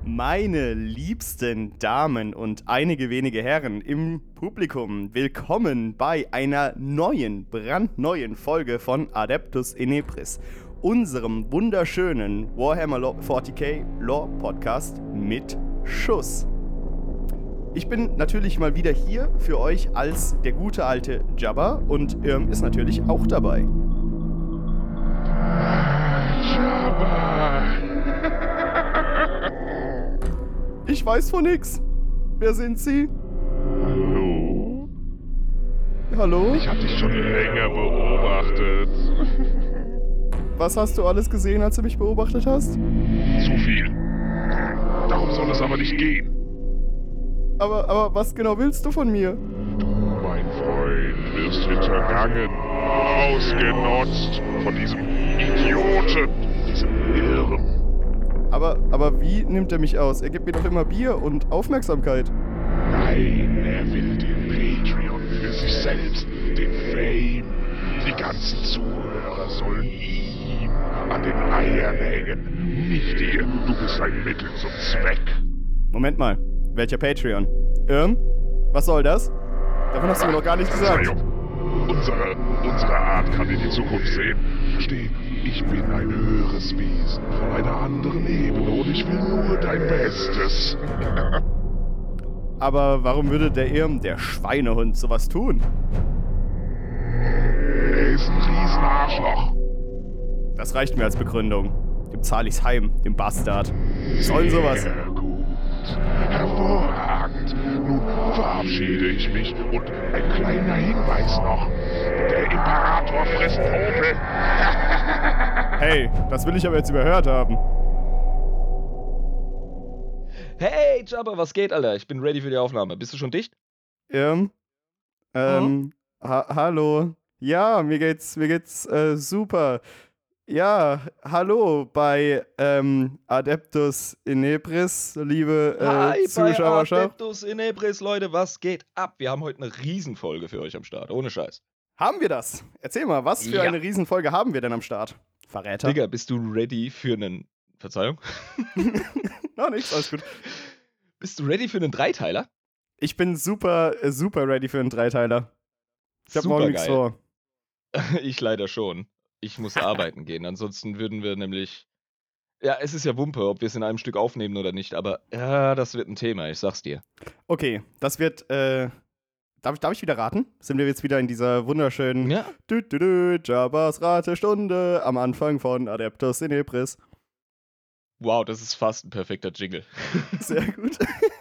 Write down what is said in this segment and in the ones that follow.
Meine liebsten Damen und einige wenige Herren im Publikum, willkommen bei einer brandneuen Folge von Adeptus Inepris, unserem wunderschönen Warhammer 40k Lore Podcast mit Schuss. Ich bin natürlich mal wieder hier für euch als der gute alte Jabba und Irm ist natürlich auch dabei. Jabba! Ich weiß von nix. Wer sind Sie? Hallo? Hallo? Ich hab dich schon länger beobachtet. Was hast du alles gesehen, als du mich beobachtet hast? Zu viel. Darum soll es aber nicht gehen. Aber was genau willst du von mir? Du, mein Freund, wirst hintergangen, ausgenutzt von diesem Idioten, diesem Irren. Aber wie nimmt er mich aus? Er gibt mir doch immer Bier und Aufmerksamkeit. Nein, er will den Patreon für sich selbst, den Fame. Die ganzen Zuhörer sollen ihm an den Eiern hängen, nicht dir. Du bist ein Mittel zum Zweck. Moment mal, welcher Patreon? Irm? Was soll das? Davon hast du mir noch gar nichts gesagt. Unsere Art kann in die Zukunft sehen. Versteh, ich bin ein höheres Wesen von einer anderen Ebene und ich will nur dein Bestes. Aber warum würde der Irm, der Schweinehund, sowas tun? Er ist ein Riesenarschloch. Das reicht mir als Begründung. Dem zahl ich's heim, dem Bastard. Sollen sowas. Sehr gut. Hervorragend. Nun verabschiede ich mich und ein kleiner Hinweis noch. Der Imperator frisst Popel. Hey, das will ich aber jetzt überhört haben. Hey, Jabba, was geht, Alter? Ich bin ready für die Aufnahme. Bist du schon dicht? Irm? Hallo. Ja, mir geht's super. Ja, hallo bei Adeptus Inepris, liebe Hi, bei Zuschauerschaft. Adeptus Inepris, Leute, was geht ab? Wir haben heute eine Riesenfolge für euch am Start, ohne Scheiß. Haben wir das? Erzähl mal, was für Ja. eine Riesenfolge haben wir denn am Start? Verräter? Digga, bist du ready für einen... Verzeihung? No, nix, alles gut. Bist du ready für einen Dreiteiler? Ich bin super ready für einen Dreiteiler. Ich hab morgen nichts Supergeil. vor. Ich leider schon. Ich muss arbeiten gehen, ansonsten würden wir nämlich... Ja, es ist ja Wumpe, ob wir es in einem Stück aufnehmen oder nicht, aber ja, das wird ein Thema, ich sag's dir. Okay, das wird, darf ich wieder raten? Sind wir jetzt wieder in dieser wunderschönen Ja? Jabbas Ratestunde am Anfang von Adeptus Inepris. Wow, das ist fast ein perfekter Jingle. Sehr gut.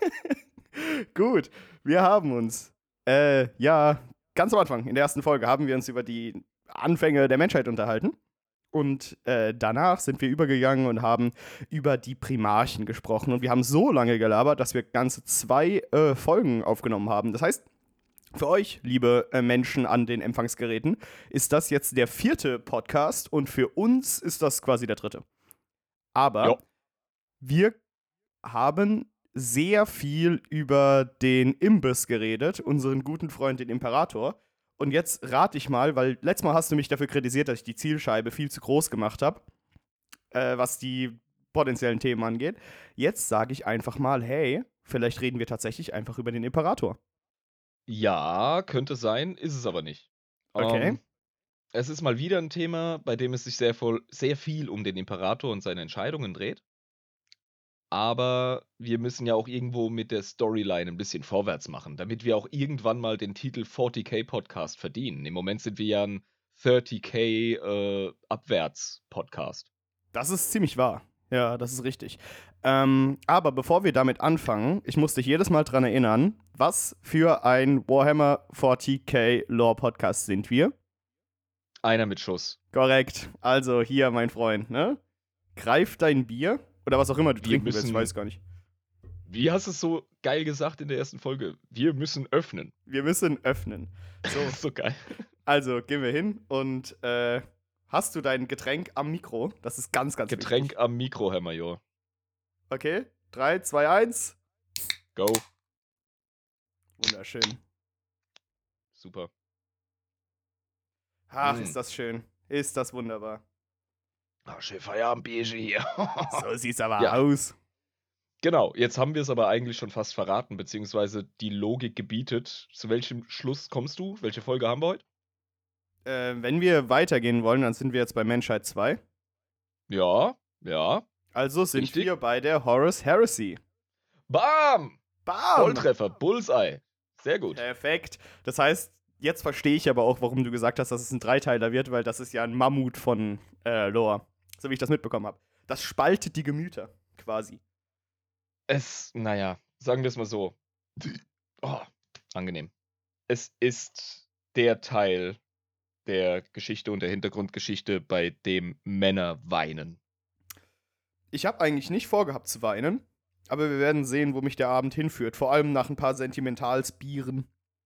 Gut, wir haben uns, ganz am Anfang, in der ersten Folge, haben wir uns über die Anfänge der Menschheit unterhalten. Und danach sind wir übergegangen und haben über die Primarchen gesprochen. Und wir haben so lange gelabert, dass wir ganze 2 Folgen aufgenommen haben. Das heißt, für euch, liebe Menschen an den Empfangsgeräten, ist das jetzt der 4. Podcast und für uns ist das quasi der 3. Aber Jo. wir haben sehr viel über den Imbiss geredet, unseren guten Freund, den Imperator. Und jetzt rate ich mal, weil letztes Mal hast du mich dafür kritisiert, dass ich die Zielscheibe viel zu groß gemacht habe, was die potenziellen Themen angeht. Jetzt sage ich einfach mal, hey, vielleicht reden wir tatsächlich einfach über den Imperator. Ja, könnte sein, ist es aber nicht. Okay. Es ist mal wieder ein Thema, bei dem es sich sehr viel um den Imperator und seine Entscheidungen dreht. Aber wir müssen ja auch irgendwo mit der Storyline ein bisschen vorwärts machen, damit wir auch irgendwann mal den Titel 40k Podcast verdienen. Im Moment sind wir ja ein 30k abwärts Podcast. Das ist ziemlich wahr. Ja, das ist richtig. Aber bevor wir damit anfangen, ich muss dich jedes Mal dran erinnern, was für ein Warhammer 40k Lore Podcast sind wir? Einer mit Schuss. Korrekt. Also hier, mein Freund, ne? Greif dein Bier oder was auch immer du trinken willst, ich weiß gar nicht. Wie hast du es so geil gesagt in der ersten Folge? Wir müssen öffnen. Wir müssen öffnen. So, So geil. also gehen wir hin und hast du dein Getränk am Mikro? Das ist ganz Getränk wichtig. am Mikro, Herr Major. Okay, 3, 2, 1. Go. Wunderschön. Super. Ach, ist das schön. Ist das wunderbar. Ah, schön Feierabend, Bierchen hier. So sieht's aber Ja. aus. Genau, jetzt haben wir es aber eigentlich schon fast verraten, beziehungsweise die Logik gebietet. Zu welchem Schluss kommst du? Welche Folge haben wir heute? Wenn wir weitergehen wollen, dann sind wir jetzt bei Menschheit 2. Ja. Also sind Richtig. wir bei der Horus Heresy. Bam! Bam! Volltreffer, Bullseye. Sehr gut. Perfekt. Das heißt, jetzt verstehe ich aber auch, warum du gesagt hast, dass es ein Dreiteiler wird, weil das ist ja ein Mammut von Lore. So wie ich das mitbekommen habe. Das spaltet die Gemüter, quasi. Sagen wir es mal so. Oh, angenehm. Es ist der Teil der Geschichte und der Hintergrundgeschichte, bei dem Männer weinen. Ich habe eigentlich nicht vorgehabt zu weinen, aber wir werden sehen, wo mich der Abend hinführt. Vor allem nach ein paar Sentimentalsbieren.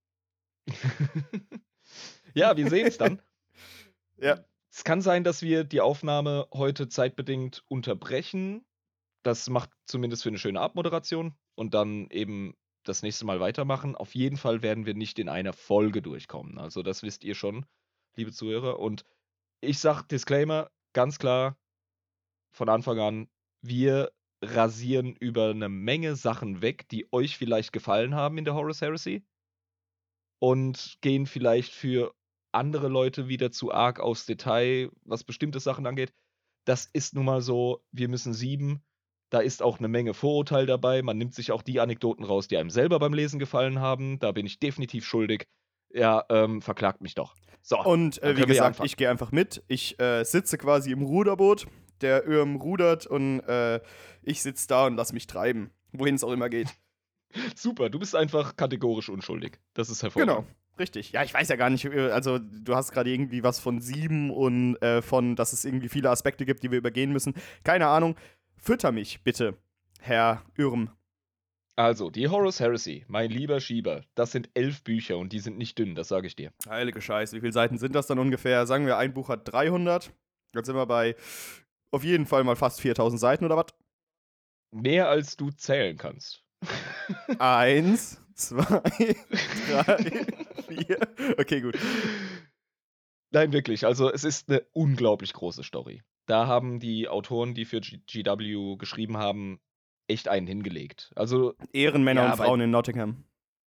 Ja, wir sehen es dann. Ja. Es kann sein, dass wir die Aufnahme heute zeitbedingt unterbrechen. Das macht zumindest für eine schöne Abmoderation und dann eben das nächste Mal weitermachen. Auf jeden Fall werden wir nicht in einer Folge durchkommen. Also das wisst ihr schon, liebe Zuhörer. Und ich sag Disclaimer, ganz klar, von Anfang an, wir rasieren über eine Menge Sachen weg, die euch vielleicht gefallen haben in der Horus Heresy und gehen vielleicht für andere Leute wieder zu arg aufs Detail, was bestimmte Sachen angeht. Das ist nun mal so, wir müssen sieben. Da ist auch eine Menge Vorurteil dabei. Man nimmt sich auch die Anekdoten raus, die einem selber beim Lesen gefallen haben. Da bin ich definitiv schuldig. Ja, verklagt mich doch. So, Und dann wie können wir ja gesagt, anfangen. ich gehe einfach mit. Ich sitze quasi im Ruderboot. Der Irm rudert und ich sitze da und lass mich treiben. Wohin es auch immer geht. Super, du bist einfach kategorisch unschuldig. Das ist hervorragend. Genau, richtig. Ja, ich weiß ja gar nicht, also du hast gerade irgendwie was von 7 und von, dass es irgendwie viele Aspekte gibt, die wir übergehen müssen. Keine Ahnung. Fütter mich, bitte, Herr Irm. Also, die Horus Heresy, mein lieber Schieber, das sind 11 Bücher und die sind nicht dünn, das sage ich dir. Heilige Scheiße, wie viele Seiten sind das dann ungefähr? Sagen wir, ein Buch hat 300. Jetzt sind wir bei auf jeden Fall mal fast 4000 Seiten oder was? Mehr als du zählen kannst. 1, 2, 3, 4. Okay, gut. Nein, wirklich. Also, es ist eine unglaublich große Story. Da haben die Autoren, die für GW geschrieben haben, echt einen hingelegt. Also, Ehrenmänner Ja, und aber- Frauen in Nottingham.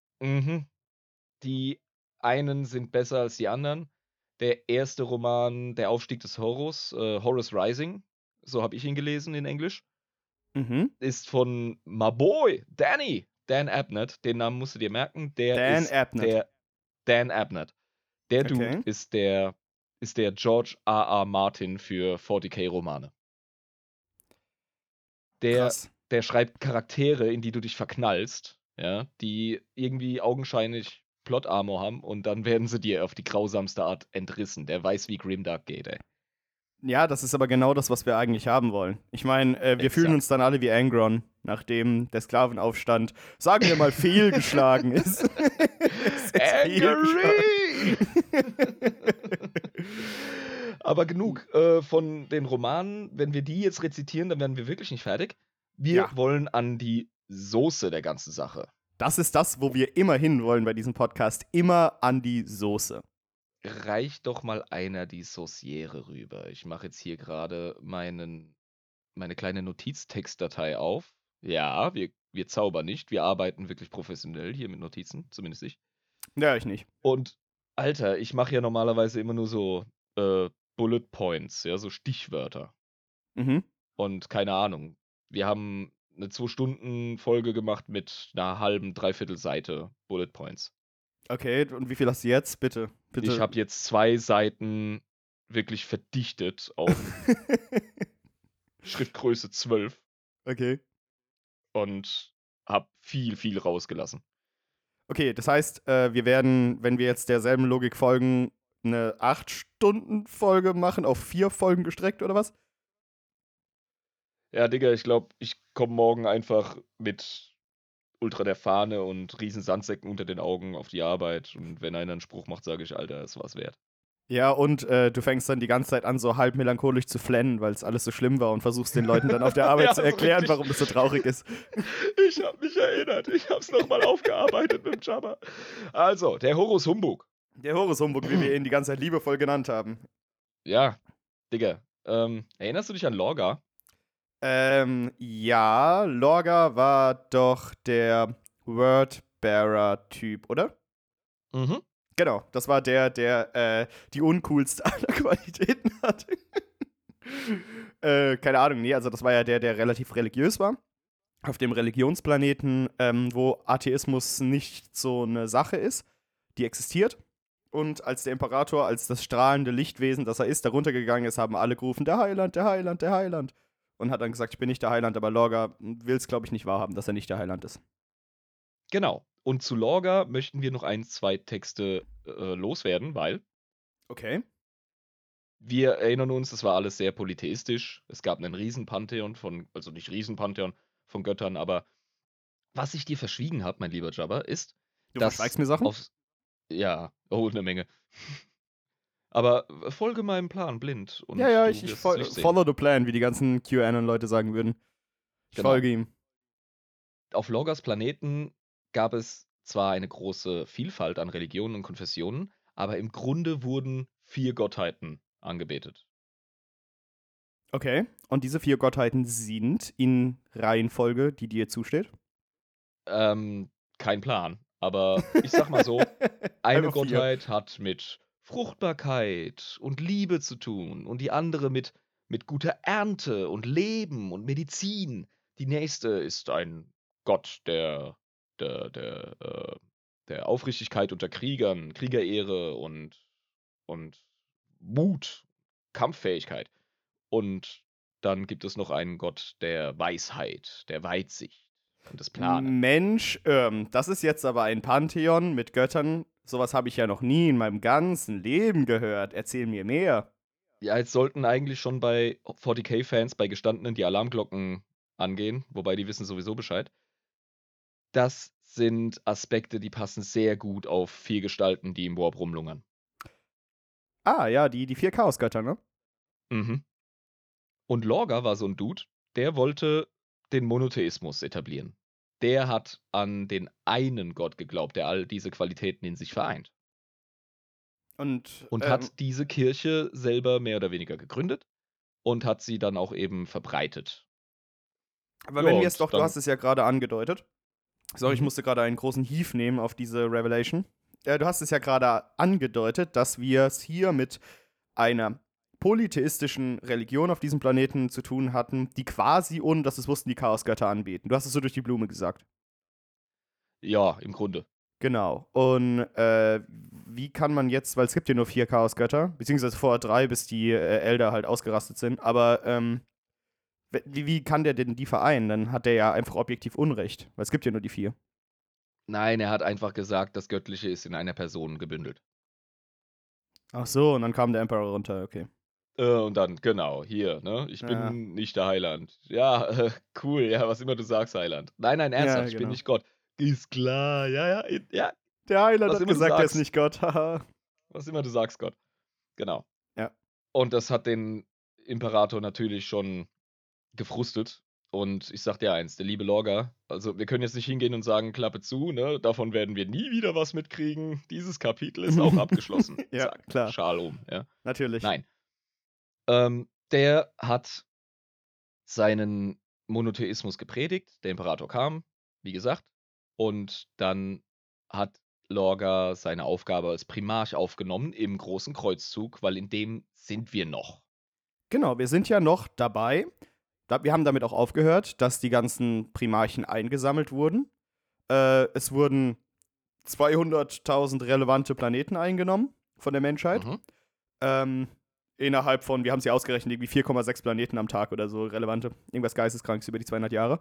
Die einen sind besser als die anderen. Der erste Roman, Der Aufstieg des Horus, Horus Rising, so habe ich ihn gelesen in Englisch, Mhm. ist von my boy, Dan Abnett. Den Namen musst du dir merken. Dan Abnett. Dan Abnett. Der Okay. Dude ist der George R.R. Martin für 40k-Romane. Krass. Der schreibt Charaktere, in die du dich verknallst, ja, die irgendwie augenscheinlich Plot-Armor haben und dann werden sie dir auf die grausamste Art entrissen. Der weiß, wie Grimdark geht, ey. Ja, das ist aber genau das, was wir eigentlich haben wollen. Ich meine, wir Exakt. fühlen uns dann alle wie Angron, nachdem der Sklavenaufstand, sagen wir mal, fehlgeschlagen ist. Es ist Angry! Aber genug von den Romanen. Wenn wir die jetzt rezitieren, dann werden wir wirklich nicht fertig. Wir Ja. wollen an die Soße der ganzen Sache. Das ist das, wo wir immer hin wollen bei diesem Podcast. Immer an die Soße. Reicht doch mal einer die Sauciere rüber. Ich mache jetzt hier gerade meine kleine Notiztextdatei auf. Ja, wir zaubern nicht. Wir arbeiten wirklich professionell hier mit Notizen, zumindest ich. Ja, ich nicht. Und Alter, ich mache ja normalerweise immer nur so Bullet Points, ja, so Stichwörter. Mhm. Und keine Ahnung. Wir haben eine 2-Stunden-Folge gemacht mit einer halben, dreiviertel Seite Bullet Points. Okay, und wie viel hast du jetzt? Bitte. Ich habe jetzt 2 Seiten wirklich verdichtet auf Schriftgröße 12 Okay. und habe viel rausgelassen. Okay, das heißt, wir werden, wenn wir jetzt derselben Logik folgen, eine 8-Stunden-Folge machen, auf 4 Folgen gestreckt oder was? Ja, Digga, ich glaube, ich komme morgen einfach mit ultra der Fahne und riesen Sandsäcken unter den Augen auf die Arbeit. Und wenn einer einen Spruch macht, sage ich, Alter, es war's wert. Ja, und du fängst dann die ganze Zeit an, so halb melancholisch zu flennen, weil es alles so schlimm war und versuchst den Leuten dann auf der Arbeit Ja, zu so erklären, richtig. warum das so traurig ist. Ich habe mich erinnert. Ich habe es nochmal aufgearbeitet mit dem Jabba. Also, der Horus Humbug. Der Horus Humbug, wie wir ihn die ganze Zeit liebevoll genannt haben. Ja, Digga. Erinnerst du dich an Lorga? Ja, Lorga war doch der Wordbearer-Typ, oder? Mhm. Genau, das war der die uncoolste aller Qualitäten hatte. Keine Ahnung, nee, also das war ja der relativ religiös war. Auf dem Religionsplaneten, wo Atheismus nicht so eine Sache ist, die existiert. Und als der Imperator, als das strahlende Lichtwesen, das er ist, da runtergegangen ist, haben alle gerufen, der Heiland, der Heiland, der Heiland. Und hat dann gesagt, ich bin nicht der Heiland, aber Lorga will es, glaube ich, nicht wahrhaben, dass er nicht der Heiland ist. Genau. Und zu Lorga möchten wir noch 1, 2 Texte loswerden, weil Okay. wir erinnern uns, das war alles sehr polytheistisch. Es gab einen Riesenpantheon also nicht Riesenpantheon von Göttern, aber was ich dir verschwiegen habe, mein lieber Jabba, ist, Du verschweigst dass mir Sachen? ja, oh, eine Menge. Aber folge meinem Plan blind Ja, und ja, du ich wirst das Licht sehen. follow the plan, wie die ganzen QAnon-Leute sagen würden. Ich Genau. folge ihm. Auf Lorgas Planeten gab es zwar eine große Vielfalt an Religionen und Konfessionen, aber im Grunde wurden 4 Gottheiten angebetet. Okay. Und diese 4 Gottheiten sind in Reihenfolge, die dir zusteht? Kein Plan, aber ich sag mal so, eine Einfach 4. Gottheit hat mit Fruchtbarkeit und Liebe zu tun und die andere mit guter Ernte und Leben und Medizin. Die nächste ist ein Gott der der, äh der Aufrichtigkeit unter Kriegern, Kriegerehre und Mut, Kampffähigkeit. Und dann gibt es noch einen Gott der Weisheit, der Weitsicht und des Planens. Mensch, das ist jetzt aber ein Pantheon mit Göttern. Sowas habe ich ja noch nie in meinem ganzen Leben gehört. Erzähl mir mehr. Ja, jetzt sollten eigentlich schon bei 40k-Fans, bei Gestandenen die Alarmglocken angehen, wobei die wissen sowieso Bescheid. Das sind Aspekte, die passen sehr gut auf 4 Gestalten, die im Warp rumlungern. Ah, ja, die 4 Chaosgötter, ne? Mhm. Und Lorga war so ein Dude, der wollte den Monotheismus etablieren. Der hat an den einen Gott geglaubt, der all diese Qualitäten in sich vereint. Und, Und hat diese Kirche selber mehr oder weniger gegründet und hat sie dann auch eben verbreitet. aber Ja, wenn wir es und doch, du hast es ja gerade angedeutet. Sorry, ich Mhm. musste gerade einen großen Heave nehmen auf diese Revelation. Du hast es ja gerade angedeutet, dass wir es hier mit einer polytheistischen Religion auf diesem Planeten zu tun hatten, die quasi, ohne dass es wussten, die Chaosgötter anbeten. Du hast es so durch die Blume gesagt. Ja, im Grunde. Genau. Und wie kann man jetzt, weil es gibt ja nur 4 Chaosgötter, beziehungsweise vorher 3, bis die Elder halt ausgerastet sind, aber wie kann der denn die vereinen? Dann hat der ja einfach objektiv Unrecht, weil es gibt ja nur die 4. Nein, er hat einfach gesagt, das Göttliche ist in einer Person gebündelt. Ach so, und dann kam der Emperor runter, okay. Und dann, genau, hier, ne? Ich Ja, bin nicht der Heiland. Ja, cool, ja, was immer du sagst, Heiland. Nein, nein, ja, ernsthaft, ich bin genau. nicht Gott. Ist klar, ja, ja, ja, Der Heiland was hat immer du gesagt, er ist sagst. nicht Gott, haha. Was immer du sagst, Gott. Genau. Ja. Und das hat den Imperator natürlich schon gefrustet. Und ich sag dir eins, der liebe Lorga, also wir können jetzt nicht hingehen und sagen, Klappe zu, ne? Davon werden wir nie wieder was mitkriegen. Dieses Kapitel ist auch abgeschlossen. Ja, Zack, klar, Schal um, ja. natürlich. Nein. Der hat seinen Monotheismus gepredigt. Der Imperator kam, wie gesagt, und dann hat Lorga seine Aufgabe als Primarch aufgenommen im Großen Kreuzzug, weil in dem sind wir noch. Genau, wir sind ja noch dabei. Wir haben damit auch aufgehört, dass die ganzen Primarchen eingesammelt wurden. Es wurden 200.000 relevante Planeten eingenommen von der Menschheit. Mhm. Innerhalb von, wir haben es ja ausgerechnet, irgendwie 4,6 Planeten am Tag oder so relevante. Irgendwas Geisteskrankes über die 200 Jahre.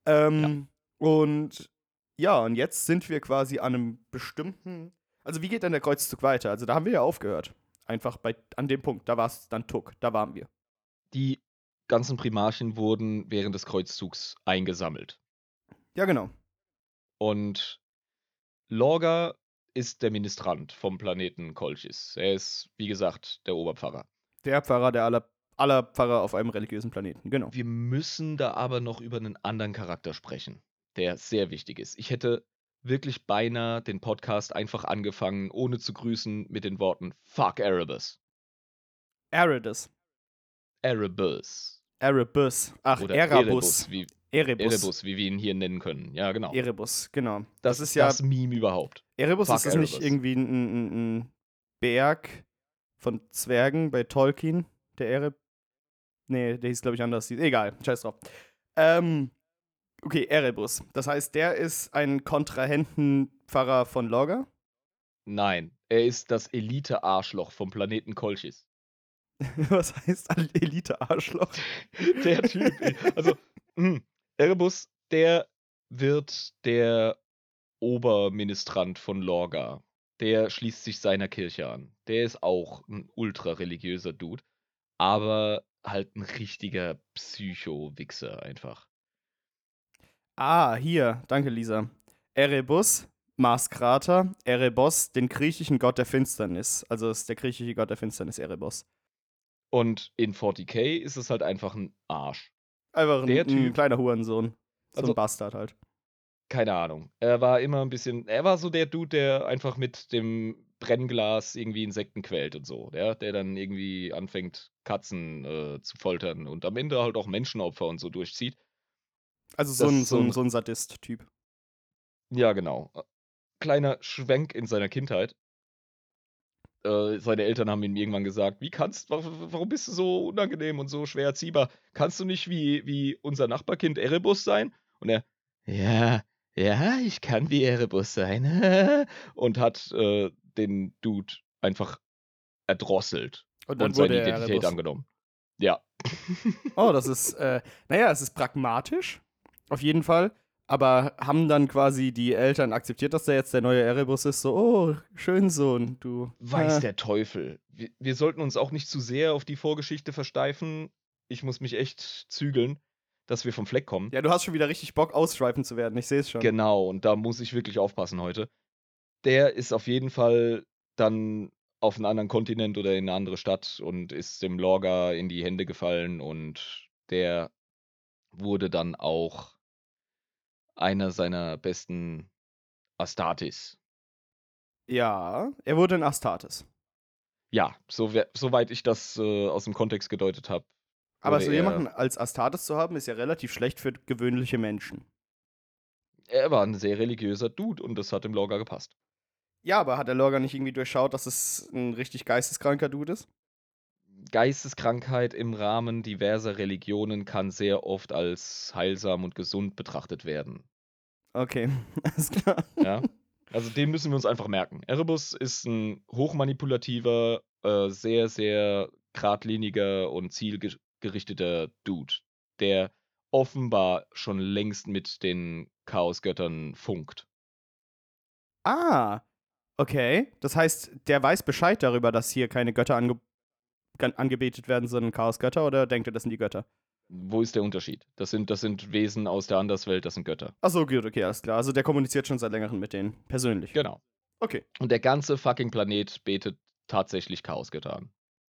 Und ja, und jetzt sind wir quasi an einem bestimmten. Also, wie geht denn der Kreuzzug weiter? Also, da haben wir ja aufgehört. Einfach an dem Punkt, da war es dann Tuck, da waren wir. Die ganzen Primarchen wurden während des Kreuzzugs eingesammelt. Ja, genau. Und Lorga ist der Ministrant vom Planeten Kolchis. Er ist, wie gesagt, der Oberpfarrer. Der Pfarrer der aller Pfarrer auf einem religiösen Planeten, genau. Wir müssen da aber noch über einen anderen Charakter sprechen, der sehr wichtig ist. Ich hätte wirklich beinahe den Podcast einfach angefangen, ohne zu grüßen, mit den Worten Fuck Erebus. Erebus. Erebus. Erebus. Ach, Oder Erebus. Erebus, Erebus. wie wir ihn hier nennen können. Ja, genau. Erebus, genau. Das ist ist ja. das Meme überhaupt. Erebus, Fuck ist das nicht Erebus. irgendwie ein Berg von Zwergen bei Tolkien? Nee, der hieß, glaube ich, anders. Egal, scheiß drauf. Okay, Erebus. Das heißt, der ist ein Kontrahentenpfarrer von Lorga? Nein, er ist das Elite-Arschloch vom Planeten Kolchis. Was heißt ein Elite-Arschloch? Der Typ. Also, Erebus, der wird der Oberministrant von Lorga. Der schließt sich seiner Kirche an. Der ist auch ein ultra-religiöser Dude, aber halt ein richtiger Psycho-Wichser einfach. Ah, hier, danke Lisa. Erebus, Mars-Krater, Erebos, den griechischen Gott der Finsternis. Also ist der griechische Gott der Finsternis Erebos. Und in 40k ist es halt einfach ein Arsch. Einfach Der ein Typ- kleiner Hurensohn. So Also- ein Bastard halt. Keine Ahnung. Er war so der Dude, der einfach mit dem Brennglas irgendwie Insekten quält und so. Der dann irgendwie anfängt, Katzen zu foltern und am Ende halt auch Menschenopfer und so durchzieht. Also Das ist so ein Sadist-Typ. Ja, genau. Kleiner Schwenk in seiner Kindheit. Seine Eltern haben ihm irgendwann gesagt, warum bist du so unangenehm und so schwer erziehbar? Kannst du nicht wie unser Nachbarkind Erebus sein? Und er, ja, ich kann wie Erebus sein. Und hat den Dude einfach erdrosselt Und dann und seine wurde er Identität Erebus. angenommen. Ja. Oh, das ist, es ist pragmatisch, auf jeden Fall. Aber haben dann quasi die Eltern akzeptiert, dass der jetzt der neue Erebus ist? So, oh, schön Sohn, du. Weiß der Teufel. Wir sollten uns auch nicht zu sehr auf die Vorgeschichte versteifen. Ich muss mich echt zügeln, dass wir vom Fleck kommen. Ja, du hast schon wieder richtig Bock, ausschweifen zu werden. Ich sehe es schon. Genau, und da muss ich wirklich aufpassen heute. Der ist auf jeden Fall dann auf einen anderen Kontinent oder in eine andere Stadt und ist dem Lorga in die Hände gefallen und der wurde dann auch einer seiner besten Astartes. Ja, er wurde ein Astartes. Ja, soweit ich das aus dem Kontext gedeutet habe. Aber so jemanden als Astartes zu haben, ist ja relativ schlecht für gewöhnliche Menschen. Er war ein sehr religiöser Dude und das hat dem Lorga gepasst. Ja, aber hat der Lorga nicht irgendwie durchschaut, dass es ein richtig geisteskranker Dude ist? Geisteskrankheit im Rahmen diverser Religionen kann sehr oft als heilsam und gesund betrachtet werden. Okay, alles klar. Ja? Also den müssen wir uns einfach merken. Erebus ist ein hochmanipulativer, sehr, sehr geradliniger und zielgerichteter Dude, der offenbar schon längst mit den Chaosgöttern funkt. Ah, okay. Das heißt, der weiß Bescheid darüber, dass hier keine Götter angebetet werden, sondern Chaosgötter, oder denkt er, das sind die Götter? Wo ist der Unterschied? Das sind Wesen aus der Anderswelt, das sind Götter. Achso, gut, okay, alles klar. Also der kommuniziert schon seit längerem mit denen, persönlich. Genau. Okay. Und der ganze fucking Planet betet tatsächlich Chaosgötter an.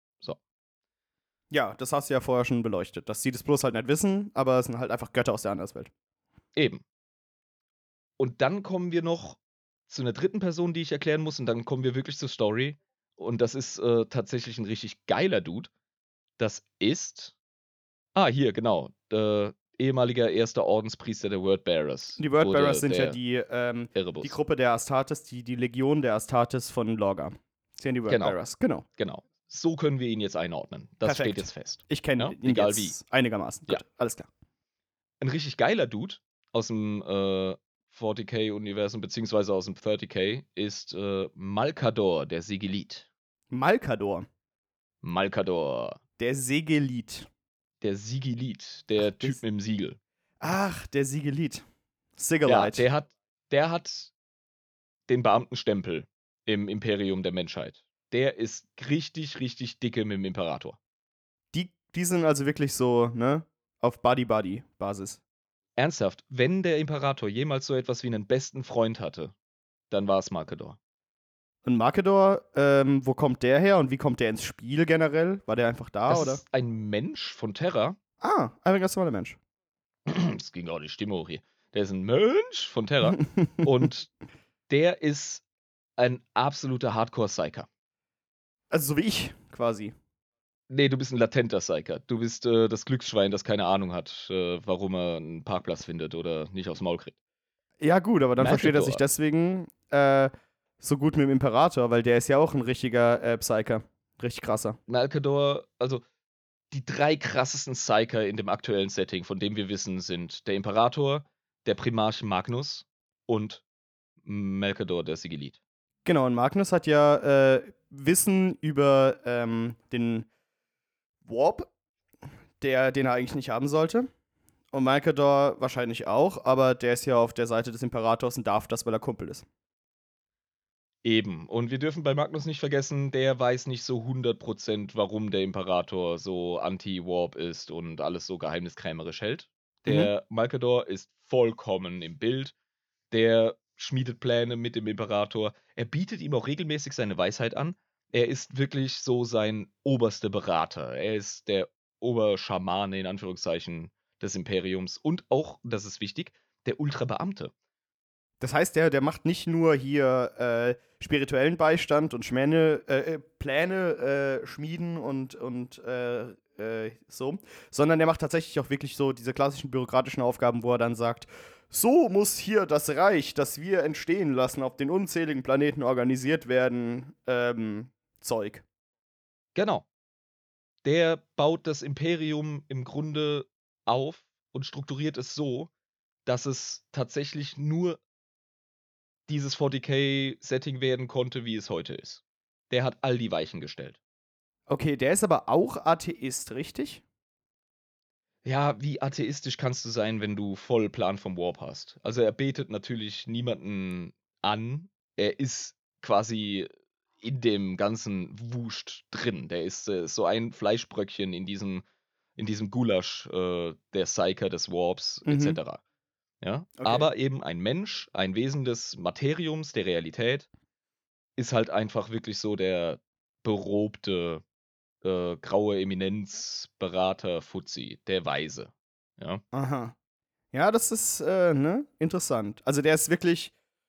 Ja, das hast du ja vorher schon beleuchtet. Dass sie das bloß halt nicht wissen, aber es sind halt einfach Götter aus der Anderswelt. Eben. Und dann kommen wir noch zu einer dritten Person, die ich erklären muss, und dann kommen wir wirklich zur Story. Und das ist tatsächlich ein richtig geiler Dude. Das ist. Hier, genau. Ehemaliger erster Ordenspriester der Wordbearers. Die Wordbearers sind ja der Erebus. die Gruppe der Astartes, die Legion der Astartes von Lorga. Das sind die Wordbearers, genau. Genau. So können wir ihn jetzt einordnen. Das Perfekt. steht jetzt fest. Ich kenne Ja, ihn egal jetzt einigermaßen. Gut, Ja. alles klar. Ein richtig geiler Dude aus dem 40k-Universum, beziehungsweise aus dem 30k, ist Malkador, der Sigilit. Malkador, Malkador, der Segelit. der Sigilit, der Ach, Typ mit dem Siegel. Ach, der Sigelit. Ja, Sigelite. der hat den Beamtenstempel im Imperium der Menschheit. Der ist richtig, richtig dicke mit dem Imperator. Die sind also wirklich so, ne, auf Buddy-Buddy-Basis. Ernsthaft, wenn der Imperator jemals so etwas wie einen besten Freund hatte, dann war es Malkador. Und Malkador, wo kommt der her und wie kommt der ins Spiel generell? War der einfach da, Das oder? ist ein Mensch von Terra. Ah, ein ganz normaler Mensch. Das ging auch die Stimme hoch hier. Der ist ein Mensch von Terra. Und der ist ein absoluter Hardcore-Psyker. Also so wie ich, quasi. Nee, du bist ein latenter Psyker. Du bist das Glücksschwein, das keine Ahnung hat, warum er einen Parkplatz findet oder nicht aufs Maul kriegt. Ja, gut, aber dann versteht er sich Malkador. deswegen so gut mit dem Imperator, weil der ist ja auch ein richtiger Psyker. Richtig krasser. Malkador, also die 3 krassesten Psyker in dem aktuellen Setting, von dem wir wissen, sind der Imperator, der Primarch Magnus und Malkador, der Sigillit. Genau, und Magnus hat ja Wissen über den Warp, den er eigentlich nicht haben sollte. Und Malkador wahrscheinlich auch, aber der ist ja auf der Seite des Imperators und darf das, weil er Kumpel ist. Eben. Und wir dürfen bei Magnus nicht vergessen, der weiß nicht so 100%, warum der Imperator so anti-Warp ist und alles so geheimniskrämerisch hält. Mhm. Der Malkador ist vollkommen im Bild. Der schmiedet Pläne mit dem Imperator. Er bietet ihm auch regelmäßig seine Weisheit an. Er ist wirklich so sein oberster Berater. Er ist der Oberschamane in Anführungszeichen des Imperiums und auch, das ist wichtig, der Ultrabeamte. Das heißt, der macht nicht nur hier spirituellen Beistand und Pläne schmieden und so, sondern der macht tatsächlich auch wirklich so diese klassischen bürokratischen Aufgaben, wo er dann sagt, so muss hier das Reich, das wir entstehen lassen, auf den unzähligen Planeten organisiert werden, Zeug. Genau. Der baut das Imperium im Grunde auf und strukturiert es so, dass es tatsächlich nur dieses 40k-Setting werden konnte, wie es heute ist. Der hat all die Weichen gestellt. Okay, der ist aber auch Atheist, richtig? Ja, wie atheistisch kannst du sein, wenn du voll Plan vom Warp hast? Also er betet natürlich niemanden an. Er ist quasi in dem ganzen Wuscht drin. Der ist so ein Fleischbröckchen in diesem Gulasch der Psyker, des Warps, Mhm. etc. Ja? Okay. Aber eben ein Mensch, ein Wesen des Materiums, der Realität, ist halt einfach wirklich so der berobte graue Eminenz, Berater, Fuzzi, der Weise. Ja, Aha. Ja, das ist, ne, interessant. Also der ist wirklich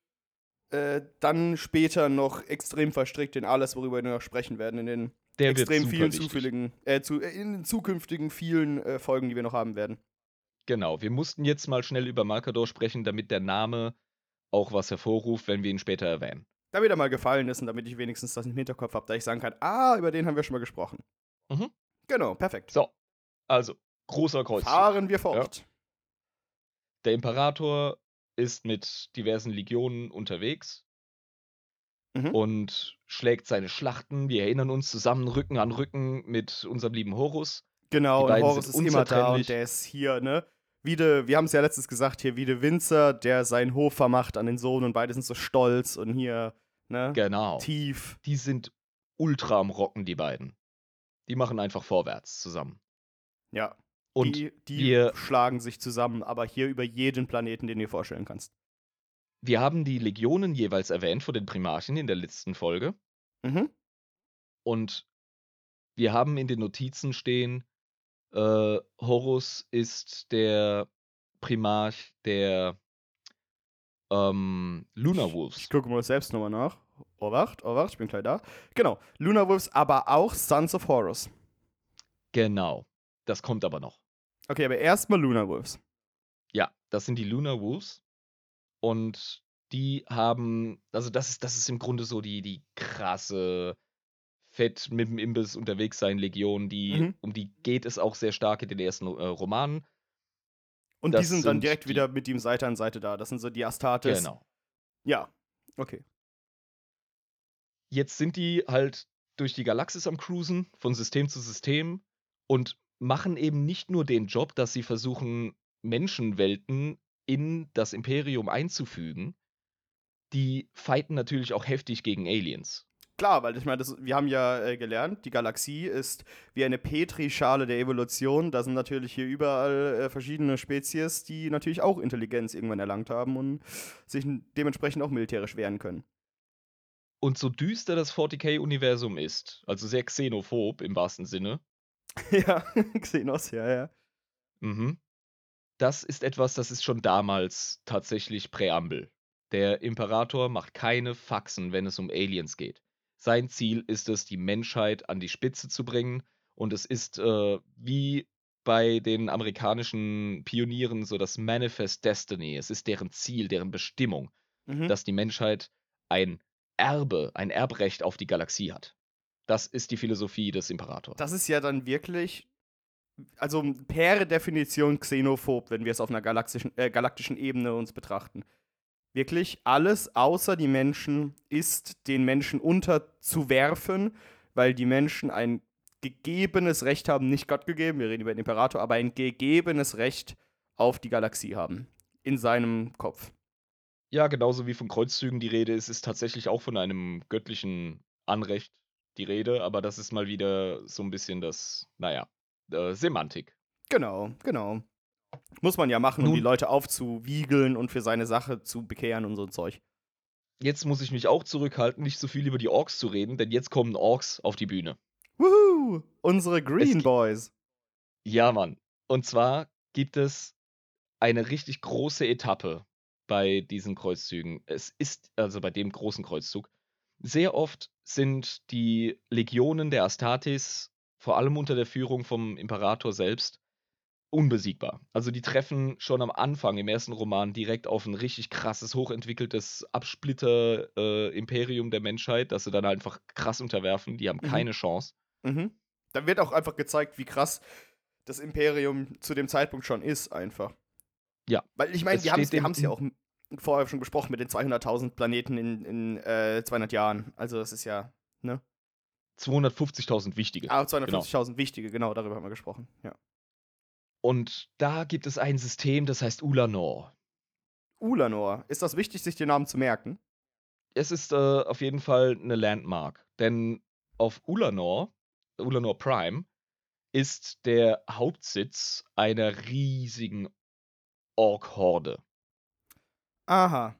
dann später noch extrem verstrickt in alles, worüber wir noch sprechen werden, in den der wird extrem super vielen wichtig. in den zukünftigen vielen Folgen, die wir noch haben werden. Genau, wir mussten jetzt mal schnell über Malkador sprechen, damit der Name auch was hervorruft, wenn wir ihn später erwähnen. Damit er mal gefallen ist und damit ich wenigstens das im Hinterkopf habe, da ich sagen kann, über den haben wir schon mal gesprochen. Mhm. Genau, perfekt. So, also, großer Kreuzzug. Fahren wir Ja. fort. Der Imperator ist mit diversen Legionen unterwegs Mhm. und schlägt seine Schlachten. Wir erinnern uns zusammen Rücken an Rücken mit unserem lieben Horus. Die Genau, und beiden Horus sind ist immer da und unzertrennlich. der ist hier, ne? Wir haben es ja letztens gesagt, hier wie der Winzer, der seinen Hof vermacht an den Sohn und beide sind so stolz und hier, ne? Genau. Tief. Die sind ultra am Rocken, die beiden. Die machen einfach vorwärts zusammen. Ja. Und Die wir schlagen sich zusammen, aber hier über jeden Planeten, den du dir vorstellen kannst. wir haben die Legionen jeweils erwähnt von den Primarchen in der letzten Folge. Mhm. Und wir haben in den Notizen stehen, Horus ist der Primarch der Lunar Ich Wolves. gucke mal selbst nochmal nach. Oh, wacht, ich bin gleich da. Genau. Lunar Wolves, aber auch Sons of Horus. Genau. Das kommt aber noch. Okay, aber erstmal Lunar Wolves. Ja, das sind die Lunar Wolves. Und die haben, also das ist im Grunde so die krasse Fett mit dem Imbiss unterwegs sein Legion, Mhm. um die geht es auch sehr stark in den ersten Romanen. Und die Das sind dann sind direkt wieder mit ihm Seite an Seite da. Das sind so die Astartes. genau. Ja. Okay. Jetzt sind die halt durch die Galaxis am Cruisen, von System zu System und machen eben nicht nur den Job, dass sie versuchen, Menschenwelten in das Imperium einzufügen, die fighten natürlich auch heftig gegen Aliens. Klar, weil ich meine, wir haben ja gelernt, die Galaxie ist wie eine Petrischale der Evolution. Da sind natürlich hier überall verschiedene Spezies, die natürlich auch Intelligenz irgendwann erlangt haben und sich dementsprechend auch militärisch wehren können. Und so düster das 40k-Universum ist, also sehr xenophob im wahrsten Sinne, Ja, Xenos, ja. mhm, das ist etwas, das ist schon damals tatsächlich Präambel. Der Imperator macht keine Faxen, wenn es um Aliens geht. Sein Ziel ist es, die Menschheit an die Spitze zu bringen Und es ist wie bei den amerikanischen Pionieren so das Manifest Destiny. Es ist deren Ziel, deren Bestimmung, Mhm. dass die Menschheit ein ein Erbrecht auf die Galaxie hat. Das ist die Philosophie des Imperators. Das ist ja dann wirklich, also per Definition xenophob, wenn wir es auf einer galaktischen Ebene uns betrachten. Wirklich alles außer die Menschen ist den Menschen unterzuwerfen, weil die Menschen ein gegebenes Recht haben, nicht Gott gegeben, wir reden über den Imperator, aber ein gegebenes Recht auf die Galaxie haben. In seinem Kopf. Ja, genauso wie von Kreuzzügen die Rede ist, ist tatsächlich auch von einem göttlichen Anrecht die Rede, aber das ist mal wieder so ein bisschen das, naja, Semantik. Genau, genau. Muss man ja machen, um die Nun, Leute aufzuwiegeln und für seine Sache zu bekehren und so ein Zeug. jetzt muss ich mich auch zurückhalten, nicht so viel über die Orks zu reden, denn jetzt kommen Orks auf die Bühne. Wuhu! Unsere Es Green gi Boys. Ja, Mann. Und zwar gibt es eine richtig große Etappe bei diesen Kreuzzügen. Es ist also bei dem großen Kreuzzug. Sehr oft sind die Legionen der Astartes, vor allem unter der Führung vom Imperator selbst, unbesiegbar. Also, die treffen schon am Anfang im ersten Roman direkt auf 'n richtig krasses, hochentwickeltes Absplitter Imperium der Menschheit, das sie dann einfach krass unterwerfen. Die haben Mhm. keine Chance. Mhm. Da wird auch einfach gezeigt, wie krass das Imperium zu dem Zeitpunkt schon ist, einfach. Ja, Weil ich meine, es wir haben steht es wir dem haben's ja auch vorher schon besprochen mit den 200.000 Planeten in 200 Jahren. Also, das ist ja, ne? 250.000 wichtige, Ah, genau. 250.000 wichtige, genau, darüber haben wir gesprochen, ja. Und da gibt es ein System, das heißt Ulanor. Ulanor. Ist das wichtig, sich den Namen zu merken? Es ist, auf jeden Fall 'ne Landmark, denn auf Ulanor Prime, ist der Hauptsitz einer riesigen Ork-Horde. Aha.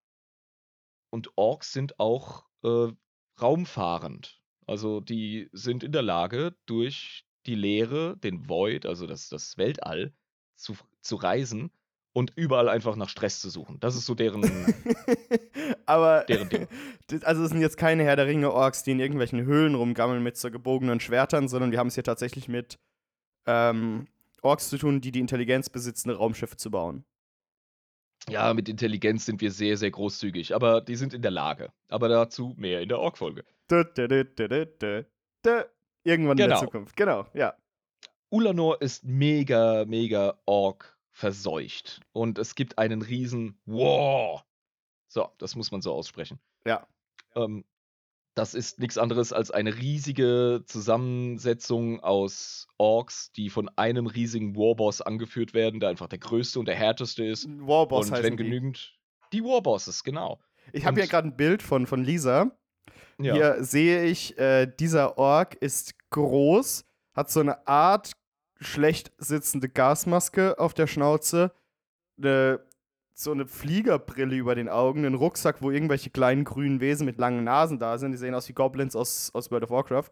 Und Orks sind auch, raumfahrend. Also, die sind in der Lage, durch die Leere, den Void, also das Weltall, zu reisen und überall einfach nach Stress zu suchen. Das ist so deren Aber deren Ding. also, es sind jetzt keine Herr der Ringe-Orks, die in irgendwelchen Höhlen rumgammeln mit so gebogenen Schwertern, sondern wir haben es hier tatsächlich mit ähm, Orks zu tun, die die Intelligenz besitzen, Raumschiffe zu bauen. Ja, mit Intelligenz sind wir sehr, sehr großzügig, aber die sind in der Lage. Aber dazu mehr in der Ork-Folge. Dö, dö, dö, dö, dö, dö, dö. Irgendwann in der Genau. Zukunft, genau, ja. Ulanor ist mega, mega Ork verseucht. Und es gibt einen riesen War. So, das muss man so aussprechen. Ja. Ähm, Das ist nichts anderes als eine riesige Zusammensetzung aus Orks, die von einem riesigen Warboss angeführt werden, der einfach der größte und der härteste ist. Warboss Und wenn heißen die. genügend die Warbosses, genau. Ich habe hier Und gerade ein Bild von Lisa. ja, Hier sehe ich, dieser Ork ist groß, hat so eine Art schlecht sitzende Gasmaske auf der Schnauze, ne, so eine Fliegerbrille über den Augen, einen Rucksack, wo irgendwelche kleinen grünen Wesen mit langen Nasen da sind. Die sehen aus wie Goblins aus World of Warcraft.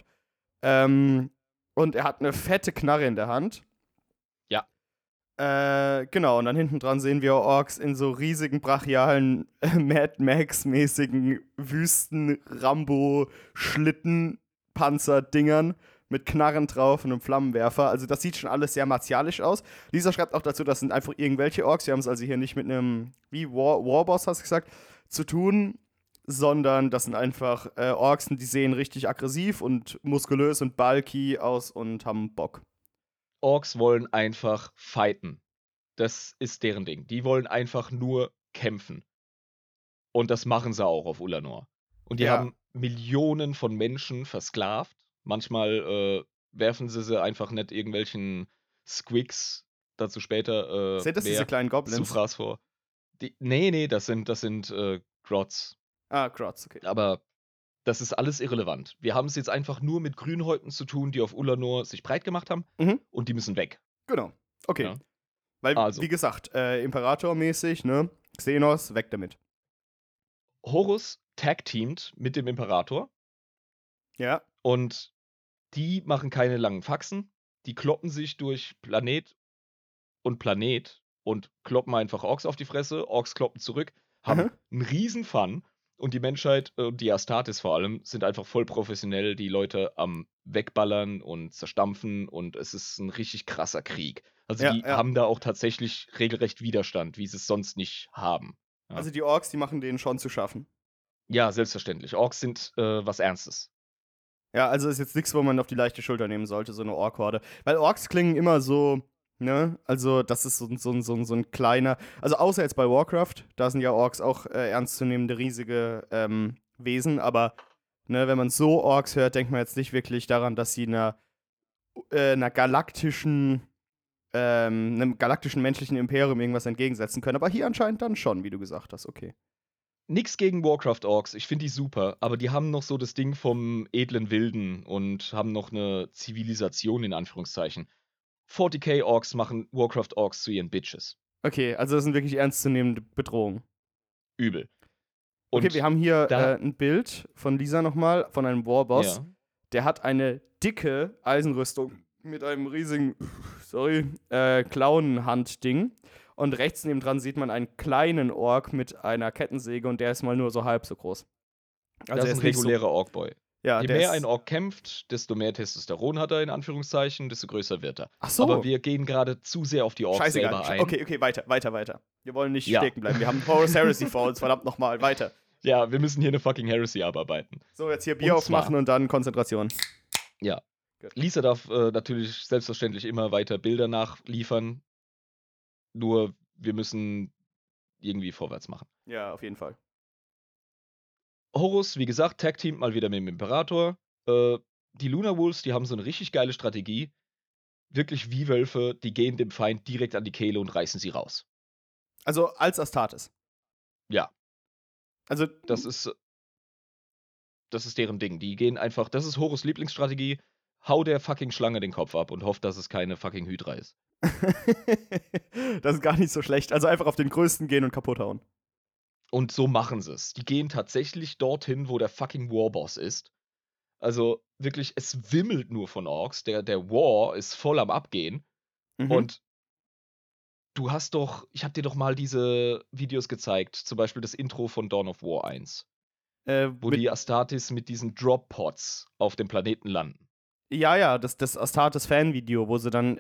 Und er hat eine fette Knarre in der Hand. ja, Genau, und dann hinten dran sehen wir Orks in so riesigen, brachialen, Mad Max-mäßigen Wüsten-Rambo-Schlitten-Panzer-Dingern mit Knarren drauf und einem Flammenwerfer. Also, das sieht schon alles sehr martialisch aus. Lisa schreibt auch dazu, das sind einfach irgendwelche Orks. Wir haben es also hier nicht mit einem, wie Warboss, hast du gesagt, zu tun, sondern das sind einfach Orks, die sehen richtig aggressiv und muskulös und bulky aus und haben Bock. Orks wollen einfach fighten. Das ist deren Ding. Die wollen einfach nur kämpfen. Und das machen sie auch auf Ulanor. Und die Ja. haben Millionen von Menschen versklavt. Manchmal werfen sie einfach nicht irgendwelchen Squigs, dazu später Sind das diese mehr, kleinen zu Goblins? Fraß vor. Nee, das sind Grots. Ah, Crots, okay. Aber das ist alles irrelevant. Wir haben es jetzt einfach nur mit Grünhäuten zu tun, die auf Ulanor sich breit gemacht haben. Mhm. Und die müssen weg. Genau. Okay. Ja? Weil, Also, wie gesagt, Imperator-mäßig, ne? Xenos, weg damit. Horus tag-teamt mit dem Imperator. Ja. Und die machen keine langen Faxen. Die kloppen sich durch Planet und kloppen einfach Orks auf die Fresse. Orks kloppen zurück, haben Aha. 'n Riesen-Fun Und die Menschheit und die Astartes vor allem sind einfach voll professionell, die Leute am Wegballern und zerstampfen und es ist ein richtig krasser Krieg. Also Ja, die ja. haben da auch tatsächlich regelrecht Widerstand, wie sie es sonst nicht haben. Ja, Also die Orks, die machen denen schon zu schaffen. ja selbstverständlich. Orks sind was Ernstes. Ja, also ist jetzt nichts, wo man auf die leichte Schulter nehmen sollte, so eine Ork-Horde. Weil Orks klingen immer so, ne? Also, das ist so ein kleiner. Also, außer jetzt bei Warcraft, da sind ja Orks auch ernstzunehmende riesige Wesen, aber, ne, wenn man so Orks hört, denkt man jetzt nicht wirklich daran, dass sie einem galaktischen menschlichen Imperium irgendwas entgegensetzen können. Aber hier anscheinend dann schon, wie du gesagt hast, okay. Nix gegen Warcraft-Orks, ich finde die super, aber die haben noch so das Ding vom edlen Wilden und haben noch eine Zivilisation in Anführungszeichen. 40k-Orks machen Warcraft-Orks zu ihren Bitches. Okay, also das sind wirklich ernstzunehmende Bedrohungen. Übel. Okay, wir Und haben hier da ein Bild von Lisa nochmal, von einem Warboss. ja. Der hat eine dicke Eisenrüstung mit einem riesigen, Klauenhandding. Und rechts neben dran sieht man einen kleinen Ork mit einer Kettensäge und der ist mal nur so halb so groß. Das er ist ein ist nicht so. regulärer Orkboy. Ja, Je der mehr ist. ein Ork kämpft, desto mehr Testosteron hat er in Anführungszeichen, desto größer wird er. Ach so. Aber wir gehen gerade zu sehr auf die Orks Scheißegal. selber ein. Okay, weiter. Wir wollen nicht Ja. stecken bleiben. Wir haben Horus Heresy vor uns, verdammt nochmal. Weiter. Ja, wir müssen hier eine fucking Heresy abarbeiten. So, jetzt hier Bier Und zwar- aufmachen und dann Konzentration. Ja. Gut. Lisa darf natürlich selbstverständlich immer weiter Bilder nachliefern. Nur wir müssen irgendwie vorwärts machen. Ja, auf jeden Fall. Horus, wie gesagt, Tag-Teamt mal wieder mit dem Imperator. Die Lunar Wolves, die haben so eine richtig geile Strategie. Wirklich wie Wölfe, die gehen dem Feind direkt an die Kehle und reißen sie raus. Also als Astartes. Ja, Also, das ist deren Ding. Die gehen einfach, das ist Horus Lieblingsstrategie. Hau der fucking Schlange den Kopf ab und hofft, dass es keine fucking Hydra ist. das ist gar nicht so schlecht. Also einfach auf den größten gehen und kaputt hauen. Und so machen sie es. Die gehen tatsächlich dorthin, wo der fucking Warboss ist. Also wirklich, es wimmelt nur von Orks. Der War ist voll am Abgehen. Mhm. Und du hast doch, ich hab dir doch mal diese Videos gezeigt, zum Beispiel das Intro von Dawn of War 1, wo mit, die Astartes mit diesen Drop-Pods auf dem Planeten landen. ja, das Astartes-Fan-Video, wo sie dann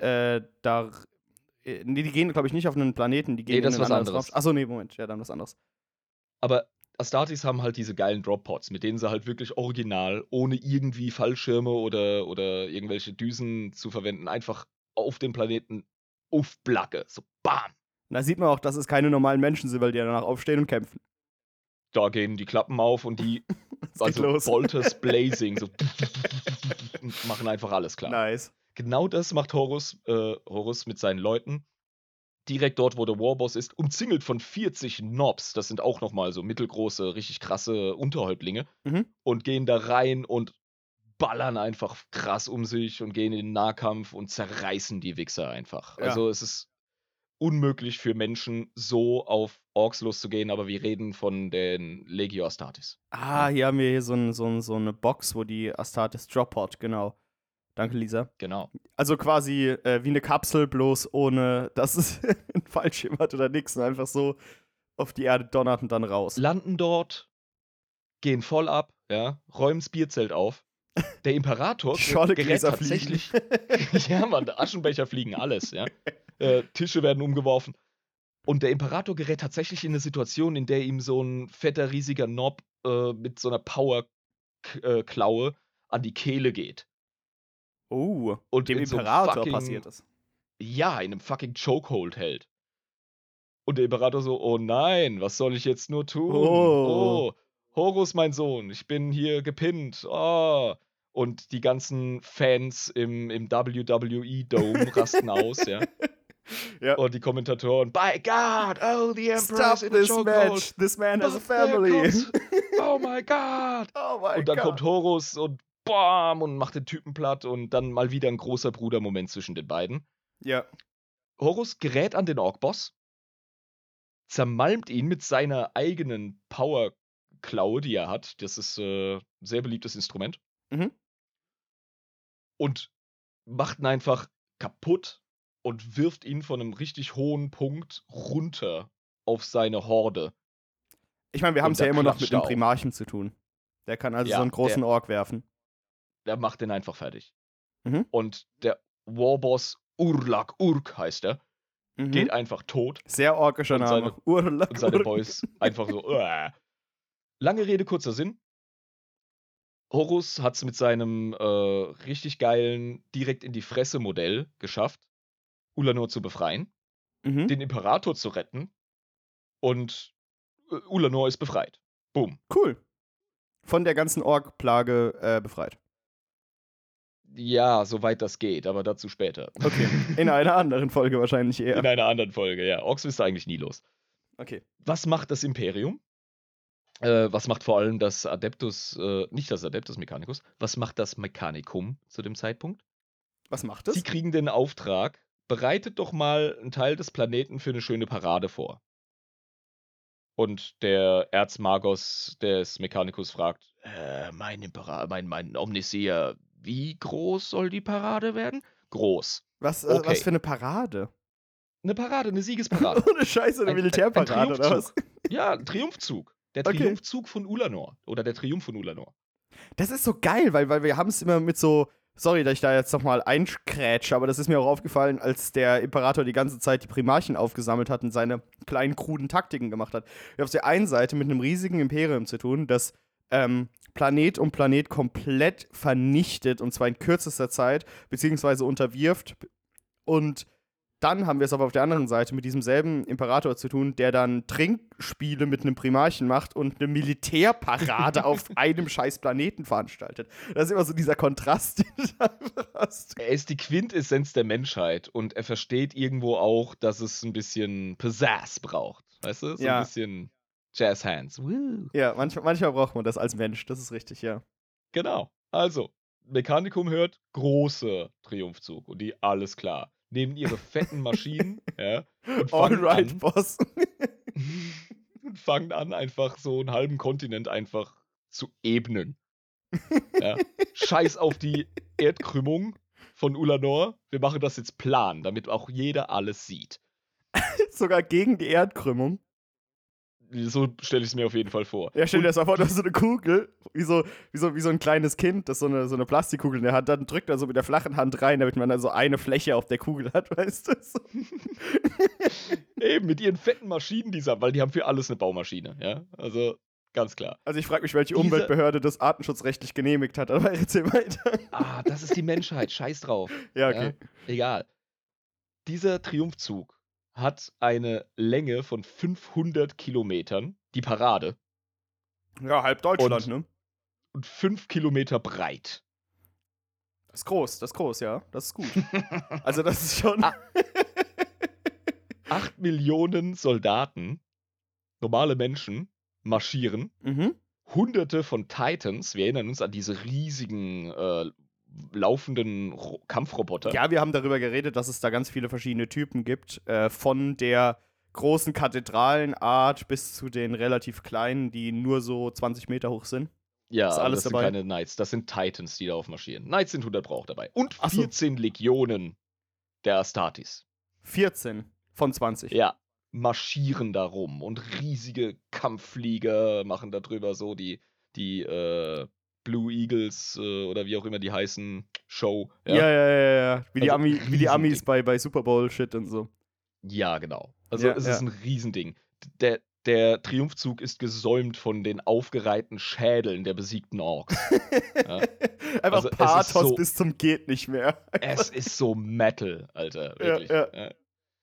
nee, die gehen, glaube ich, nicht auf einen Planeten, die gehen Nee, das in ist ein was anderes anderes. Raumschiff. Achso, nee, Moment, ja, dann was anderes. Aber Astartes haben halt diese geilen Drop-Pods, mit denen sie halt wirklich original, ohne irgendwie Fallschirme oder irgendwelche Düsen zu verwenden, einfach auf dem Planeten aufblacke. So BAM! Und da sieht man auch, dass es keine normalen Menschen sind, weil die danach aufstehen und kämpfen. Da gehen die Klappen auf und die, Es geht also los. Bolters Blazing, so und machen einfach alles klar. Nice. Genau das macht Horus mit seinen Leuten. Direkt dort, wo der Warboss ist, umzingelt von 40 Nobs. Das sind auch nochmal so mittelgroße, richtig krasse Unterhäuptlinge. Mhm. Und gehen da rein und ballern einfach krass um sich und gehen in den Nahkampf und zerreißen die Wichser einfach. Ja. Also es ist unmöglich für Menschen, so auf Orks loszugehen, aber wir reden von den Legio Astartes. Hier haben wir hier so eine Box, wo die Astartes Drop-Pod, genau. Danke, Lisa. Genau. Also quasi wie eine Kapsel, bloß ohne, dass es ein Fallschirm hat oder nix. Und einfach so auf die Erde donnert und dann raus. Landen dort, gehen voll ab, ja, räumen das Bierzelt auf. Der Imperator Die Schorlegläser gerät tatsächlich. Ja, Mann, Aschenbecher fliegen, alles, ja. Tische werden umgeworfen. Und der Imperator gerät tatsächlich in eine Situation, in der ihm so ein fetter, riesiger Nob mit so einer Power-Klaue an die Kehle geht. Und dem in so einem Imperator fucking- passiert es. Ja, in einem fucking Chokehold hält. Und der Imperator so, oh nein, was soll ich jetzt nur tun? Oh. Oh, Horus, mein Sohn, ich bin hier gepinnt. Oh. Und die ganzen Fans im WWE-Dome rasten aus, ja. Ja. Und die Kommentatoren, by God, oh, the Emperor's Stop in a this chokehold. match. This man has a But there family. comes- Oh my God. Oh my Und dann God. kommt Horus und bam und macht den Typen platt und dann mal wieder ein großer Brudermoment zwischen den beiden. Ja. Horus gerät an den Ork-Boss, zermalmt ihn mit seiner eigenen Power-Klaue, die er hat. Das ist ein sehr beliebtes Instrument. Mhm. Und macht ihn einfach kaputt und wirft ihn von einem richtig hohen Punkt runter auf seine Horde. Ich meine, wir haben es Und ja da immer noch mit klatscht dem er auf. Primarchen zu tun. Der kann also so Ja, einen großen Ork werfen. der macht den einfach fertig. Mhm. Und der Warboss Urlak Urk heißt er, geht Mhm. einfach tot Sehr orkischer und Name. seine, Urlak und seine Urk. Boys einfach so. Lange Rede, kurzer Sinn. Horus hat es mit seinem richtig geilen, direkt in die Fresse Modell geschafft, Ulanor zu befreien, Mhm. den Imperator zu retten und Ulanor ist befreit. Boom. Cool. Von der ganzen Ork-Plage befreit. Ja, soweit das geht, aber dazu später. Okay. In einer anderen Folge wahrscheinlich eher. In einer anderen Folge, ja. Orks bist du eigentlich nie los. Okay. Was macht das Imperium? Was macht vor allem das Adeptus, nicht das Adeptus Mechanicus, was macht das Mechanicum zu dem Zeitpunkt? Was macht Sie es? kriegen den Auftrag, bereitet doch mal einen Teil des Planeten für eine schöne Parade vor. Und der Erzmagos des Mechanicus fragt, mein Omniseer, wie groß soll die Parade werden? Groß. Was Okay. für eine Parade? Eine Parade, eine Siegesparade. Ohne Scheiße, eine Ein Militärparade oder was? Triumphzug. Ja, ein Triumphzug. Der Okay. Triumphzug von Ulanor. Oder der Triumph von Ulanor. Das ist so geil, weil wir haben es immer mit so, sorry, dass ich da jetzt nochmal einkrätsche, aber das ist mir auch aufgefallen, als der Imperator die ganze Zeit die Primarchen aufgesammelt hat und seine kleinen, kruden Taktiken gemacht hat. Wir haben auf der einen Seite mit einem riesigen Imperium zu tun, das Planet um Planet komplett vernichtet, und zwar in kürzester Zeit, beziehungsweise unterwirft. Und dann haben wir es aber auf der anderen Seite mit diesem selben Imperator zu tun, der dann Trinkspiele mit einem Primarchen macht und eine Militärparade auf einem scheiß Planeten veranstaltet. Das ist immer so dieser Kontrast, den du einfach hast. Er ist die Quintessenz der Menschheit und er versteht irgendwo auch, dass es ein bisschen Pizzazz braucht. Weißt du? So Ja. ein bisschen Jazz Hands. Woo. Ja, manchmal braucht man das als Mensch, das ist richtig, ja. Genau. Also, Mechanicum hört große Triumphzug und die, alles klar, nehmen ihre fetten Maschinen, ja, und Alright, Boss. und fangen an, einfach so einen halben Kontinent einfach zu ebnen. Ja. Scheiß auf die Erdkrümmung von Ulanor. Wir machen das jetzt plan, damit auch jeder alles sieht. Sogar gegen die Erdkrümmung. So stelle ich es mir auf jeden Fall vor. Ja, stell dir das mal vor, du hast so eine Kugel, wie so ein kleines Kind, das so eine Plastikkugel in der Hand hat, dann drückt er so mit der flachen Hand rein, damit man dann so eine Fläche auf der Kugel hat, weißt du? So. Eben, mit ihren fetten Maschinen, weil die haben für alles eine Baumaschine, ja. Also, ganz klar. Also ich frage mich, welche Diese- Umweltbehörde das artenschutzrechtlich genehmigt hat, aber erzähl weiter. Das ist die Menschheit, scheiß drauf. Ja, okay. Egal. Dieser Triumphzug hat eine Länge von 500 Kilometern, die Parade, Ja, halb Deutschland, Und- ne? und 5 Kilometer breit. Das ist groß, ja. Das ist gut. Also das ist schon... 8 Millionen Soldaten, normale Menschen, marschieren. Mhm. Hunderte von Titans, wir erinnern uns an diese riesigen, laufenden Kampfroboter. Ja, wir haben darüber geredet, dass es da ganz viele verschiedene Typen gibt. Von der großen Kathedralenart bis zu den relativ kleinen, die nur so 20 Meter hoch sind. Ja, ist aber alles das sind dabei. keine Knights, das sind Titans, die da aufmarschieren. Knights sind 100 auch dabei. Und Ach so. 14 Legionen der Astartes. 14 von 20. Ja, marschieren da rum und riesige Kampfflieger machen da drüber so die Blue Eagles oder wie auch immer die heißen, Show. Ja. Wie die, Also wie die Amis Riesending. bei Super Bowl-Shit und so. Ja, genau. Also Ja, es ja. ist ein Riesending. Der Triumphzug ist gesäumt von den aufgereihten Schädeln der besiegten Orks. Ja. Einfach Also, es ist Pathos so- bis zum geht nicht mehr. Es ist so Metal, Alter. Wirklich. Ja. Ja.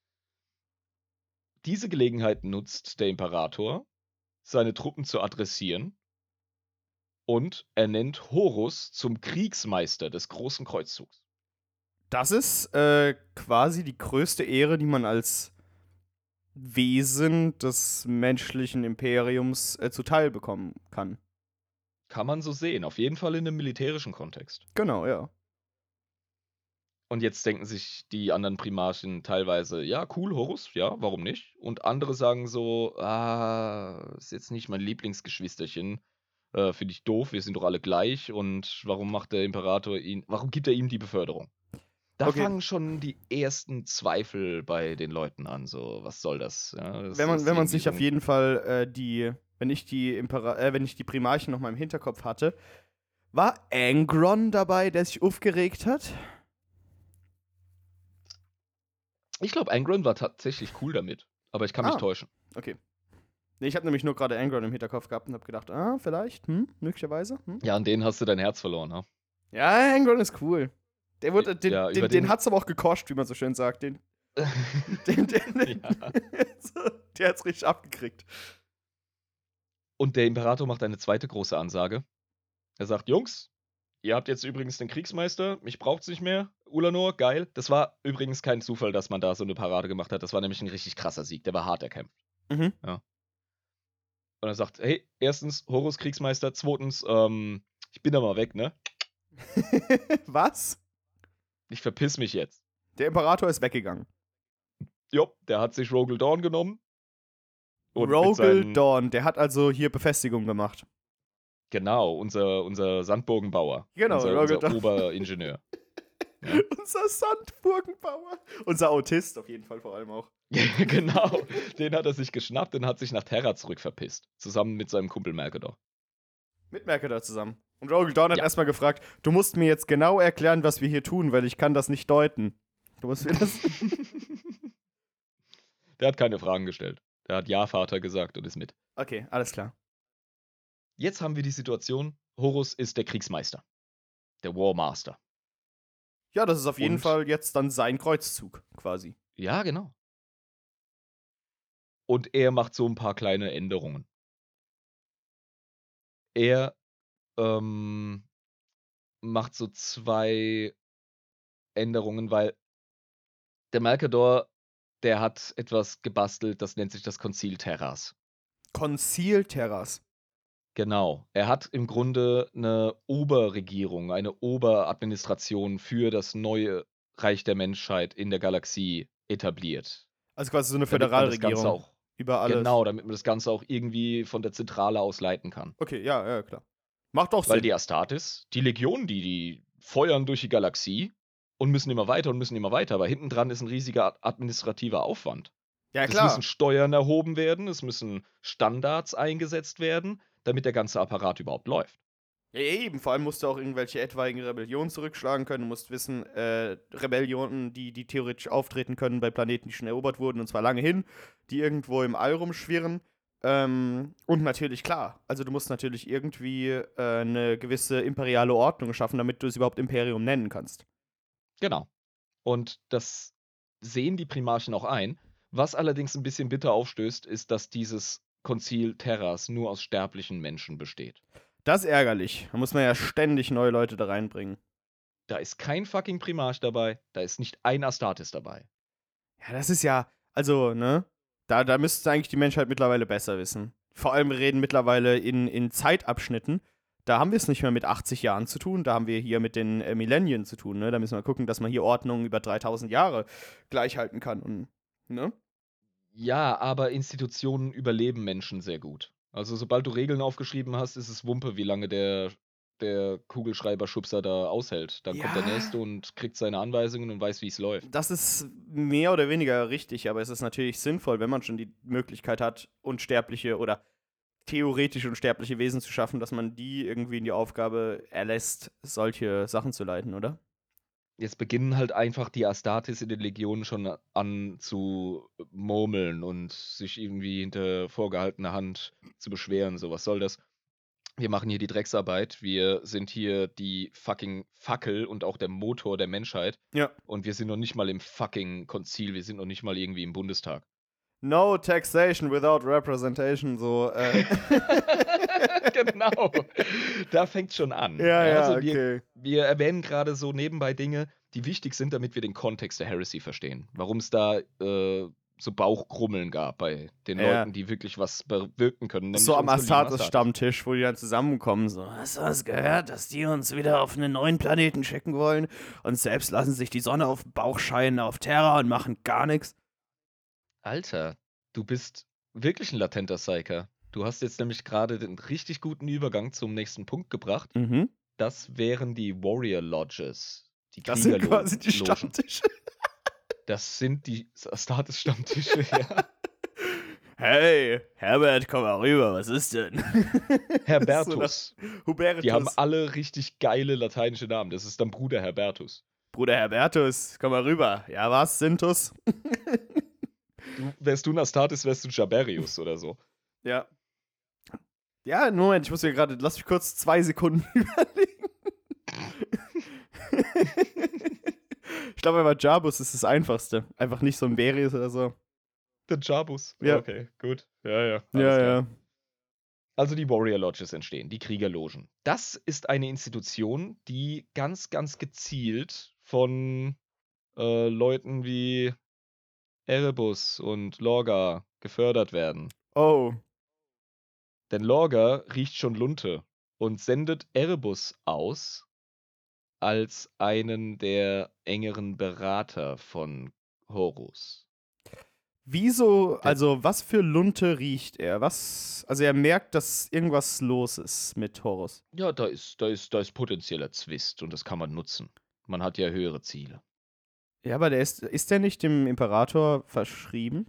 Diese Gelegenheit nutzt der Imperator, seine Truppen zu adressieren, und er nennt Horus zum Kriegsmeister des großen Kreuzzugs. Das ist quasi die größte Ehre, die man als Wesen des menschlichen Imperiums zuteil bekommen kann. Kann man so sehen, auf jeden Fall in einem militärischen Kontext. Genau, ja. Und jetzt denken sich die anderen Primarchen teilweise, ja, cool, Horus, ja, warum nicht? Und andere sagen so, ist jetzt nicht mein Lieblingsgeschwisterchen, finde ich doof, wir sind doch alle gleich und warum macht der Imperator warum gibt er ihm die Beförderung? Da Okay. fangen schon die ersten Zweifel bei den Leuten an, so, was soll das? Ja, das Wenn ist man irgendwie sich so auf ein- jeden Fall die wenn ich die Primarchen noch mal im Hinterkopf hatte. War Angron dabei, der sich aufgeregt hat? Ich glaube, Angron war tatsächlich cool damit. Aber ich kann mich täuschen. Okay. Nee, ich habe nämlich nur gerade Angron im Hinterkopf gehabt und habe gedacht, vielleicht, möglicherweise. Ja, an denen hast du dein Herz verloren, ne? Ja, Angron ist cool. Den hat's aber auch gekostet, wie man so schön sagt. Der hat's richtig abgekriegt. Und der Imperator macht eine zweite große Ansage. Er sagt, Jungs, ihr habt jetzt übrigens den Kriegsmeister, mich braucht's nicht mehr. Ulanor, geil. Das war übrigens kein Zufall, dass man da so eine Parade gemacht hat. Das war nämlich ein richtig krasser Sieg. Der war hart erkämpft. Mhm. Ja. Und er sagt, hey, erstens, Horus Kriegsmeister, zweitens, ich bin da mal weg, ne? Was? Ich verpiss mich jetzt. Der Imperator ist weggegangen. Jo, der hat sich Rogel Dawn genommen. Rogel Dawn, der hat also hier Befestigung gemacht. Genau, unser Sandburgenbauer. Genau, unser Oberingenieur. Ja. Unser Sandburgenbauer. Unser Autist auf jeden Fall vor allem auch. Genau, den hat er sich geschnappt und hat sich nach Terra zurückverpisst. Zusammen mit seinem Kumpel Mercador. Mit Mercador zusammen. Und Rogel Dawn hat erstmal gefragt, du musst mir jetzt genau erklären, was wir hier tun, weil ich kann das nicht deuten. Du musst mir das... Der hat keine Fragen gestellt. Der hat Ja, Vater gesagt und ist mit. Okay, alles klar. Jetzt haben wir die Situation, Horus ist der Kriegsmeister. Der Warmaster. Ja, das ist auf jeden Fall jetzt dann sein Kreuzzug, quasi. Ja, genau. Und er macht so ein paar kleine Änderungen. Er macht so 2 Änderungen, weil der Mercador, der hat etwas gebastelt, das nennt sich das Konzil Terras. Konzil Terras. Genau. Er hat im Grunde eine Oberregierung, eine Oberadministration für das neue Reich der Menschheit in der Galaxie etabliert. Also quasi so eine Föderalregierung. Über alles. Genau, damit man das Ganze auch irgendwie von der Zentrale aus leiten kann. Okay, ja, klar. Macht doch Sinn. Weil die Astartes, die Legionen, die feuern durch die Galaxie und müssen immer weiter, aber hinten dran ist ein riesiger administrativer Aufwand. Ja, klar. Es müssen Steuern erhoben werden, es müssen Standards eingesetzt werden, damit der ganze Apparat überhaupt läuft. Ja, eben. Vor allem musst du auch irgendwelche etwaigen Rebellionen zurückschlagen können. Du musst wissen, Rebellionen, die theoretisch auftreten können bei Planeten, die schon erobert wurden, und zwar lange hin, die irgendwo im All rumschwirren. Und natürlich, klar, also du musst natürlich irgendwie eine gewisse imperiale Ordnung schaffen, damit du es überhaupt Imperium nennen kannst. Genau. Und das sehen die Primarchen auch ein. Was allerdings ein bisschen bitter aufstößt, ist, dass dieses Konzil Terras nur aus sterblichen Menschen besteht. Das ist ärgerlich. Da muss man ja ständig neue Leute da reinbringen. Da ist kein fucking Primarch dabei, da ist nicht ein Astartes dabei. Ja, das ist ja, also, ne? Da müsste eigentlich die Menschheit mittlerweile besser wissen. Vor allem, wir reden mittlerweile in Zeitabschnitten. Da haben wir es nicht mehr mit 80 Jahren zu tun, da haben wir hier mit den Millennium zu tun, ne? Da müssen wir gucken, dass man hier Ordnung über 3000 Jahre gleichhalten kann. Und, ne? Ja, aber Institutionen überleben Menschen sehr gut. Also sobald du Regeln aufgeschrieben hast, ist es Wumpe, wie lange der Kugelschreiber-Schubser da aushält. Dann kommt der Nächste und kriegt seine Anweisungen und weiß, wie es läuft. Das ist mehr oder weniger richtig, aber es ist natürlich sinnvoll, wenn man schon die Möglichkeit hat, unsterbliche oder theoretisch unsterbliche Wesen zu schaffen, dass man die irgendwie in die Aufgabe erlässt, solche Sachen zu leiten, oder? Jetzt beginnen halt einfach die Astartes in den Legionen schon an zu murmeln und sich irgendwie hinter vorgehaltener Hand zu beschweren. So, was soll das? Wir machen hier die Drecksarbeit. Wir sind hier die fucking Fackel und auch der Motor der Menschheit. Ja. Und wir sind noch nicht mal im fucking Konzil. Wir sind noch nicht mal irgendwie im Bundestag. No taxation without representation, so. Genau. Da fängt's schon an. Ja, also okay. Wir erwähnen gerade so nebenbei Dinge, die wichtig sind, damit wir den Kontext der Heresy verstehen. Warum es da so Bauchkrummeln gab bei den Leuten, die wirklich was bewirken können. So am Astartes-Stammtisch, wo die dann zusammenkommen, so, hast du was gehört, dass die uns wieder auf einen neuen Planeten schicken wollen und selbst lassen sich die Sonne auf den Bauch scheinen auf Terra und machen gar nichts? Alter, du bist wirklich ein latenter Psyker. Du hast jetzt nämlich gerade den richtig guten Übergang zum nächsten Punkt gebracht. Mhm. Das wären die Warrior Lodges. Das sind quasi die Stammtische. Das sind die Astartes-Stammtische, ja. Hey, Herbert, komm mal rüber, was ist denn? Herbertus. Hubertus. Die haben alle richtig geile lateinische Namen. Das ist dann Bruder Herbertus. Bruder Herbertus, komm mal rüber. Ja, was, Sintus? Wärst du ein Astartes, wärst du ein Jaberius oder so. Ja. Ja, Moment, ich muss mir gerade, lass mich kurz 2 Sekunden überlegen. Ich glaube aber Jabus ist das Einfachste. Einfach nicht so ein Berius oder so. Der Jabus. Ja. Okay, gut. Ja. Ja, Alles klar. ja. Also die Warrior Lodges entstehen, die Kriegerlogen. Das ist eine Institution, die ganz, ganz gezielt von Leuten wie Erebus und Lorga gefördert werden. Oh. Denn Lorga riecht schon Lunte und sendet Erebus aus als einen der engeren Berater von Horus. Wieso, also was für Lunte riecht er? Also er merkt, dass irgendwas los ist mit Horus. Ja, da ist potenzieller Zwist und das kann man nutzen. Man hat ja höhere Ziele. Ja, aber ist der nicht dem Imperator verschrieben?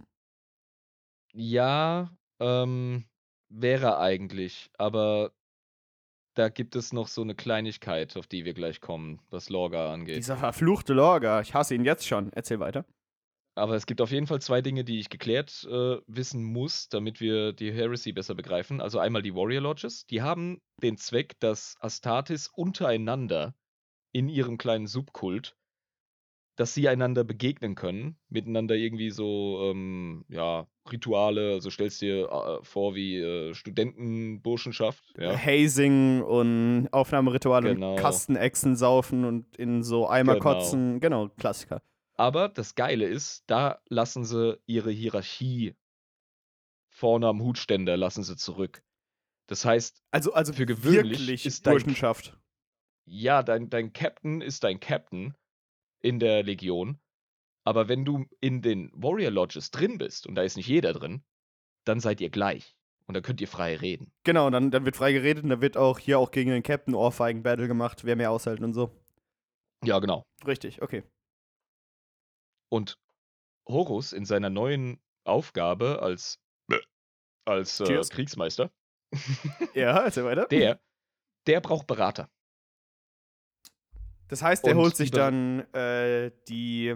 Ja, wäre eigentlich, aber da gibt es noch so eine Kleinigkeit, auf die wir gleich kommen, was Lorga angeht. Dieser verfluchte Lorga, ich hasse ihn jetzt schon. Erzähl weiter. Aber es gibt auf jeden Fall 2 Dinge, die ich geklärt wissen muss, damit wir die Heresy besser begreifen. Also einmal die Warrior Lodges, die haben den Zweck, dass Astartes untereinander in ihrem kleinen Subkult, dass sie einander begegnen können, miteinander irgendwie so, ja, Rituale, also stellst dir vor wie Studentenburschenschaft, ja. Hazing und Aufnahmerituale und Genau. Kastenechsen saufen und in so Eimer Genau. kotzen. Genau, Klassiker. Aber das Geile ist, da lassen sie ihre Hierarchie vorne am Hutständer lassen sie zurück. Das heißt, Also für gewöhnlich wirklich ist dein Burschenschaft. ja, dein Captain ist dein Captain in der Legion, aber wenn du in den Warrior Lodges drin bist und da ist nicht jeder drin, dann seid ihr gleich und dann könnt ihr frei reden. Genau, und dann wird frei geredet und dann wird auch hier auch gegen den Captain Ohrfeigen-Battle gemacht, wer mehr aushalten und so. Ja, genau. Richtig, okay. Und Horus in seiner neuen Aufgabe als Cheers. Kriegsmeister, Ja, erzähl weiter. der braucht Berater. Das heißt, der Und holt sich die dann die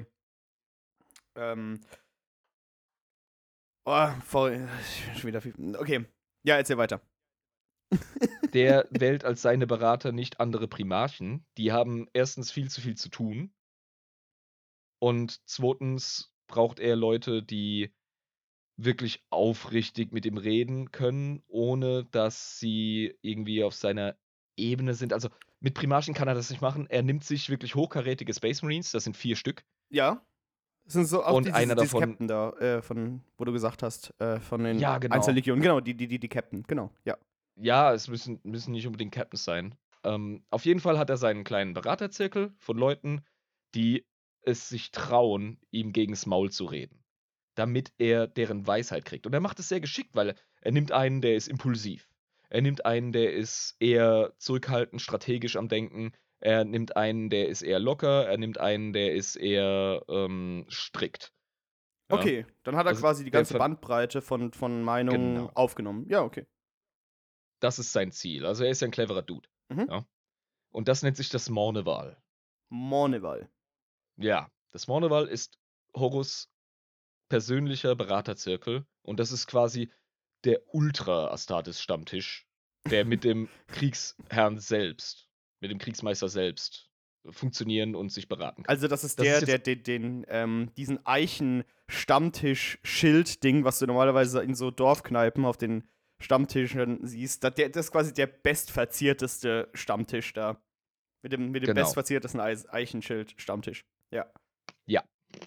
voll, schon wieder viel. Okay, ja, erzähl weiter. Der wählt als seine Berater nicht andere Primarchen. Die haben erstens viel zu tun. Und zweitens braucht er Leute, die wirklich aufrichtig mit ihm reden können, ohne dass sie irgendwie auf seiner Ebene sind. Also mit Primarchen kann er das nicht machen. Er nimmt sich wirklich hochkarätige Space Marines, das sind 4 Stück. Ja. Das sind so auch Und einer dieses davon. Captain da, von, wo du gesagt hast, von den Ja, genau. Einzellegionen. Genau, die Captain, genau, ja. Ja, es müssen nicht unbedingt Captains sein. Auf jeden Fall hat er seinen kleinen Beraterzirkel von Leuten, die es sich trauen, ihm gegens Maul zu reden, damit er deren Weisheit kriegt. Und er macht es sehr geschickt, weil er nimmt einen, der ist impulsiv. Er nimmt einen, der ist eher zurückhaltend, strategisch am Denken. Er nimmt einen, der ist eher locker. Er nimmt einen, der ist eher strikt. Ja? Okay, dann hat er Also quasi die der ganze Bandbreite von Meinungen Genau. aufgenommen. Ja, okay. Das ist sein Ziel. Also er ist ja ein cleverer Dude. Mhm. Ja? Und das nennt sich das Morneval. Morneval. Ja, das Morneval ist Horus persönlicher Beraterzirkel und das ist quasi der Ultra-Astartes-Stammtisch, der mit dem Kriegsherrn selbst, mit dem Kriegsmeister selbst funktionieren und sich beraten kann. Also, das ist Das der, ist jetzt- diesen Eichen-Stammtisch-Schild-Ding, was du normalerweise in so Dorfkneipen auf den Stammtischen siehst. Das ist quasi der bestverzierteste Stammtisch da. Mit dem Genau. bestverziertesten Eichenschild-Stammtisch. Ja. Ja.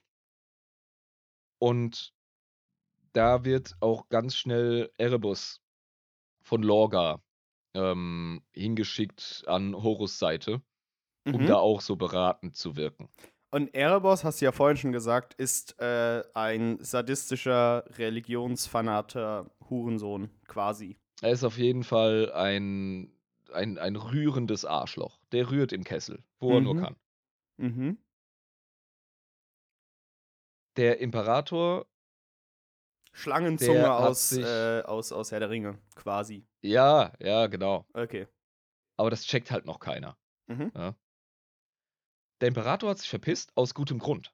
Und da wird auch ganz schnell Erebus von Lorga hingeschickt an Horus Seite, um Mhm. da auch so beratend zu wirken. Und Erebos, hast du ja vorhin schon gesagt, ist ein sadistischer Religionsfanater Hurensohn, quasi. Er ist auf jeden Fall ein rührendes Arschloch. Der rührt im Kessel, wo er nur Mhm. kann. Mhm. Der Imperator Schlangenzunge Der hat aus, sich. aus Herr der Ringe, quasi. Ja, ja, genau. Okay. Aber das checkt halt noch keiner. Mhm. Ja. Der Imperator hat sich verpisst, aus gutem Grund.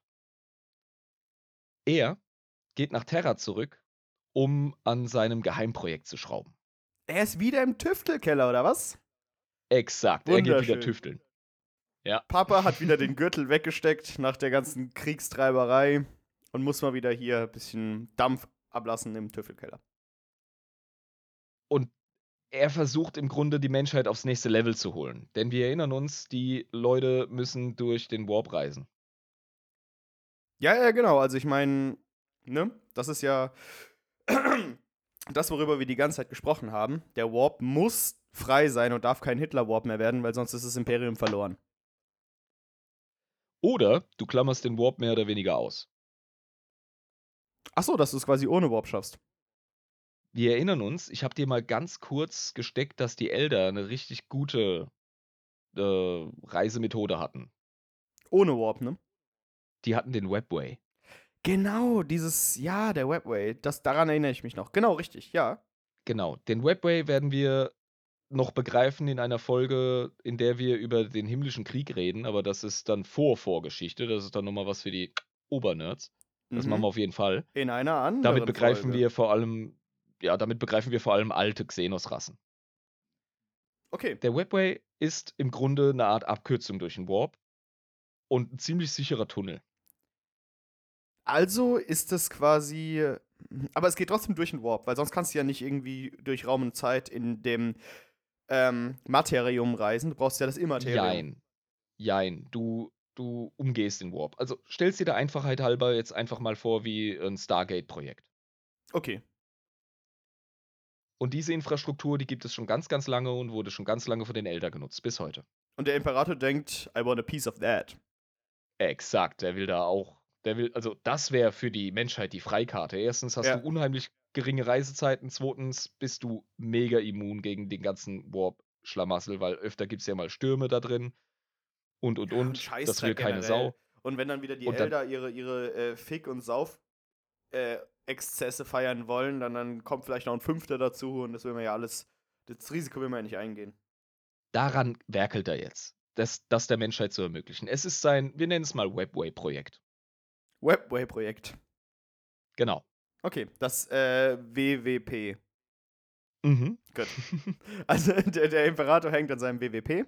Er geht nach Terra zurück, um an seinem Geheimprojekt zu schrauben. Er ist wieder im Tüftelkeller, oder was? Exakt, er geht wieder Wunderschön. tüfteln. Ja. Papa hat wieder den Gürtel weggesteckt nach der ganzen Kriegstreiberei und muss mal wieder hier ein bisschen Dampf ablassen im Tüftelkeller. Und er versucht im Grunde die Menschheit aufs nächste Level zu holen. Denn wir erinnern uns, die Leute müssen durch den Warp reisen. Ja, genau. Also ich meine, ne, das ist ja das, worüber wir die ganze Zeit gesprochen haben. Der Warp muss frei sein und darf kein Hitler-Warp mehr werden, weil sonst ist das Imperium verloren. Oder du klammerst den Warp mehr oder weniger aus. Achso, dass du es quasi ohne Warp schaffst. Wir erinnern uns, ich habe dir mal ganz kurz gesteckt, dass die Elder eine richtig gute Reisemethode hatten. Ohne Warp, ne? Die hatten den Webway. Genau, der Webway. Daran erinnere ich mich noch. Genau, richtig, ja. Genau, den Webway werden wir noch begreifen in einer Folge, in der wir über den himmlischen Krieg reden, aber das ist dann Vorgeschichte. Das ist dann nochmal was für die Obernerds. Das machen wir auf jeden Fall. In einer anderen Damit begreifen Folge. wir vor allem, alte Xenos-Rassen. Okay. Der Webway ist im Grunde eine Art Abkürzung durch den Warp und ein ziemlich sicherer Tunnel. Also ist es quasi. Aber es geht trotzdem durch den Warp, weil sonst kannst du ja nicht irgendwie durch Raum und Zeit in dem Materium reisen. Du brauchst ja das Immaterium. Jein. Du umgehst den Warp. Also stellst dir der Einfachheit halber jetzt einfach mal vor wie ein Stargate-Projekt. Okay. Und diese Infrastruktur, die gibt es schon ganz, ganz lange und wurde schon ganz lange von den Elder genutzt, bis heute. Und der Imperator denkt, I want a piece of that. Exakt, also das wäre für die Menschheit die Freikarte. Erstens hast Ja. du unheimlich geringe Reisezeiten, zweitens bist du mega immun gegen den ganzen Warp-Schlamassel, weil öfter gibt es ja mal Stürme da drin und. Scheißdreck Das will keine generell. Sau. Und wenn dann wieder die Und dann- Elder ihre Fick- und Sauf-Exzesse feiern wollen, dann kommt vielleicht noch ein Fünfter dazu und das will man ja alles, das Risiko will man ja nicht eingehen. Daran werkelt er jetzt, das der Menschheit zu ermöglichen. Es ist sein, wir nennen es mal Webway-Projekt. Webway-Projekt. Genau. Okay, das WWP. Mhm. Gut. Also der Imperator hängt an seinem WWP.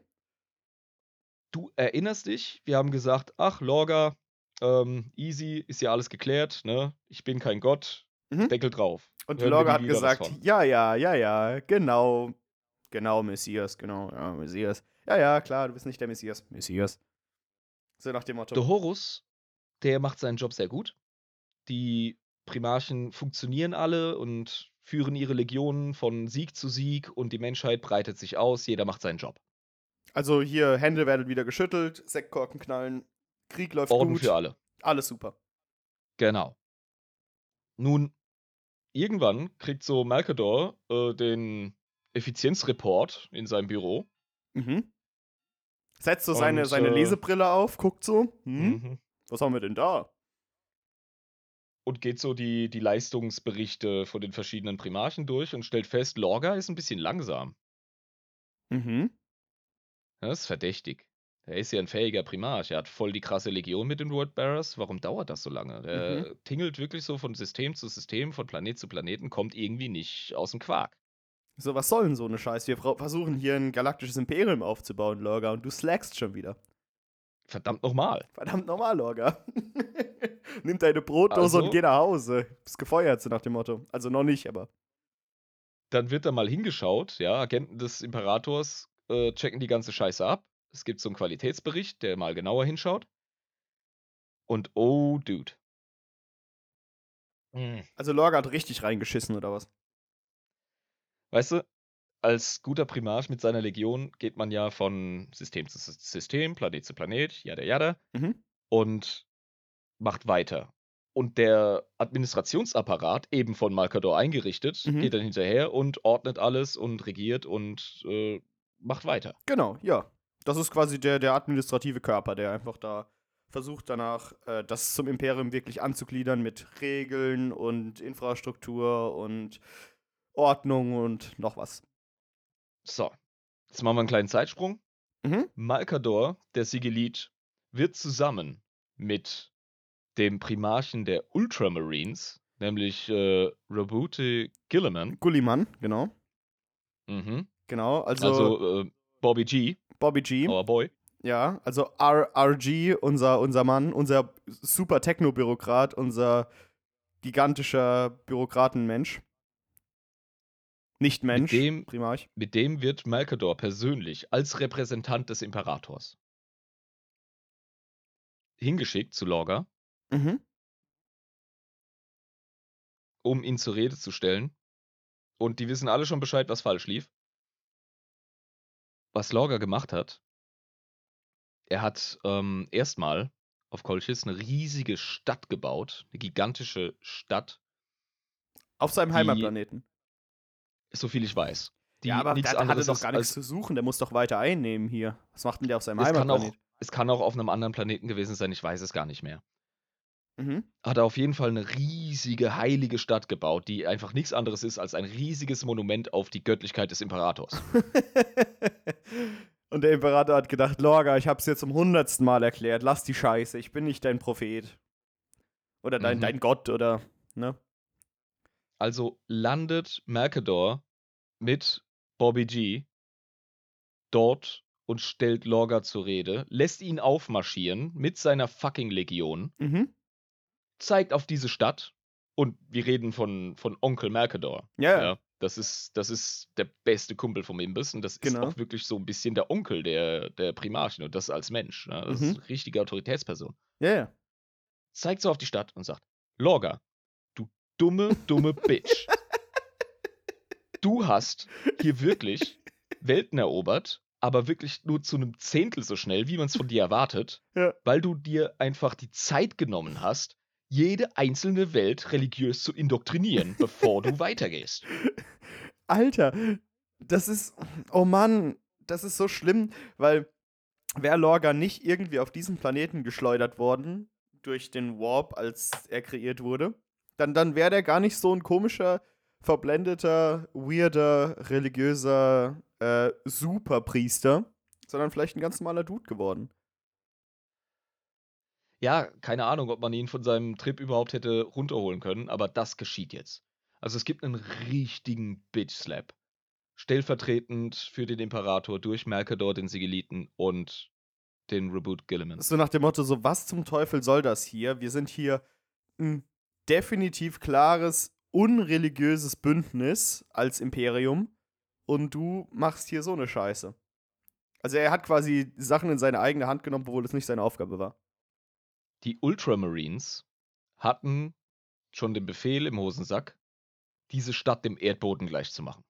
Du erinnerst dich, wir haben gesagt, ach, Lorga, easy, ist ja alles geklärt, ne? Ich bin kein Gott, Mhm. Deckel drauf. Und Hören wir Lorga nie hat wieder was gesagt, von. ja, genau. Genau, Messias, genau, ja, Messias. Ja, klar, du bist nicht der Messias. Messias. So nach dem Motto. Der Horus, der macht seinen Job sehr gut. Die Primarchen funktionieren alle und führen ihre Legionen von Sieg zu Sieg und die Menschheit breitet sich aus, jeder macht seinen Job. Also hier, Hände werden wieder geschüttelt, Sektkorken knallen, Krieg läuft Orden gut. für alle. Alles super. Genau. Nun, irgendwann kriegt so Malkador den Effizienzreport in seinem Büro. Mhm. Setzt so Und, seine Lesebrille auf, guckt so. Mhm. Was haben wir denn da? Und geht so die Leistungsberichte von den verschiedenen Primarchen durch und stellt fest, Lorga ist ein bisschen langsam. Mhm. Das ist verdächtig. Er ist ja ein fähiger Primarch. Er hat voll die krasse Legion mit den Wordbearers. Warum dauert das so lange? Der tingelt wirklich so von System zu System, von Planet zu Planeten, kommt irgendwie nicht aus dem Quark. So, was soll denn so eine Scheiß? Wir versuchen hier ein galaktisches Imperium aufzubauen, Lorga, und du slackst schon wieder. Verdammt nochmal. Verdammt normal, Lorga. Nimm deine Brotdose und geh nach Hause. Bist gefeuert, so nach dem Motto. Also noch nicht, aber. Dann wird da mal hingeschaut, ja, Agenten des Imperators checken die ganze Scheiße ab. Es gibt so einen Qualitätsbericht, der mal genauer hinschaut. Und oh, Dude. Also Lorga hat richtig reingeschissen, oder was? Weißt du, als guter Primarch mit seiner Legion geht man ja von System zu System, Planet zu Planet, yada, Mhm. und macht weiter. Und der Administrationsapparat, eben von Malkador eingerichtet, geht dann hinterher und ordnet alles und regiert und macht weiter. Genau, ja. Das ist quasi der administrative Körper, der einfach da versucht danach, das zum Imperium wirklich anzugliedern mit Regeln und Infrastruktur und Ordnung und noch was. So, jetzt machen wir einen kleinen Zeitsprung. Mhm. Malkador, der Sigilit, wird zusammen mit dem Primarchen der Ultramarines, nämlich Roboute Gilliman, Gulliman, genau. Genau, also Bobby G, Bobby G. our boy, Ja, also RG, unser Mann, unser super Techno-Bürokrat, unser gigantischer Bürokratenmensch. Nicht Mensch, Primarch. mit dem wird Malkador persönlich als Repräsentant des Imperators hingeschickt zu Lorga, Mhm. um ihn zur Rede zu stellen. Und die wissen alle schon Bescheid, was falsch lief. Was Lorga gemacht hat, er hat erstmal auf Kolchis eine riesige Stadt gebaut, eine gigantische Stadt, Auf seinem die, Heimatplaneten. soviel ich weiß, die Ja, aber nichts da hat er anderes doch ist gar nichts als. zu suchen. Der muss doch weiter einnehmen hier. Was macht denn der auf seinem Es kann, auch, Heimatplanet? es kann auch auf einem anderen Planeten gewesen sein, ich weiß es gar nicht mehr. Mhm. Hat er auf jeden Fall eine riesige, heilige Stadt gebaut, die einfach nichts anderes ist als ein riesiges Monument auf die Göttlichkeit des Imperators. Und der Imperator hat gedacht, Lorga, ich hab's dir zum 100. Mal erklärt. Lass die Scheiße, ich bin nicht dein Prophet. Oder dein Gott, oder, ne? Also landet Malkador mit Bobby G dort und stellt Lorga zur Rede, lässt ihn aufmarschieren mit seiner fucking Legion, Mhm. zeigt auf diese Stadt und wir reden von Onkel Malkador. Ja. Das ist der beste Kumpel vom Imbiss und das Genau. ist auch wirklich so ein bisschen der Onkel der Primarchen und das als Mensch. Ne? Das ist eine richtige Autoritätsperson. Ja. Zeigt so auf die Stadt und sagt, Lorga, du dumme Bitch. Du hast hier wirklich Welten erobert, aber wirklich nur zu einem Zehntel so schnell, wie man es von dir erwartet, Ja. weil du dir einfach die Zeit genommen hast, jede einzelne Welt religiös zu indoktrinieren, bevor du weitergehst. Alter, das ist, oh Mann, das ist so schlimm, weil wäre Lorga nicht irgendwie auf diesen Planeten geschleudert worden durch den Warp, als er kreiert wurde, dann wäre der gar nicht so ein komischer, verblendeter, weirder, religiöser Superpriester, sondern vielleicht ein ganz normaler Dude geworden. Ja, keine Ahnung, ob man ihn von seinem Trip überhaupt hätte runterholen können, aber das geschieht jetzt. Also es gibt einen richtigen Bitch-Slap. Stellvertretend für den Imperator durch Malkador, den Sigiliten und den Reboot Gilliman. So nach dem Motto, so was zum Teufel soll das hier? Wir sind hier ein definitiv klares, unreligiöses Bündnis als Imperium und du machst hier so eine Scheiße. Also er hat quasi Sachen in seine eigene Hand genommen, obwohl es nicht seine Aufgabe war. Die Ultramarines hatten schon den Befehl im Hosensack, diese Stadt dem Erdboden gleich zu machen.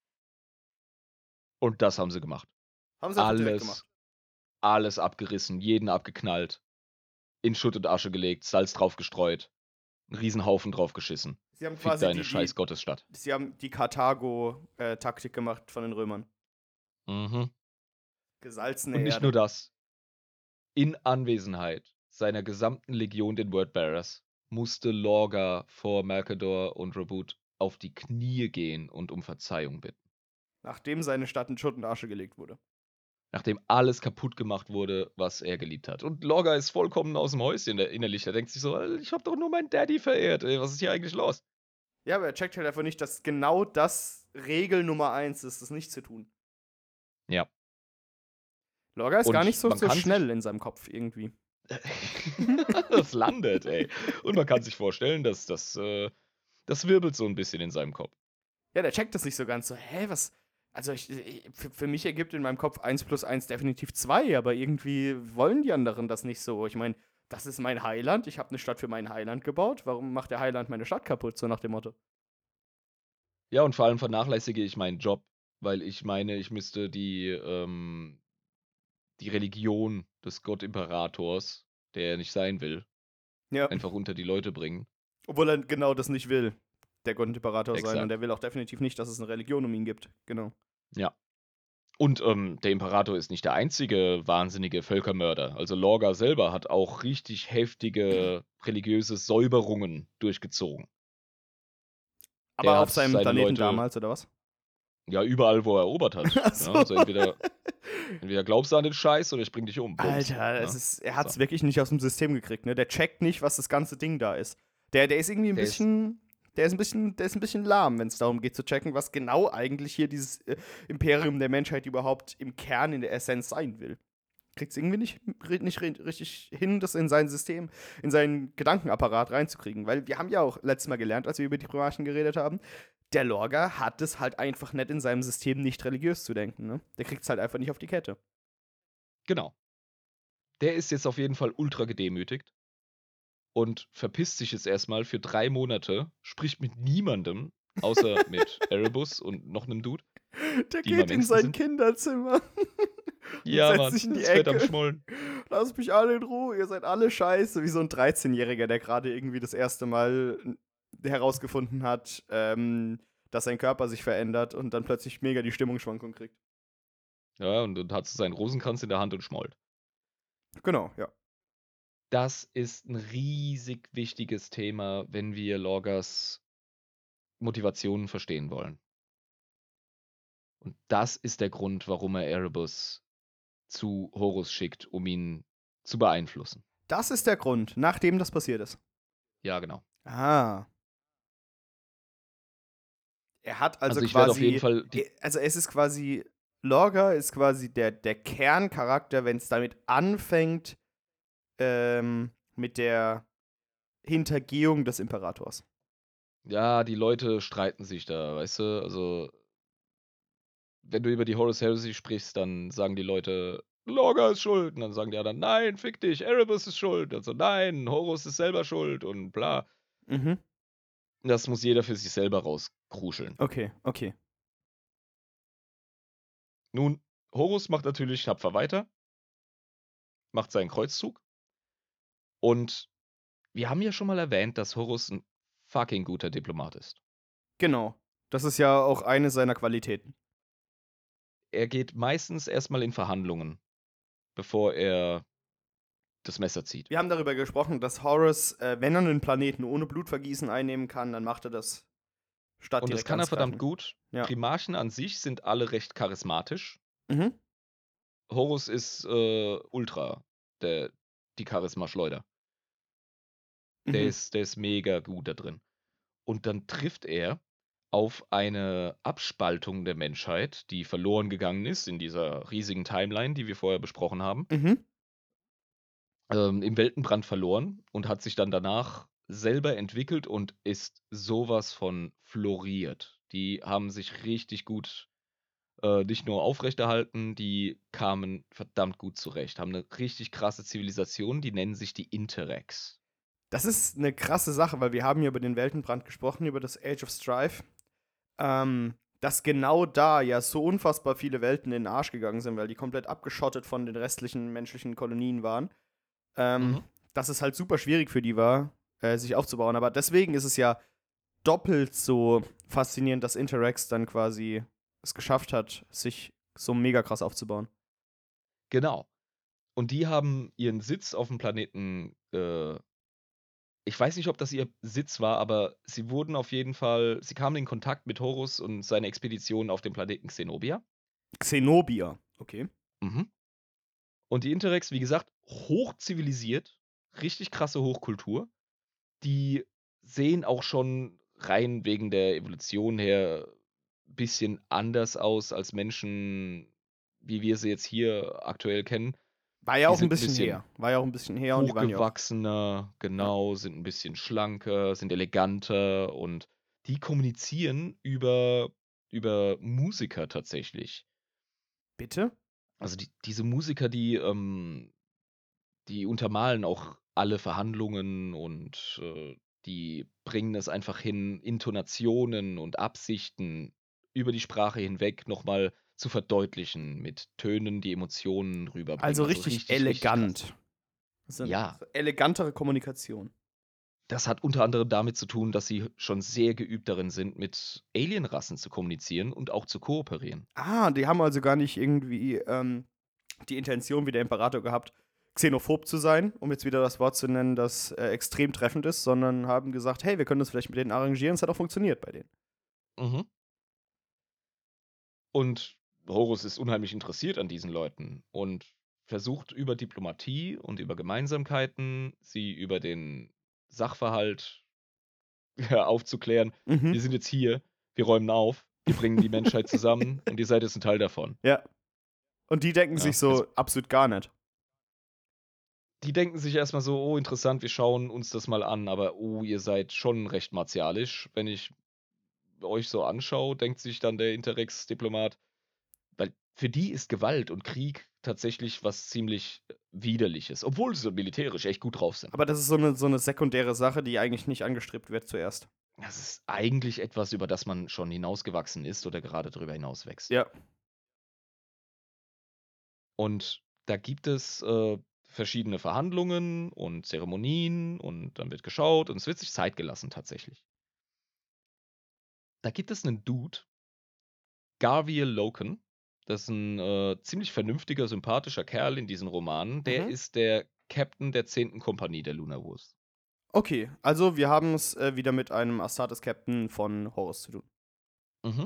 Und das haben sie gemacht. Haben sie einfach direkt gemacht. Alles abgerissen, jeden abgeknallt, in Schutt und Asche gelegt, Salz drauf gestreut, einen Riesenhaufen drauf geschissen. Sie haben Fick quasi deine scheiß Gottesstadt. Sie haben die Karthago-Taktik gemacht von den Römern. Mhm. Gesalzene Und nicht Erde. nur das. In Anwesenheit seiner gesamten Legion den Wordbearers musste Lorga vor Malkador und Reboot auf die Knie gehen und um Verzeihung bitten. Nachdem seine Stadt in Schutt und Asche gelegt wurde. Nachdem alles kaputt gemacht wurde, was er geliebt hat. Und Lorga ist vollkommen aus dem Häuschen innerlich. Er denkt sich so, ich hab doch nur meinen Daddy verehrt. Ey, was ist hier eigentlich los? Ja, aber er checkt halt einfach nicht, dass genau das Regel Nummer 1 ist, das nicht zu tun. Ja. Lorga ist Und gar nicht so man kann schnell in seinem Kopf irgendwie. Das landet, ey. Und man kann sich vorstellen, dass das wirbelt so ein bisschen in seinem Kopf. Ja, der checkt das nicht so ganz. So, hä, was? Also für mich ergibt in meinem Kopf 1 + 1 definitiv 2, aber irgendwie wollen die anderen das nicht so. Ich meine, das ist mein Heiland, ich habe eine Stadt für mein Heiland gebaut. Warum macht der Heiland meine Stadt kaputt, so nach dem Motto? Ja, und vor allem vernachlässige ich meinen Job, weil ich meine, ich müsste die Religion des Gottimperators, der er nicht sein will, Ja. einfach unter die Leute bringen. Obwohl er genau das nicht will, der Gottimperator sein. Exakt. Und er will auch definitiv nicht, dass es eine Religion um ihn gibt. Genau. Ja. Und der Imperator ist nicht der einzige wahnsinnige Völkermörder. Also Lorga selber hat auch richtig heftige religiöse Säuberungen durchgezogen. Aber Der auf hat seinem seine Planeten Leute damals, oder was? ja überall, wo er erobert hat. Ach Ne? so. Also entweder glaubst du an den Scheiß oder ich bring dich um. Bums. Alter, Ne? er hat es So. wirklich nicht aus dem System gekriegt, ne? Der checkt nicht, was das ganze Ding da ist. Der ist irgendwie ein Der ist, bisschen. Der ist ein bisschen lahm, wenn es darum geht zu checken, was genau eigentlich hier dieses Imperium der Menschheit überhaupt im Kern, in der Essenz sein will. Kriegt es irgendwie nicht richtig hin, das in sein System, in seinen Gedankenapparat reinzukriegen. Weil wir haben ja auch letztes Mal gelernt, als wir über die Primarchen geredet haben, der Lorga hat es halt einfach nicht in seinem System, nicht religiös zu denken. Ne? Der kriegt es halt einfach nicht auf die Kette. genau. Der ist jetzt auf jeden Fall ultra gedemütigt und verpisst sich jetzt erstmal für 3 Monate, spricht mit niemandem, außer mit Erebus und noch einem Dude, Der die ihm am geht in engsten sein sind. Kinderzimmer und Ja, setzt Mann, sich in die das Fett am Ecke. Schmollen. Lasst mich alle in Ruhe, ihr seid alle scheiße. Wie so ein 13-Jähriger, der gerade irgendwie das erste Mal herausgefunden hat, dass sein Körper sich verändert und dann plötzlich mega die Stimmungsschwankung kriegt. Ja, und hat so seinen Rosenkranz in der Hand und schmollt. Genau, ja. Das ist ein riesig wichtiges Thema, wenn wir Lorgas Motivationen verstehen wollen. Und das ist der Grund, warum er Erebus zu Horus schickt, um ihn zu beeinflussen. Das ist der Grund, nachdem das passiert ist. Ja, genau. Ah. Er hat also Also ich werde auf jeden quasi. Fall Also es ist quasi. Lorga ist quasi der Kerncharakter, wenn es damit anfängt, mit der Hintergehung des Imperators. ja, die Leute streiten sich da, weißt du? Also, wenn du über die Horus Heresy sprichst, dann sagen die Leute, Lorga ist schuld. Und dann sagen die anderen, nein, fick dich, Erebus ist schuld. Also, nein, Horus ist selber schuld und bla. Mhm. Das muss jeder für sich selber rauskruscheln. Okay, okay. Nun, Horus macht natürlich tapfer weiter, macht seinen Kreuzzug. Und wir haben ja schon mal erwähnt, dass Horus ein fucking guter Diplomat ist. Genau. Das ist ja auch eine seiner Qualitäten. Er geht meistens erstmal in Verhandlungen, bevor er das Messer zieht. Wir haben darüber gesprochen, dass Horus, wenn er einen Planeten ohne Blutvergießen einnehmen kann, dann macht er das statt Und das direkt kann er verdammt anzugreifen. gut. Ja. Primarchen an sich sind alle recht charismatisch. Mhm. Horus ist ultra die Charisma-Schleuder. Der Mhm. ist mega gut da drin. Und dann trifft er auf eine Abspaltung der Menschheit, die verloren gegangen ist in dieser riesigen Timeline, die wir vorher besprochen haben. Mhm. Im Weltenbrand verloren und hat sich dann danach selber entwickelt und ist sowas von floriert. Die haben sich richtig gut nicht nur aufrechterhalten, die kamen verdammt gut zurecht. Haben eine richtig krasse Zivilisation, die nennen sich die Interrex. Das ist eine krasse Sache, weil wir haben ja über den Weltenbrand gesprochen, über das Age of Strife. Dass genau da ja so unfassbar viele Welten in den Arsch gegangen sind, weil die komplett abgeschottet von den restlichen menschlichen Kolonien waren. Dass es halt super schwierig für die war, sich aufzubauen. Aber deswegen ist es ja doppelt so faszinierend, dass Interrex dann quasi es geschafft hat, sich so mega krass aufzubauen. Genau. Und die haben ihren Sitz auf dem Planeten ich weiß nicht, ob das ihr Sitz war, aber sie kamen in Kontakt mit Horus und seiner Expedition auf dem Planeten Xenobia. Xenobia, okay. Mhm. Und die Interrex, wie gesagt, hochzivilisiert, richtig krasse Hochkultur. Die sehen auch schon rein wegen der Evolution her ein bisschen anders aus als Menschen, wie wir sie jetzt hier aktuell kennen. War ja Die auch ein sind ein bisschen bisschen her. War ja auch ein bisschen her und die waren ja auch. hochgewachsener, genau, sind ein bisschen schlanker, sind eleganter und die kommunizieren über Musiker tatsächlich. Bitte? Also diese Musiker, die untermalen auch alle Verhandlungen und die bringen es einfach hin, Intonationen und Absichten über die Sprache hinweg nochmal zu verdeutlichen, mit Tönen die Emotionen rüberbringen. Also richtig richtig krass. elegant. Ja. So elegantere Kommunikation. Das hat unter anderem damit zu tun, dass sie schon sehr geübt darin sind, mit Alienrassen zu kommunizieren und auch zu kooperieren. Ah, die haben also gar nicht irgendwie die Intention wie der Imperator gehabt, xenophob zu sein, um jetzt wieder das Wort zu nennen, das extrem treffend ist, sondern haben gesagt, hey, wir können das vielleicht mit denen arrangieren. Es hat auch funktioniert bei denen. Mhm. Und Horus ist unheimlich interessiert an diesen Leuten und versucht über Diplomatie und über Gemeinsamkeiten, sie über den Sachverhalt ja, aufzuklären. Mhm. Wir sind jetzt hier, wir räumen auf, wir bringen die Menschheit zusammen und ihr seid jetzt ein Teil davon. Ja. Und die denken sich Ja, jetzt, so absolut gar nicht. die denken sich erstmal so, oh, interessant, wir schauen uns das mal an, aber oh, ihr seid schon recht martialisch. Wenn ich euch so anschaue, denkt sich dann der Interrex-Diplomat, weil für die ist Gewalt und Krieg tatsächlich was ziemlich Widerliches, obwohl sie so militärisch echt gut drauf sind. Aber das ist so eine sekundäre Sache, die eigentlich nicht angestrebt wird zuerst. Das ist eigentlich etwas, über das man schon hinausgewachsen ist oder gerade darüber hinauswächst. Ja. Und da gibt es verschiedene Verhandlungen und Zeremonien und dann wird geschaut und es wird sich Zeit gelassen tatsächlich. Da gibt es einen Dude, Garviel Loken. Das ist ein ziemlich vernünftiger, sympathischer Kerl in diesen Romanen. Der Mhm. ist der Captain der 10. Kompanie der Lunar Wars. Okay, also wir haben es wieder mit einem Astartes-Captain von Horus zu tun. Mhm.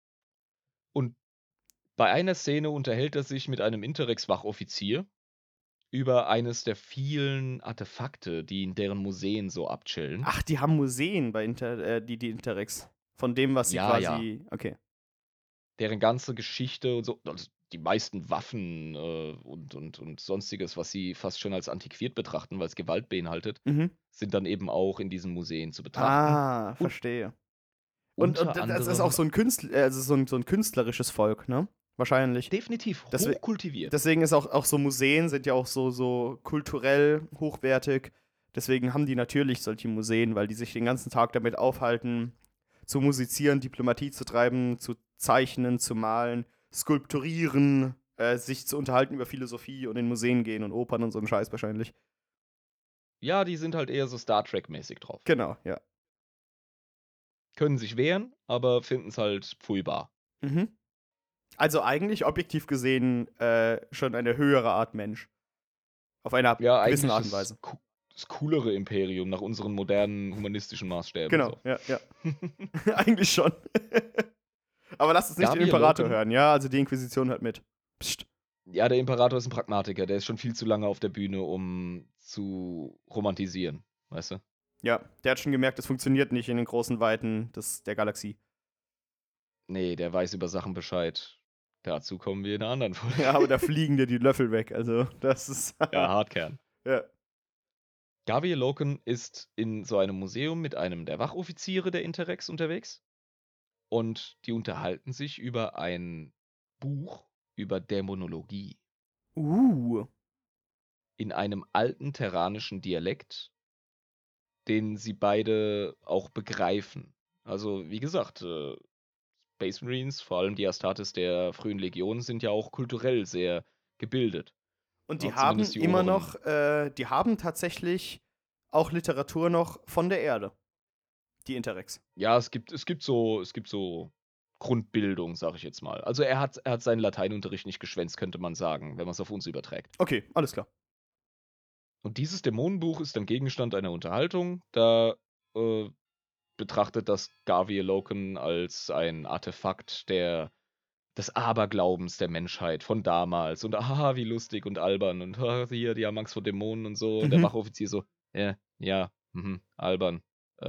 Und bei einer Szene unterhält er sich mit einem Interrex-Wachoffizier über eines der vielen Artefakte, die in deren Museen so abchillen. Ach, die haben Museen bei die Interrex. Von dem, was sie Ja, ja. quasi. Okay. Deren ganze Geschichte und so, also die meisten Waffen und sonstiges, was sie fast schon als antiquiert betrachten, weil es Gewalt beinhaltet, Mhm. sind dann eben auch in diesen Museen zu betrachten. Ah, Und verstehe. unter Das ist auch anderem so ein also so ein künstlerisches Volk, ne? Wahrscheinlich. definitiv Deswe- hochkultiviert. Deswegen ist auch so Museen sind ja auch so kulturell hochwertig. Deswegen haben die natürlich solche Museen, weil die sich den ganzen Tag damit aufhalten, zu musizieren, Diplomatie zu treiben, zu zeichnen, zu malen, skulpturieren, sich zu unterhalten über Philosophie und in Museen gehen und Opern und so einen Scheiß wahrscheinlich. Ja, die sind halt eher so Star Trek-mäßig drauf. Genau, ja. Können sich wehren, aber finden es halt pfui-bar. Mhm. Also eigentlich objektiv gesehen schon eine höhere Art Mensch. Auf einer Ja, gewissen eigentlich Art und Weise. das coolere Imperium nach unseren modernen humanistischen Maßstäben. Genau, So. ja, ja. Eigentlich schon. Aber lasst uns nicht den Garviel Imperator Loken- hören, ja? Also die Inquisition hört mit. Psst. Ja, der Imperator ist ein Pragmatiker, der ist schon viel zu lange auf der Bühne, um zu romantisieren, weißt du? Ja, der hat schon gemerkt, es funktioniert nicht in den großen Weiten der Galaxie. Nee, der weiß über Sachen Bescheid. Dazu kommen wir in einer anderen Folge. Ja, aber da fliegen dir die Löffel weg. Also, das ist. Ja, Hartkern. Ja. Garviel Loken ist in so einem Museum mit einem der Wachoffiziere der Interrex unterwegs und die unterhalten sich über ein Buch über Dämonologie in einem alten terranischen Dialekt, den sie beide auch begreifen. Also, wie gesagt, Space Marines, vor allem die Astartes der frühen Legion, sind ja auch kulturell sehr gebildet. Und Ja, die haben zumindest die immer oberen. noch, die haben tatsächlich auch Literatur noch von der Erde. Die Interrex. Ja, es gibt so Grundbildung, sage ich jetzt mal. Also er hat seinen Lateinunterricht nicht geschwänzt, könnte man sagen, wenn man es auf uns überträgt. Okay, alles klar. Und dieses Dämonenbuch ist dann Gegenstand einer Unterhaltung. Da betrachtet das Garviel Loken als ein Artefakt des Aberglaubens der Menschheit von damals. Und aha, wie lustig und albern. Und hier, die haben Angst vor Dämonen und so. Und der Mhm. Wachoffizier so, ja, albern.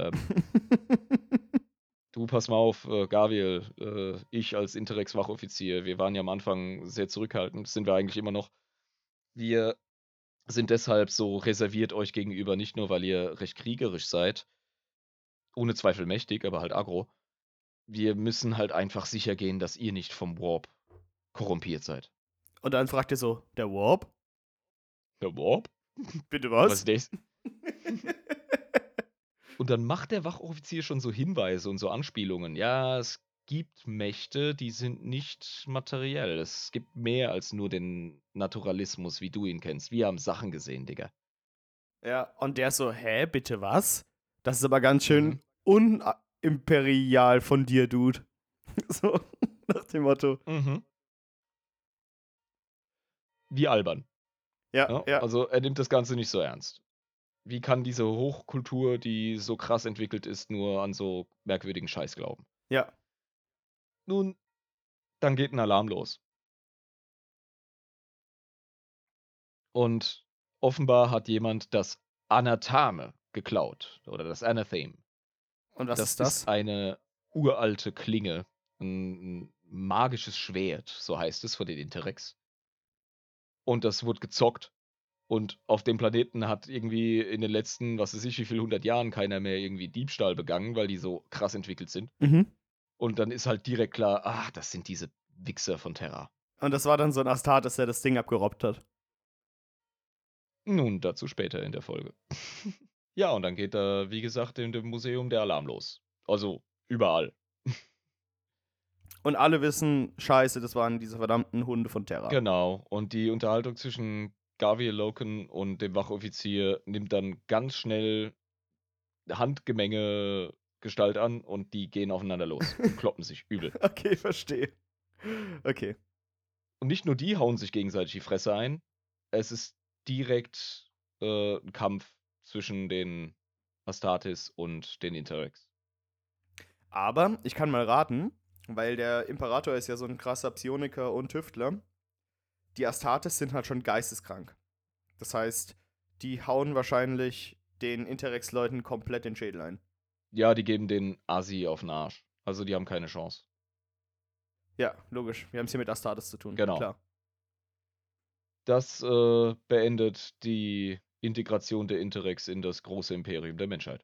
Du, pass mal auf, Garviel, ich als Interrex-Wachoffizier, wir waren ja am Anfang sehr zurückhaltend, das sind wir eigentlich immer noch. Wir sind deshalb so reserviert euch gegenüber, nicht nur, weil ihr recht kriegerisch seid, ohne Zweifel mächtig, aber halt aggro. Wir müssen halt einfach sicher gehen, dass ihr nicht vom Warp korrumpiert seid. Und dann fragt ihr so, der Warp? Der Warp? Bitte Was was? ist das? Und dann macht der Wachoffizier schon so Hinweise und so Anspielungen. Ja, es gibt Mächte, die sind nicht materiell. Es gibt mehr als nur den Naturalismus, wie du ihn kennst. Wir haben Sachen gesehen, Digga. Ja, und der so, hä, bitte was? Das ist aber ganz schön unimperial von dir, Dude. So, nach dem Motto. Mhm. Wie albern. Ja, Ja? ja, Also er nimmt das Ganze nicht so ernst. Wie kann diese Hochkultur, die so krass entwickelt ist, nur an so merkwürdigen Scheiß glauben? ja. Nun, dann geht ein Alarm los. Und offenbar hat jemand das Anathame geklaut oder das Anatheme. Und was Das ist das? ist eine uralte Klinge, ein magisches Schwert, so heißt es von den Interrex. Und das wurde gezockt. Und auf dem Planeten hat irgendwie in den letzten, was weiß ich, wie viel 100 Jahren keiner mehr irgendwie Diebstahl begangen, weil die so krass entwickelt sind. Mhm. Und dann ist halt direkt klar, das sind diese Wichser von Terra. Und das war dann so ein Astartes, der das Ding abgerobbt hat. Nun, dazu später in der Folge. Ja, und dann geht da, wie gesagt, in dem Museum der Alarm los. Also überall. Und alle wissen, scheiße, das waren diese verdammten Hunde von Terra. Genau. Und die Unterhaltung zwischen Gaviel Loken und dem Wachoffizier nimmt dann ganz schnell Handgemenge Gestalt an und die gehen aufeinander los und kloppen sich übel. Okay, verstehe. Okay. Und nicht nur die hauen sich gegenseitig die Fresse ein, es ist direkt ein Kampf zwischen den Astartes und den Interrex. Aber ich kann mal raten, weil der Imperator ist ja so ein krasser Psioniker und Tüftler. Die Astartes sind halt schon geisteskrank. Das heißt, die hauen wahrscheinlich den Interrex-Leuten komplett den Schädel ein. Ja, die geben den Asi auf den Arsch. Also die haben keine Chance. Ja, logisch. Wir haben es hier mit Astartes zu tun. Genau. Klar. Das beendet die Integration der Interrex in das große Imperium der Menschheit.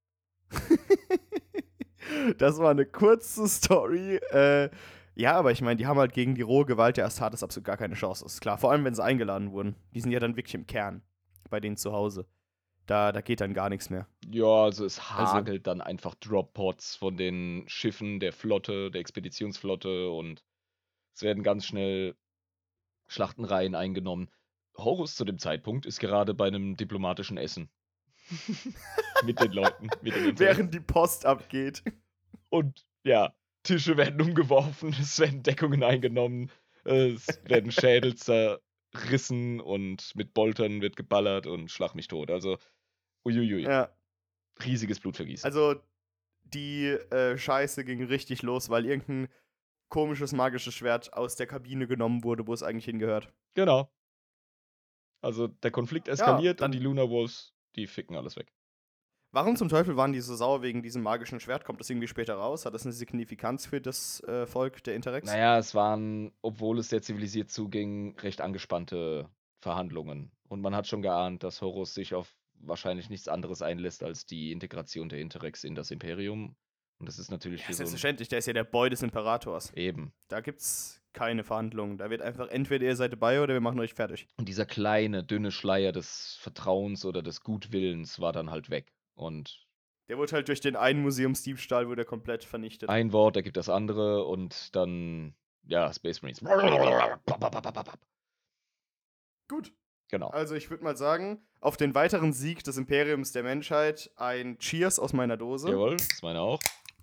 Das war eine kurze Story. Ja, aber ich meine, die haben halt gegen die rohe Gewalt der Astartes absolut gar keine Chance. Das ist klar. Vor allem, wenn sie eingeladen wurden. Die sind ja dann wirklich im Kern. Bei denen zu Hause. Da geht dann gar nichts mehr. Ja, also es hagelt dann einfach Drop-Pods von den Schiffen der Flotte, der Expeditionsflotte und es werden ganz schnell Schlachtenreihen eingenommen. Horus zu dem Zeitpunkt ist gerade bei einem diplomatischen Essen. Mit den Leuten, mit den Interrex. Während die Post abgeht. Und ja, Tische werden umgeworfen, es werden Deckungen eingenommen, es werden Schädel zerrissen und mit Boltern wird geballert und schlag mich tot. Also, uiuiui. Ja. Riesiges Blutvergießen. Also, die Scheiße ging richtig los, weil irgendein komisches magisches Schwert aus der Kabine genommen wurde, wo es eigentlich hingehört. Genau. Also, der Konflikt eskaliert dann- und die Luna Wolves, die ficken alles weg. Warum zum Teufel waren die so sauer wegen diesem magischen Schwert? Kommt das irgendwie später raus? Hat das eine Signifikanz für das Volk der Interrex? Naja, es waren, obwohl es sehr zivilisiert zuging, recht angespannte Verhandlungen. Und man hat schon geahnt, dass Horus sich auf wahrscheinlich nichts anderes einlässt als die Integration der Interrex in das Imperium. Und das ist natürlich Ja, für so ein... selbstverständlich, der ist ja der Boy des Imperators. Eben. Da gibt's keine Verhandlungen. Da wird einfach entweder ihr seid dabei oder wir machen euch fertig. Und dieser kleine, dünne Schleier des Vertrauens oder des Gutwillens war dann halt weg. Und Der wurde halt durch den einen Museumsdiebstahl wurde komplett vernichtet. ein Wort ergibt das andere und dann, ja, Space Marines. Gut. Genau. Also ich würde mal sagen, auf den weiteren Sieg des Imperiums der Menschheit ein Cheers aus meiner Dose. Jawohl, das meine auch.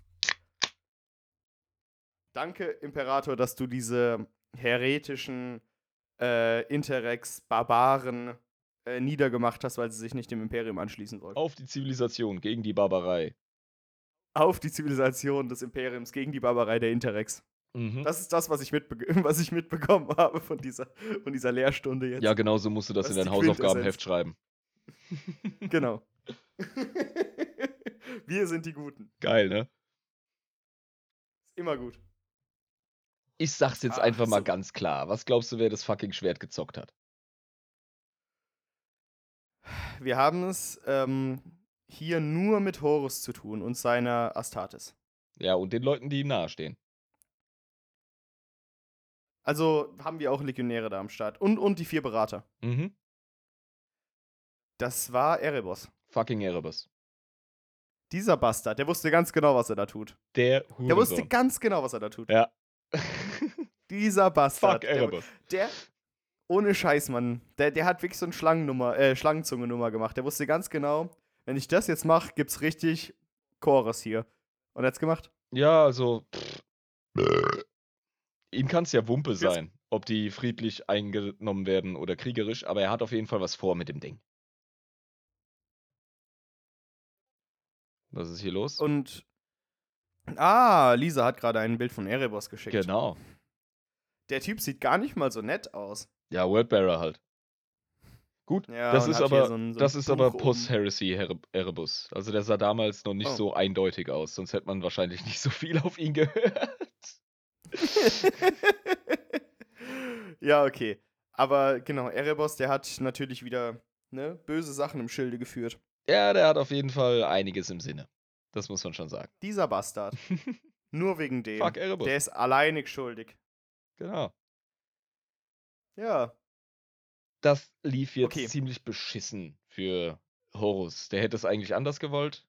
Danke, Imperator, dass du diese heretischen Interrex-Barbaren niedergemacht hast, weil sie sich nicht dem Imperium anschließen wollten. Auf die Zivilisation gegen die Barbarei. Auf die Zivilisation des Imperiums gegen die Barbarei der Interrex. Mhm. Das ist das, was ich mitbekommen habe von dieser Lehrstunde jetzt. Ja, genau so musst du das Das in ist dein die Hausaufgabenheft schreiben. Genau. Wir sind die Guten. Geil, ne? Ist immer gut. Ich sag's jetzt Ach, einfach mal so. ganz klar. Was glaubst du, wer das fucking Schwert gezockt hat? Wir haben es hier nur mit Horus zu tun und seiner Astartes. Ja, und den Leuten, die ihm nahestehen. Also haben wir auch Legionäre da am Start. Und die 4 Berater. Mhm. Das war Erebos. Fucking Erebus. Dieser Bastard, der wusste ganz genau, was er da tut. Der Der wusste Hurensohn. ganz genau, was er da tut. Ja. Dieser Bastard. Fuck Erebus. Der, ohne Scheiß, Mann. Der hat wirklich so eine Schlangenzunge-Nummer gemacht. Der wusste ganz genau, Wenn ich das jetzt mache, gibt's richtig Chorus hier. Und er hat's gemacht. Ja, also, ihm kann es ja Wumpe Jetzt- sein, ob die friedlich eingenommen werden oder kriegerisch, aber er hat auf jeden Fall was vor mit dem Ding. Was ist hier los? Und Lisa hat gerade ein Bild von Erebos geschickt. Genau. Der Typ sieht gar nicht mal so nett aus. Ja, Wordbearer halt. Gut, Ja, das und ist hat hier aber, so ein das ist aber Buch oben. Post-Heresy Erebus. Also der sah damals noch nicht Oh. so eindeutig aus, sonst hätte man wahrscheinlich nicht so viel auf ihn gehört. Ja, okay. Aber genau, Erebos, der hat natürlich wieder böse Sachen im Schilde geführt. Ja, der hat auf jeden Fall einiges im Sinne. Das muss man schon sagen. Dieser Bastard. Nur wegen dem. Fuck Erebus. Der ist alleinig schuldig. Genau. Ja. Das lief jetzt Okay. ziemlich beschissen für Horus. Der hätte es eigentlich anders gewollt.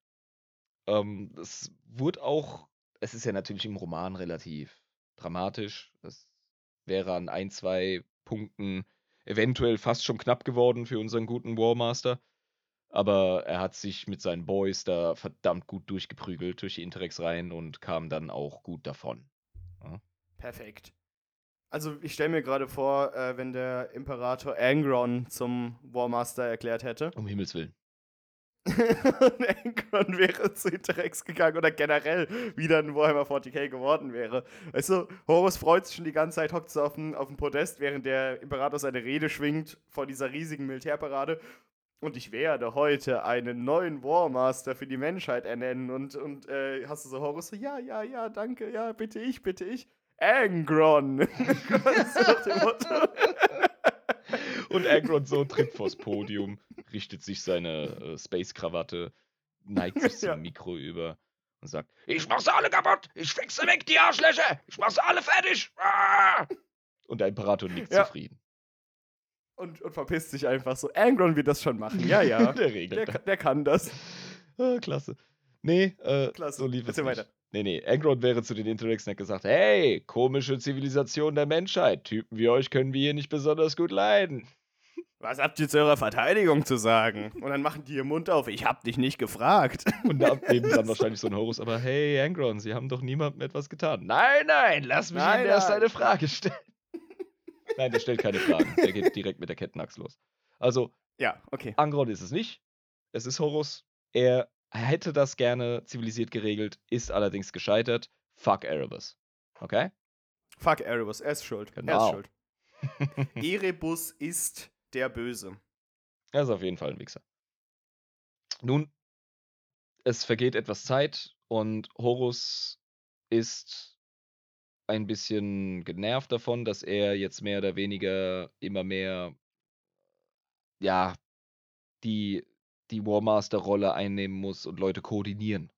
Es wurde auch, es ist ja natürlich im Roman relativ dramatisch. Es wäre an 1, 2 Punkten eventuell fast schon knapp geworden für unseren guten Warmaster. Aber er hat sich mit seinen Boys da verdammt gut durchgeprügelt durch die Interrex-Reihen und kam dann auch gut davon. Ja. Perfekt. Also ich stelle mir gerade vor, wenn der Imperator Angron zum Warmaster erklärt hätte. Um Himmels Willen. Und Angron wäre zu Interrex gegangen oder generell wieder ein Warhammer 40k geworden wäre. Weißt du, Horus freut sich schon die ganze Zeit, hockt so auf dem Podest, während der Imperator seine Rede schwingt vor dieser riesigen Militärparade. Und ich werde heute einen neuen Warmaster für die Menschheit ernennen. Und hast du so Horus so, ja, danke, ja, bitte ich. Angron. So nach dem Motto. Und Angron so tritt vors Podium, richtet sich seine Space-Krawatte, neigt sich zum Ja. Mikro über und sagt: Ich mach sie alle kaputt! Ich fixe weg die Arschlöcher! Ich mach sie alle fertig! Ah! Und der Imperator nickt Ja. zufrieden. Und verpisst sich einfach so. Angron wird das schon machen. Ja. Der regelt das. Der kann das. Klasse. Nee, Klasse. so lief es Erzähl nicht. weiter. Nee, Angron wäre zu den Interrex und hat gesagt: Hey, komische Zivilisation der Menschheit. Typen wie euch können wir hier nicht besonders gut leiden. Was habt ihr zu eurer Verteidigung zu sagen? Und dann machen die ihren Mund auf. Ich hab dich nicht gefragt. Und nebendran wahrscheinlich so ein Horus, aber hey, Angron, Sie haben doch niemandem etwas getan. Nein, lass mich Ihnen erst eine Frage stellen. Nein, der stellt keine Fragen. Der geht direkt mit der Kettenachs los. Also, Ja, okay. Angron ist es nicht. Es ist Horus. Er hätte das gerne zivilisiert geregelt, ist allerdings gescheitert. Fuck Erebus. Okay? Fuck Erebus, er ist schuld. Er Genau. ist schuld. Erebus ist der Böse. Er ist auf jeden Fall ein Wichser. Nun, es vergeht etwas Zeit und Horus ist ein bisschen genervt davon, dass er jetzt mehr oder weniger immer mehr, ja, die Warmaster-Rolle einnehmen muss und Leute koordinieren.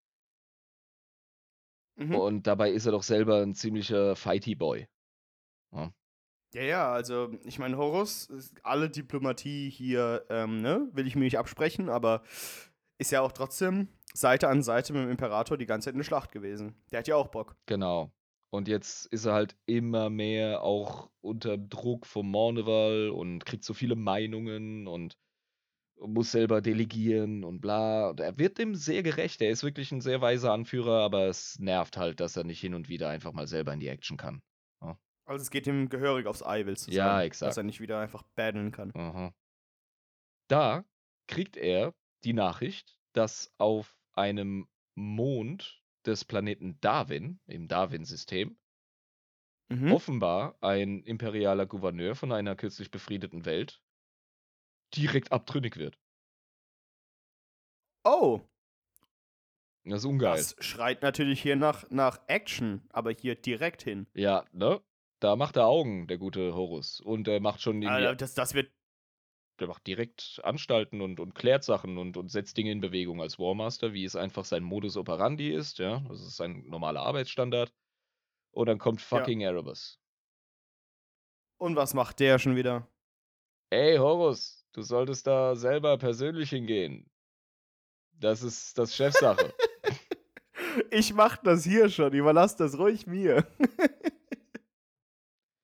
Mhm. Und dabei ist er doch selber ein ziemlicher Fighty-Boy. Ja. Ja, also ich meine, Horus, alle Diplomatie hier, will ich mir nicht absprechen, aber ist ja auch trotzdem Seite an Seite mit dem Imperator die ganze Zeit in der Schlacht gewesen. Der hat ja auch Bock. Genau. Und jetzt ist er halt immer mehr auch unter Druck vom Mournival und kriegt so viele Meinungen und muss selber delegieren und bla. Und er wird dem sehr gerecht. Er ist wirklich ein sehr weiser Anführer, aber es nervt halt, dass er nicht hin und wieder einfach mal selber in die Action kann. Also es geht ihm gehörig aufs Ei, willst du Ja, sagen. exakt. Dass er nicht wieder einfach battlen kann. Aha. Da kriegt er die Nachricht, dass auf einem Mond des Planeten Darwin, im Darwin-System, Mhm. offenbar ein imperialer Gouverneur von einer kürzlich befriedeten Welt direkt abtrünnig wird. Oh, Das ist ungeil. das schreit natürlich hier nach Action, aber hier direkt hin. Ja, ne? Da macht er Augen, der gute Horus. Und er macht schon irgendwie, Alter, das wird. der macht direkt Anstalten und klärt Sachen und setzt Dinge in Bewegung als Warmaster, wie es einfach sein Modus operandi ist, ja. Das ist sein normaler Arbeitsstandard. Und dann kommt fucking Erebus. Und was macht der schon wieder? Ey, Horus, du solltest da selber persönlich hingehen. Das ist das Chefsache. Ich mach das hier schon, überlass das ruhig mir.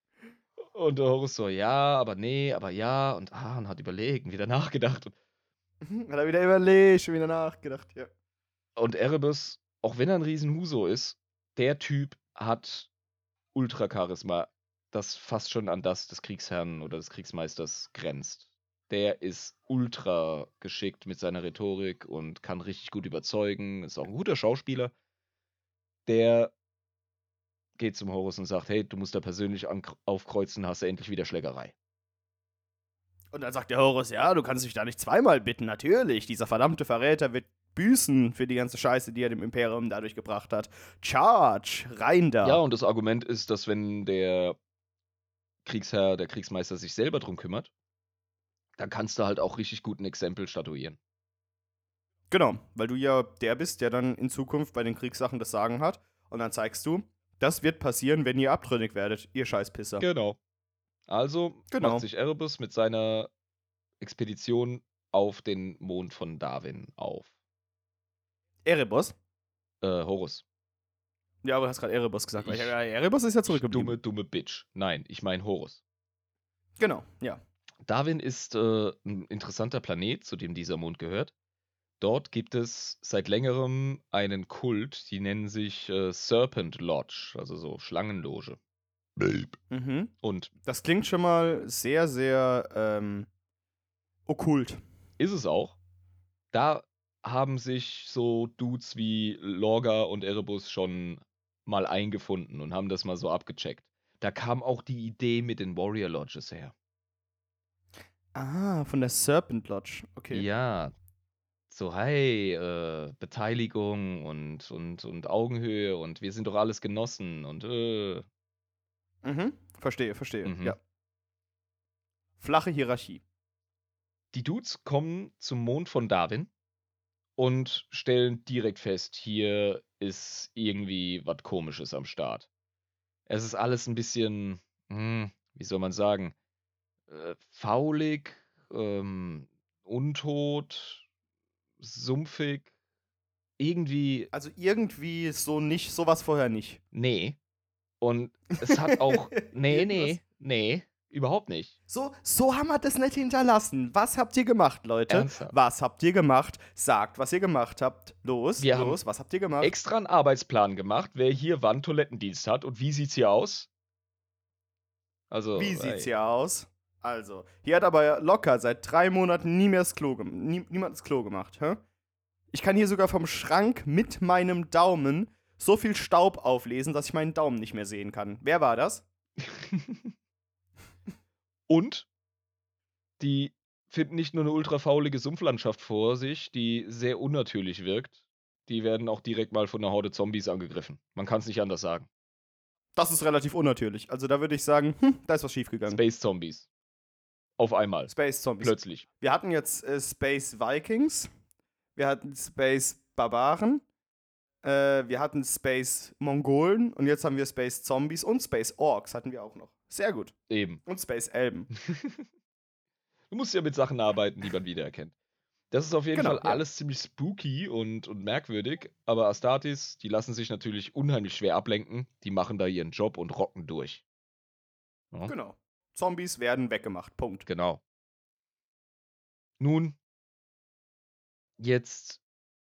Und der Horus so, ja, aber nee, aber ja. Und hat überlegt und wieder nachgedacht. Und Hat er wieder überlegt, schon wieder nachgedacht, ja. Und Erebus, auch wenn er ein Riesenhuso ist, der Typ hat Ultra-Charisma, das fast schon an das des Kriegsherrn oder des Kriegsmeisters grenzt. Der ist ultra geschickt mit seiner Rhetorik und kann richtig gut überzeugen, ist auch ein guter Schauspieler. Der geht zum Horus und sagt, hey, du musst da persönlich aufkreuzen, hast du endlich wieder Schlägerei. Und dann sagt der Horus, ja, du kannst mich da nicht zweimal bitten, natürlich. Dieser verdammte Verräter wird büßen für die ganze Scheiße, die er dem Imperium dadurch gebracht hat. Charge, rein da. Ja, und das Argument ist, dass wenn der Kriegsherr, der Kriegsmeister sich selber drum kümmert, dann kannst du halt auch richtig gut ein Exempel statuieren. Genau, weil du ja der bist, der dann in Zukunft bei den Kriegssachen das Sagen hat. Und dann zeigst du, das wird passieren, wenn ihr abtrünnig werdet, ihr Scheißpisser. Genau. Also Genau. macht sich Erebus mit seiner Expedition auf den Mond von Darwin auf. Erebus? Horus. Ja, aber du hast gerade Erebus gesagt. Weil Erebus ist ja zurückgeblieben. Dumme Bitch. Nein, ich meine Horus. Genau, ja. Darwin ist ein interessanter Planet, zu dem dieser Mond gehört. Dort gibt es seit längerem einen Kult, die nennen sich Serpent Lodge, also so Schlangenloge. Mhm. Und Das klingt schon mal sehr, sehr okkult. ist es auch. Da haben sich so Dudes wie Lorga und Erebus schon mal eingefunden und haben das mal so abgecheckt. Da kam auch die Idee mit den Warrior Lodges her. Ah, von der Serpent Lodge. Okay. Ja, so, hey, Beteiligung und Augenhöhe und wir sind doch alles Genossen und Mhm. Verstehe, Mhm. ja. Flache Hierarchie. Die Dudes kommen zum Mond von Darwin und stellen direkt fest, hier ist irgendwie was Komisches am Start. Es ist alles ein bisschen, wie soll man sagen, faulig, untot, sumpfig, irgendwie, Also irgendwie so nicht, sowas vorher nicht. nee. Und es hat auch, Irgendwas? nee, überhaupt nicht. So haben wir das nicht hinterlassen. Was habt ihr gemacht, Leute? Ernsthaft. Was habt ihr gemacht? Sagt, was ihr gemacht habt. Los, Wir haben was habt ihr gemacht? Extra einen Arbeitsplan gemacht, wer hier wann Toilettendienst hat und wie sieht's hier aus? Also, Wie sieht's ey, hier aus? Also, hier hat aber locker seit 3 Monaten niemand das Klo gemacht, hä? Ich kann hier sogar vom Schrank mit meinem Daumen so viel Staub auflesen, dass ich meinen Daumen nicht mehr sehen kann. Wer war das? Und die finden nicht nur eine ultrafaulige Sumpflandschaft vor sich, die sehr unnatürlich wirkt. Die werden auch direkt mal von einer Horde Zombies angegriffen. Man kann es nicht anders sagen. Das ist relativ unnatürlich. Also da würde ich sagen, da ist was schiefgegangen. Space Zombies. Auf einmal. Space Zombies. Plötzlich. Wir hatten jetzt Space Vikings. Wir hatten Space Barbaren. Wir hatten Space Mongolen. Und jetzt haben wir Space Zombies und Space Orks hatten wir auch noch. Sehr gut. Eben. Und Space Elben. Du musst ja mit Sachen arbeiten, die man wiedererkennt. Das ist auf jeden Genau, Fall ja. alles ziemlich spooky und merkwürdig, aber Astartes, die lassen sich natürlich unheimlich schwer ablenken. Die machen da ihren Job und rocken durch. Ja, Genau. Zombies werden weggemacht. Punkt. genau. Nun, jetzt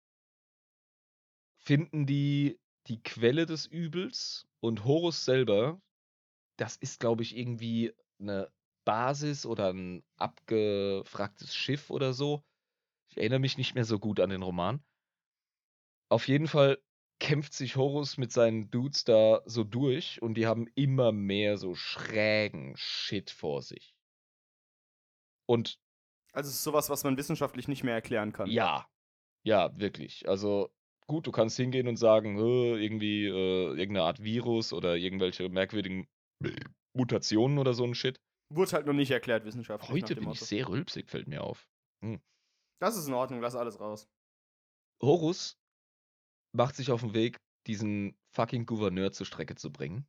finden die Quelle des Übels und Horus selber, das ist, glaube ich, irgendwie eine Basis oder ein abgewracktes Schiff oder so. Ich erinnere mich nicht mehr so gut an den Roman. Auf jeden Fall kämpft sich Horus mit seinen Dudes da so durch und die haben immer mehr so schrägen Shit vor sich. Und Also es ist sowas, was man wissenschaftlich nicht mehr erklären kann. ja, wirklich. Also gut, du kannst hingehen und sagen, irgendwie irgendeine Art Virus oder irgendwelche merkwürdigen Mutationen oder so ein Shit. Wurde halt noch nicht erklärt wissenschaftlich. nach Heute dem bin ich Motto. sehr rülpsig, fällt mir auf. Das ist in Ordnung, lass alles raus. Horus macht sich auf den Weg, diesen fucking Gouverneur zur Strecke zu bringen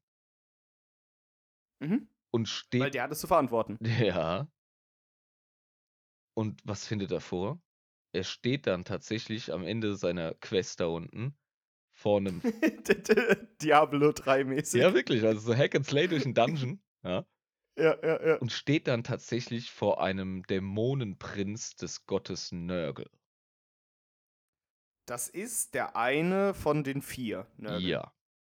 Mhm. und Weil steht. der hat es zu verantworten. Ja. Und was findet er vor? Er steht dann tatsächlich am Ende seiner Quest da unten vor einem. Diablo 3 mäßig. Ja, wirklich, also so Hack and Slay durch einen Dungeon. Ja. Ja. und steht dann tatsächlich vor einem Dämonenprinz des Gottes Nörgel. Das ist der eine von den 4 Nörgeln. Ja.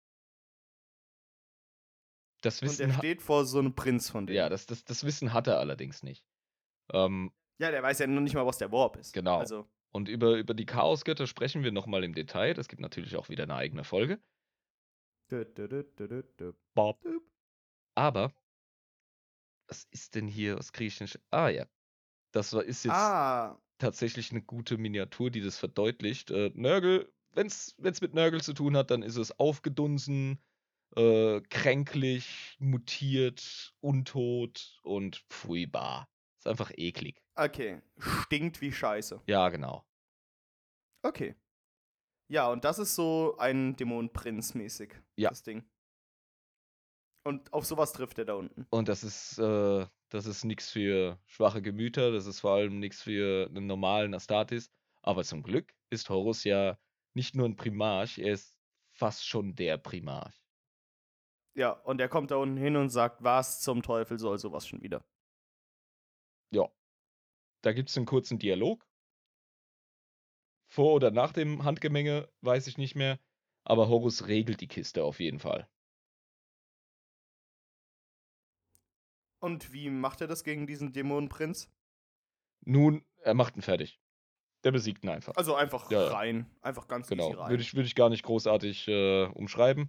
Das Und der Wissen, steht vor so einem Prinz von ja, denen. das Wissen hat er allerdings nicht. Ähm, Ja, der weiß ja noch nicht mal, was der Warp ist. genau. Also, Und über die Chaosgötter sprechen wir nochmal im Detail. Das gibt natürlich auch wieder eine eigene Folge. Bob. Aber, was ist denn hier aus Griechisch? Ah ja, ist jetzt tatsächlich eine gute Miniatur, die das verdeutlicht. Nörgel, wenn's mit Nörgel zu tun hat, dann ist es aufgedunsen, kränklich, mutiert, untot und pfui-bah. Ist einfach eklig. okay. Stinkt wie Scheiße. Ja, genau. Okay. Ja, und das ist so ein Dämonenprinz-mäßig, Ja. das Ding. Und auf sowas trifft er da unten. Und das ist nichts für schwache Gemüter, das ist vor allem nichts für einen normalen Astartes. Aber zum Glück ist Horus ja nicht nur ein Primarch, er ist fast schon der Primarch. Ja, und er kommt da unten hin und sagt, was zum Teufel soll sowas schon wieder? Ja. Da gibt es einen kurzen Dialog. Vor oder nach dem Handgemenge, weiß ich nicht mehr. Aber Horus regelt die Kiste auf jeden Fall. Und wie macht er das gegen diesen Dämonenprinz? Nun, er macht ihn fertig. Der besiegt ihn einfach. Also einfach Ja, ja. rein. Einfach ganz Genau. easy rein. Würde ich gar nicht großartig umschreiben.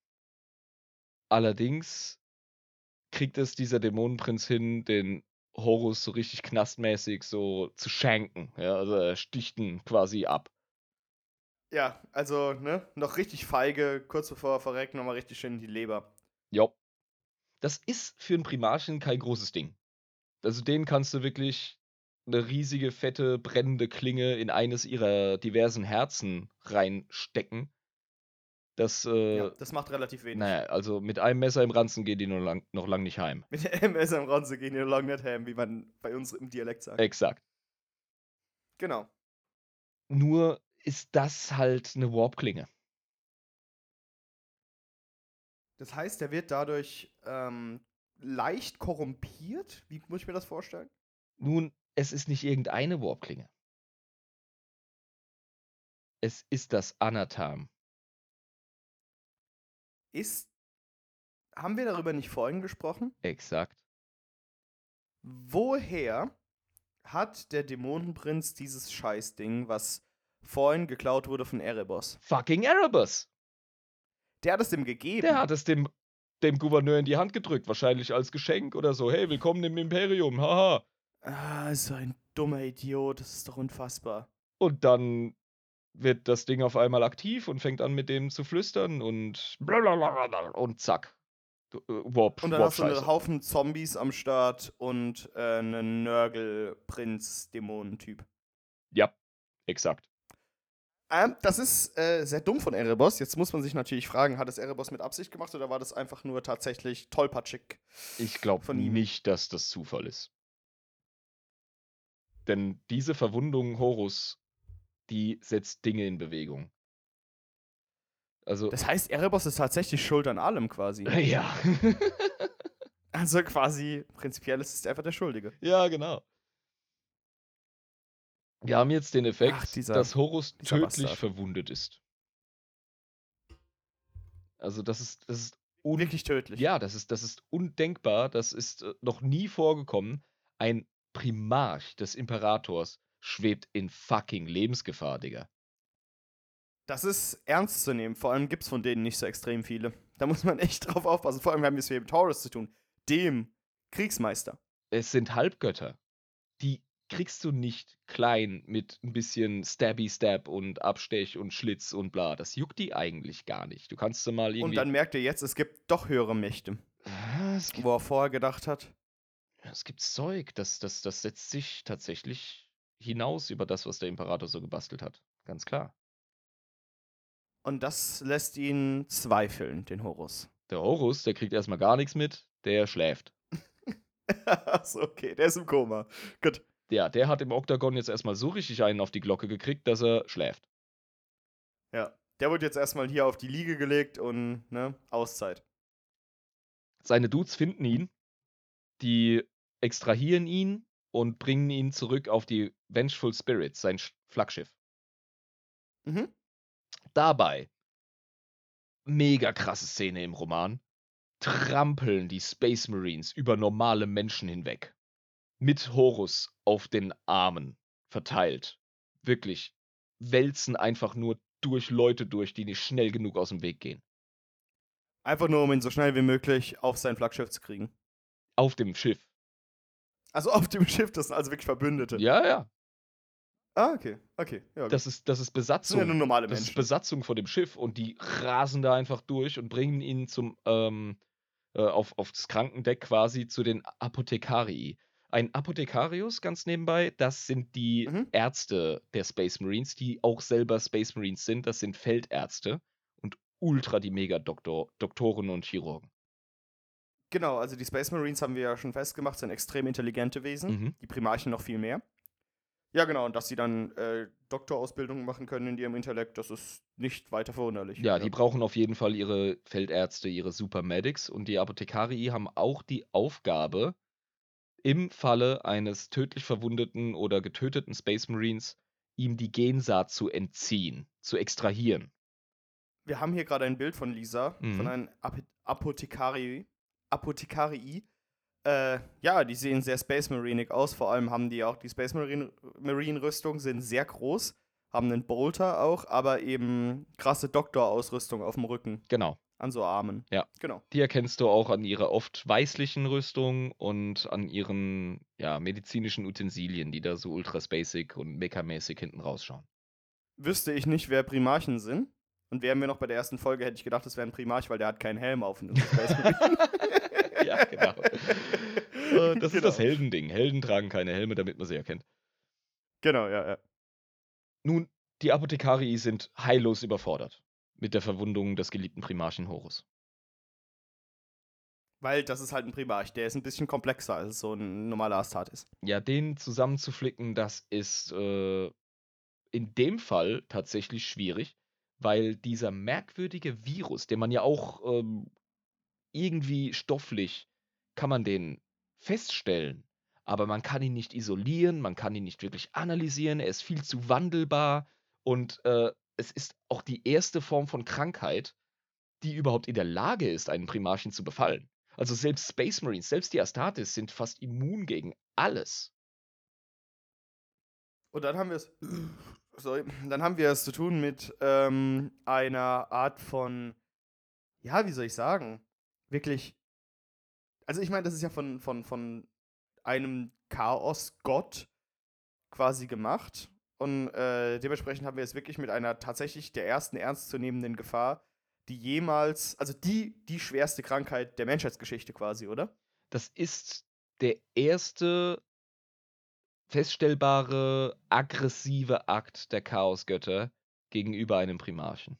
Allerdings kriegt es dieser Dämonenprinz hin, den Horus so richtig knastmäßig so zu schenken. Ja, also er sticht ihn quasi ab. Ja, also, ne, noch richtig feige, kurz bevor er verreckt, nochmal richtig schön in die Leber. Jo. Das ist für einen Primarchen kein großes Ding. Also den kannst du wirklich eine riesige, fette, brennende Klinge in eines ihrer diversen Herzen reinstecken. Das, Ja, das macht relativ wenig. naja, also mit einem Messer im Ranzen gehen die noch lang nicht heim. Mit der MS am Ranze gehen die long nicht ham, wie man bei uns im Dialekt sagt. Exakt. Genau. Nur ist das halt eine Warp-Klinge. Das heißt, er wird dadurch leicht korrumpiert? Wie muss ich mir das vorstellen? Nun, es ist nicht irgendeine Warp-Klinge. Es ist das Anatham. Haben wir darüber nicht vorhin gesprochen? Exakt. Woher hat der Dämonenprinz dieses Scheißding, was vorhin geklaut wurde von Erebos? Fucking Erebus! Der hat es dem gegeben. Der hat es dem Gouverneur in die Hand gedrückt, wahrscheinlich als Geschenk oder so. Hey, willkommen im Imperium, haha. So ein dummer Idiot, das ist doch unfassbar. Und dann wird das Ding auf einmal aktiv und fängt an, mit dem zu flüstern und blablabla und zack. Warp, Und dann hast du Scheiße. einen Haufen Zombies am Start und einen Nörgel-Prinz-Dämonentyp. Ja, exakt. Das ist sehr dumm von Erebos. Jetzt muss man sich natürlich fragen, hat es Erebos mit Absicht gemacht oder war das einfach nur tatsächlich tollpatschig? Ich glaube von ihm? nicht, dass das Zufall ist. Denn diese Verwundung Horus, die setzt Dinge in Bewegung. Also, Das heißt, Erebos ist tatsächlich schuld an allem quasi. ja. Also quasi, prinzipiell ist es einfach der Schuldige. Ja, genau. Wir haben jetzt den Effekt, Ach, dass Horus dieser tödlich Bastard. verwundet ist. Also das ist Wirklich tödlich. Ja, das ist undenkbar. Das ist noch nie vorgekommen. Ein Primarch des Imperators schwebt in fucking Lebensgefahr, Digga. Das ist ernst zu nehmen. Vor allem gibt es von denen nicht so extrem viele. Da muss man echt drauf aufpassen. Vor allem haben wir es mit Taurus zu tun. Dem Kriegsmeister. Es sind Halbgötter. Die kriegst du nicht klein mit ein bisschen Stabby-Stab und Abstech und Schlitz und bla. Das juckt die eigentlich gar nicht. Du kannst sie mal irgendwie. Und dann merkt er jetzt, es gibt doch höhere Mächte. Wo er vorher gedacht hat. Es gibt Zeug, das setzt sich tatsächlich hinaus über das, was der Imperator so gebastelt hat. Ganz klar. Und das lässt ihn zweifeln, den Horus. Der Horus, der kriegt erstmal gar nichts mit, der schläft. Achso, okay, der ist im Koma. Gut. Ja, der hat im Oktagon jetzt erstmal so richtig einen auf die Glocke gekriegt, dass er schläft. Ja, der wird jetzt erstmal hier auf die Liege gelegt und, ne, Auszeit. Seine Dudes finden ihn Die extrahieren ihn und bringen ihn zurück auf die Vengeful Spirits, sein Flaggschiff. Mhm. Dabei, mega krasse Szene im Roman, trampeln die Space Marines über normale Menschen hinweg. Mit Horus auf den Armen verteilt. Wirklich, wälzen einfach nur durch Leute durch, die nicht schnell genug aus dem Weg gehen. Einfach nur, um ihn so schnell wie möglich auf sein Flaggschiff zu kriegen. Auf dem Schiff. Also auf dem Schiff, das sind also wirklich Verbündete. Ja, ja. Ah, okay. Okay. Ja, gut. Das ist Das sind ja Besatzung. nur normale Das ist Menschen. Besatzung von dem Schiff und die rasen da einfach durch und bringen ihn auf das Krankendeck quasi zu den Apothekarii. Ein Apothekarius, ganz nebenbei, das sind die Mhm. Ärzte der Space Marines, die auch selber Space Marines sind. Das sind Feldärzte und ultra die Mega-Doktoren und Chirurgen. Genau, also die Space Marines haben wir ja schon festgemacht, sind extrem intelligente Wesen. Mhm. Die Primarchen noch viel mehr. Ja, genau, und dass sie dann Doktorausbildungen machen können in ihrem Intellekt, das ist nicht weiter verwunderlich. Ja, die brauchen auf jeden Fall ihre Feldärzte, ihre Supermedics und die Apothekarii haben auch die Aufgabe, im Falle eines tödlich verwundeten oder getöteten Space Marines ihm die Gensaat zu entziehen, zu extrahieren. Wir haben hier gerade ein Bild von Lisa, von Mhm. einem Apothekarii. Ja, die sehen sehr Space Marinig aus. Vor allem haben die auch die Space Marine Rüstung, sind sehr groß, haben einen Bolter auch, aber eben krasse Doktorausrüstung auf dem Rücken, Genau. an so Armen. Ja. Genau. Die erkennst du auch an ihrer oft weißlichen Rüstung und an ihren medizinischen Utensilien, die da so ultra basic und mechamäßig hinten rausschauen. Wüsste ich nicht, wer Primarchen sind. Und wären wir noch bei der ersten Folge, hätte ich gedacht, das wäre ein Primarch, weil der hat keinen Helm auf. Und das ist Space Marine. Ja, genau. Das ist das Genau. Heldending. Helden tragen keine Helme, damit man sie erkennt. Genau, ja. Nun, die Apothekarii sind heillos überfordert mit der Verwundung des geliebten Primarchen Horus. Weil das ist halt ein Primarch, der ist ein bisschen komplexer als so ein normaler Astartes. Ja, den zusammenzuflicken, das ist in dem Fall tatsächlich schwierig, weil dieser merkwürdige Virus, den man ja auch irgendwie stofflich kann man den feststellen, aber man kann ihn nicht isolieren, man kann ihn nicht wirklich analysieren, er ist viel zu wandelbar und es ist auch die erste Form von Krankheit, die überhaupt in der Lage ist, einen Primarchen zu befallen. Also selbst Space Marines, selbst die Astartes sind fast immun gegen alles. Und dann haben wir es. Sorry. Dann haben wir es zu tun mit einer Art von. Ja, wie soll ich sagen? Wirklich. Also, ich meine, das ist ja von einem Chaos-Gott quasi gemacht. Und dementsprechend haben wir es wirklich mit einer tatsächlich der ersten ernstzunehmenden Gefahr, die jemals. Also, die schwerste Krankheit der Menschheitsgeschichte quasi, oder? Das ist der erste feststellbare aggressive Akt der Chaosgötter gegenüber einem Primarchen.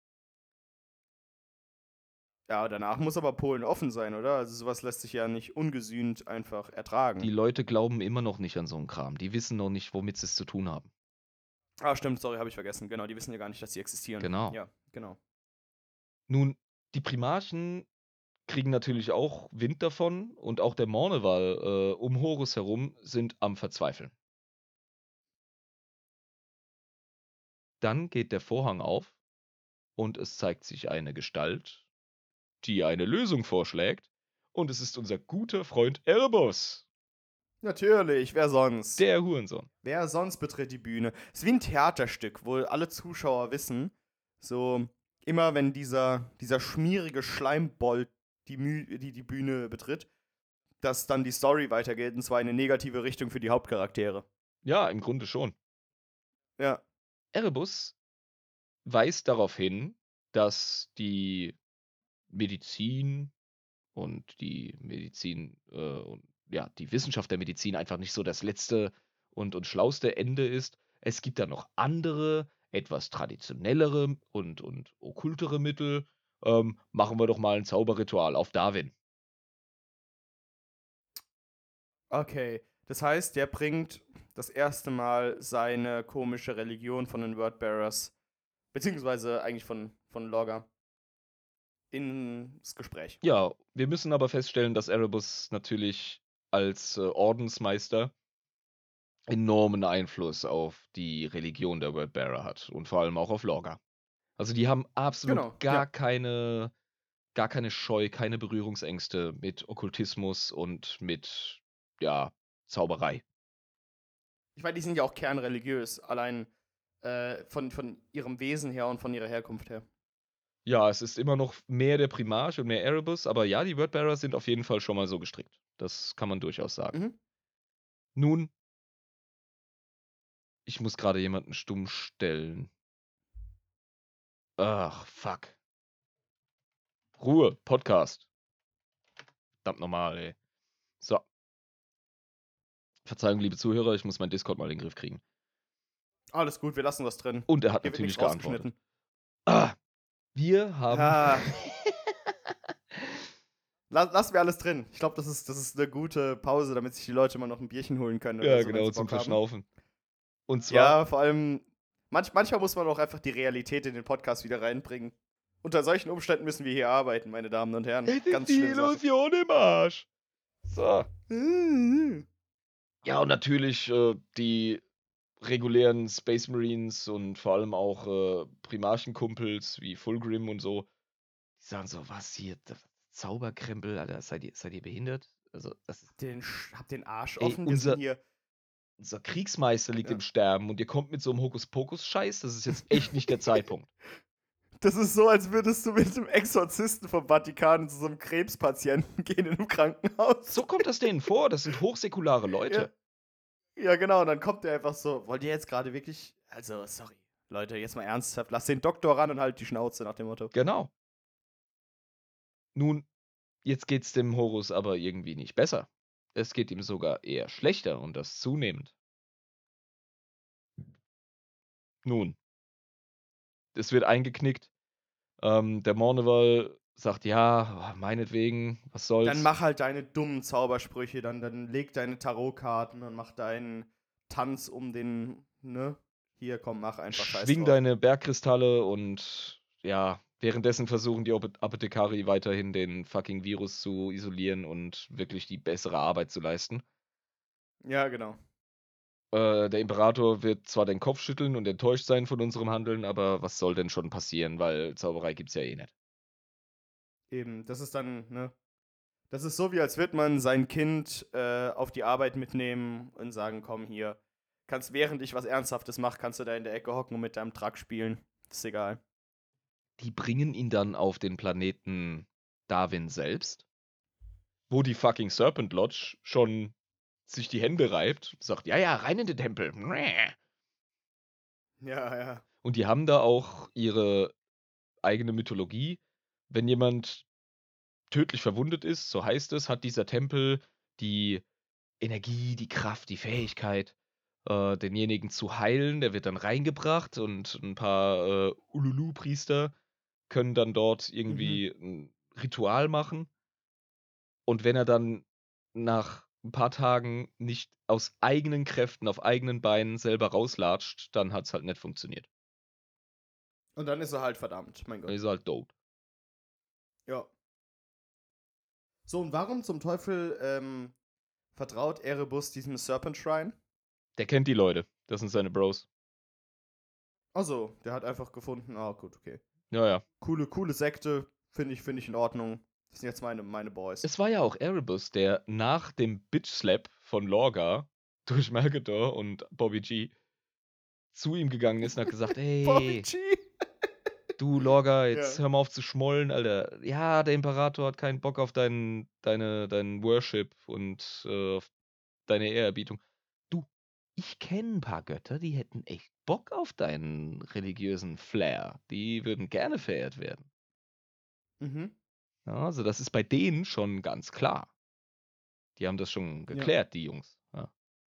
Ja, danach muss aber Polen offen sein, oder? Also sowas lässt sich ja nicht ungesühnt einfach ertragen. Die Leute glauben immer noch nicht an so 'n Kram. Die wissen noch nicht, womit sie es zu tun haben. Ah, stimmt, sorry, habe ich vergessen. Genau, die wissen ja gar nicht, dass sie existieren. Genau. Ja, genau. Nun, die Primarchen kriegen natürlich auch Wind davon und auch der Mournival um Horus herum sind am Verzweifeln. Dann geht der Vorhang auf und es zeigt sich eine Gestalt, die eine Lösung vorschlägt, und es ist unser guter Freund Erebos, Natürlich, wer sonst? der Hurensohn. Wer sonst betritt die Bühne? Es ist wie ein Theaterstück, wo alle Zuschauer wissen, so immer wenn dieser schmierige Schleimbold die Bühne betritt, dass dann die Story weitergeht, und zwar in eine negative Richtung für die Hauptcharaktere. Ja, im Grunde schon. Ja. Erebus weist darauf hin, dass die Medizin und die Wissenschaft der Medizin einfach nicht so das letzte und schlauste Ende ist. Es gibt da noch andere, etwas traditionellere und okkultere Mittel. Machen wir doch mal ein Zauberritual auf Darwin. Okay, das heißt, der bringt das erste Mal seine komische Religion von den Wordbearers, beziehungsweise eigentlich von Logger, ins Gespräch. Ja, wir müssen aber feststellen, dass Erebus natürlich als Ordensmeister enormen Einfluss auf die Religion der Wordbearer hat und vor allem auch auf Lorga. Also die haben absolut Genau, gar keine Scheu, keine Berührungsängste mit Okkultismus und mit, ja, Zauberei. Ich meine, die sind ja auch kernreligiös, allein von ihrem Wesen her und von ihrer Herkunft her. Ja, es ist immer noch mehr der Primarch und mehr Erebus, aber ja, die Wordbearer sind auf jeden Fall schon mal so gestrickt. Das kann man durchaus sagen. Mhm. Nun, ich muss gerade jemanden stumm stellen. Ach, fuck. Ruhe, Podcast. Verdammt normal, ey. So. Verzeihung, liebe Zuhörer, ich muss mein Discord mal in den Griff kriegen. Alles gut, wir lassen das drin. Und er hat Hier wird natürlich nichts geantwortet. rausgeschnitten. Wir haben. Ja. Lassen wir alles drin. Ich glaube, das ist eine gute Pause, damit sich die Leute mal noch ein Bierchen holen können. Oder Ja, so, wenn genau, sie zum Bock haben. Verschnaufen. Und zwar. Ja, vor allem, manchmal muss man auch einfach die Realität in den Podcast wieder reinbringen. Unter solchen Umständen müssen wir hier arbeiten, meine Damen und Herren. Ganz die schlimm. Illusion im Arsch. So. Ja, und natürlich die regulären Space Marines und vor allem auch Primarchenkumpels wie Fulgrim und so, die sagen so, was hier, Zauberkrempel, Alter, seid ihr behindert? Also, das ist. Habt den Arsch Ey, offen, wir sind hier. Unser Kriegsmeister liegt Ja. im Sterben und ihr kommt mit so einem Hokuspokus-Scheiß, das ist jetzt echt nicht der Zeitpunkt. Das ist so, als würdest du mit einem Exorzisten vom Vatikan zu so einem Krebspatienten gehen in einem Krankenhaus. So kommt das denen vor, das sind hochsäkulare Leute. Ja, genau, und dann kommt der einfach so, wollt ihr jetzt gerade wirklich, also, sorry, Leute, jetzt mal ernsthaft, lasst den Doktor ran und halt die Schnauze nach dem Motto. Genau. Nun, jetzt geht's dem Horus aber irgendwie nicht besser. Es geht ihm sogar eher schlechter und das zunehmend. Nun, es wird eingeknickt. Der Morneval sagt, ja, meinetwegen, was soll's. Dann mach halt deine dummen Zaubersprüche, dann leg deine Tarotkarten und mach deinen Tanz um den, ne? Hier, komm, mach einfach Scheiß Schwing drauf. deine Bergkristalle und ja, währenddessen versuchen die Apothekari weiterhin den fucking Virus zu isolieren und wirklich die bessere Arbeit zu leisten. Ja, genau. Der Imperator wird zwar den Kopf schütteln und enttäuscht sein von unserem Handeln, aber was soll denn schon passieren, weil Zauberei gibt's ja eh nicht. Eben, das ist dann, ne? Das ist so, wie als würde man sein Kind auf die Arbeit mitnehmen und sagen, komm hier, kannst während ich was Ernsthaftes mache, kannst du da in der Ecke hocken und mit deinem Truck spielen. Das ist egal. Die bringen ihn dann auf den Planeten Darwin selbst, wo die fucking Serpent Lodge schon sich die Hände reibt, sagt, ja, ja, rein in den Tempel. Ja, ja. Und die haben da auch ihre eigene Mythologie. Wenn jemand tödlich verwundet ist, so heißt es, hat dieser Tempel die Energie, die Kraft, die Fähigkeit, denjenigen zu heilen. Der wird dann reingebracht und ein paar Ululu-Priester können dann dort irgendwie ein Ritual machen. Und wenn er dann nach ein paar Tagen nicht aus eigenen Kräften, auf eigenen Beinen selber rauslatscht, dann hat es halt nicht funktioniert. Und dann ist er halt verdammt, mein Dann Gott. ist er halt tot. Ja. So, und warum zum Teufel vertraut Erebus diesem Serpent Shrine? Der kennt die Leute. Das sind seine Bros. Also, der hat einfach gefunden, gut, okay. Ja, ja. Coole Sekte, finde ich in Ordnung. Das sind jetzt meine Boys. Es war ja auch Erebus, der nach dem Bitch-Slap von Lorga durch Malgador und Bobby G zu ihm gegangen ist und hat gesagt, Bobby hey, G. du Lorga, jetzt Ja. hör mal auf zu schmollen, Alter. Ja, der Imperator hat keinen Bock auf deinen Worship und auf deine Ehrerbietung. Du, ich kenne ein paar Götter, die hätten echt Bock auf deinen religiösen Flair. Die würden gerne verehrt werden. Mhm. Ja, also das ist bei denen schon ganz klar. Die haben das schon geklärt, die Jungs. Ja.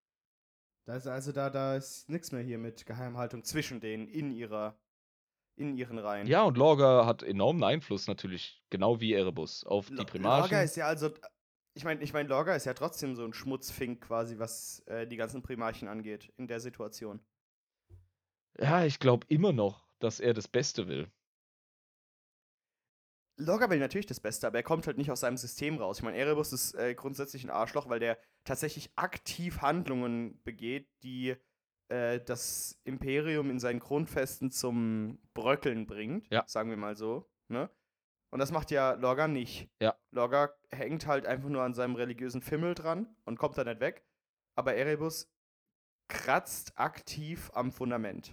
Da ist nichts mehr hier mit Geheimhaltung zwischen denen in ihren Reihen. Ja, und Lorga hat enormen Einfluss natürlich, genau wie Erebus, auf die Primarchen. Lorga ist ja also, ich mein, Lorga ist ja trotzdem so ein Schmutzfink quasi, was die ganzen Primarchen angeht in der Situation. Ja, ich glaube immer noch, dass er das Beste will. Lorgar will natürlich das Beste, aber er kommt halt nicht aus seinem System raus. Ich meine, Erebus ist grundsätzlich ein Arschloch, weil der tatsächlich aktiv Handlungen begeht, die das Imperium in seinen Grundfesten zum Bröckeln bringt, Ja. sagen wir mal so. Ne? Und das macht ja Lorgar nicht. Ja. Lorgar hängt halt einfach nur an seinem religiösen Fimmel dran und kommt da nicht weg. Aber Erebus kratzt aktiv am Fundament.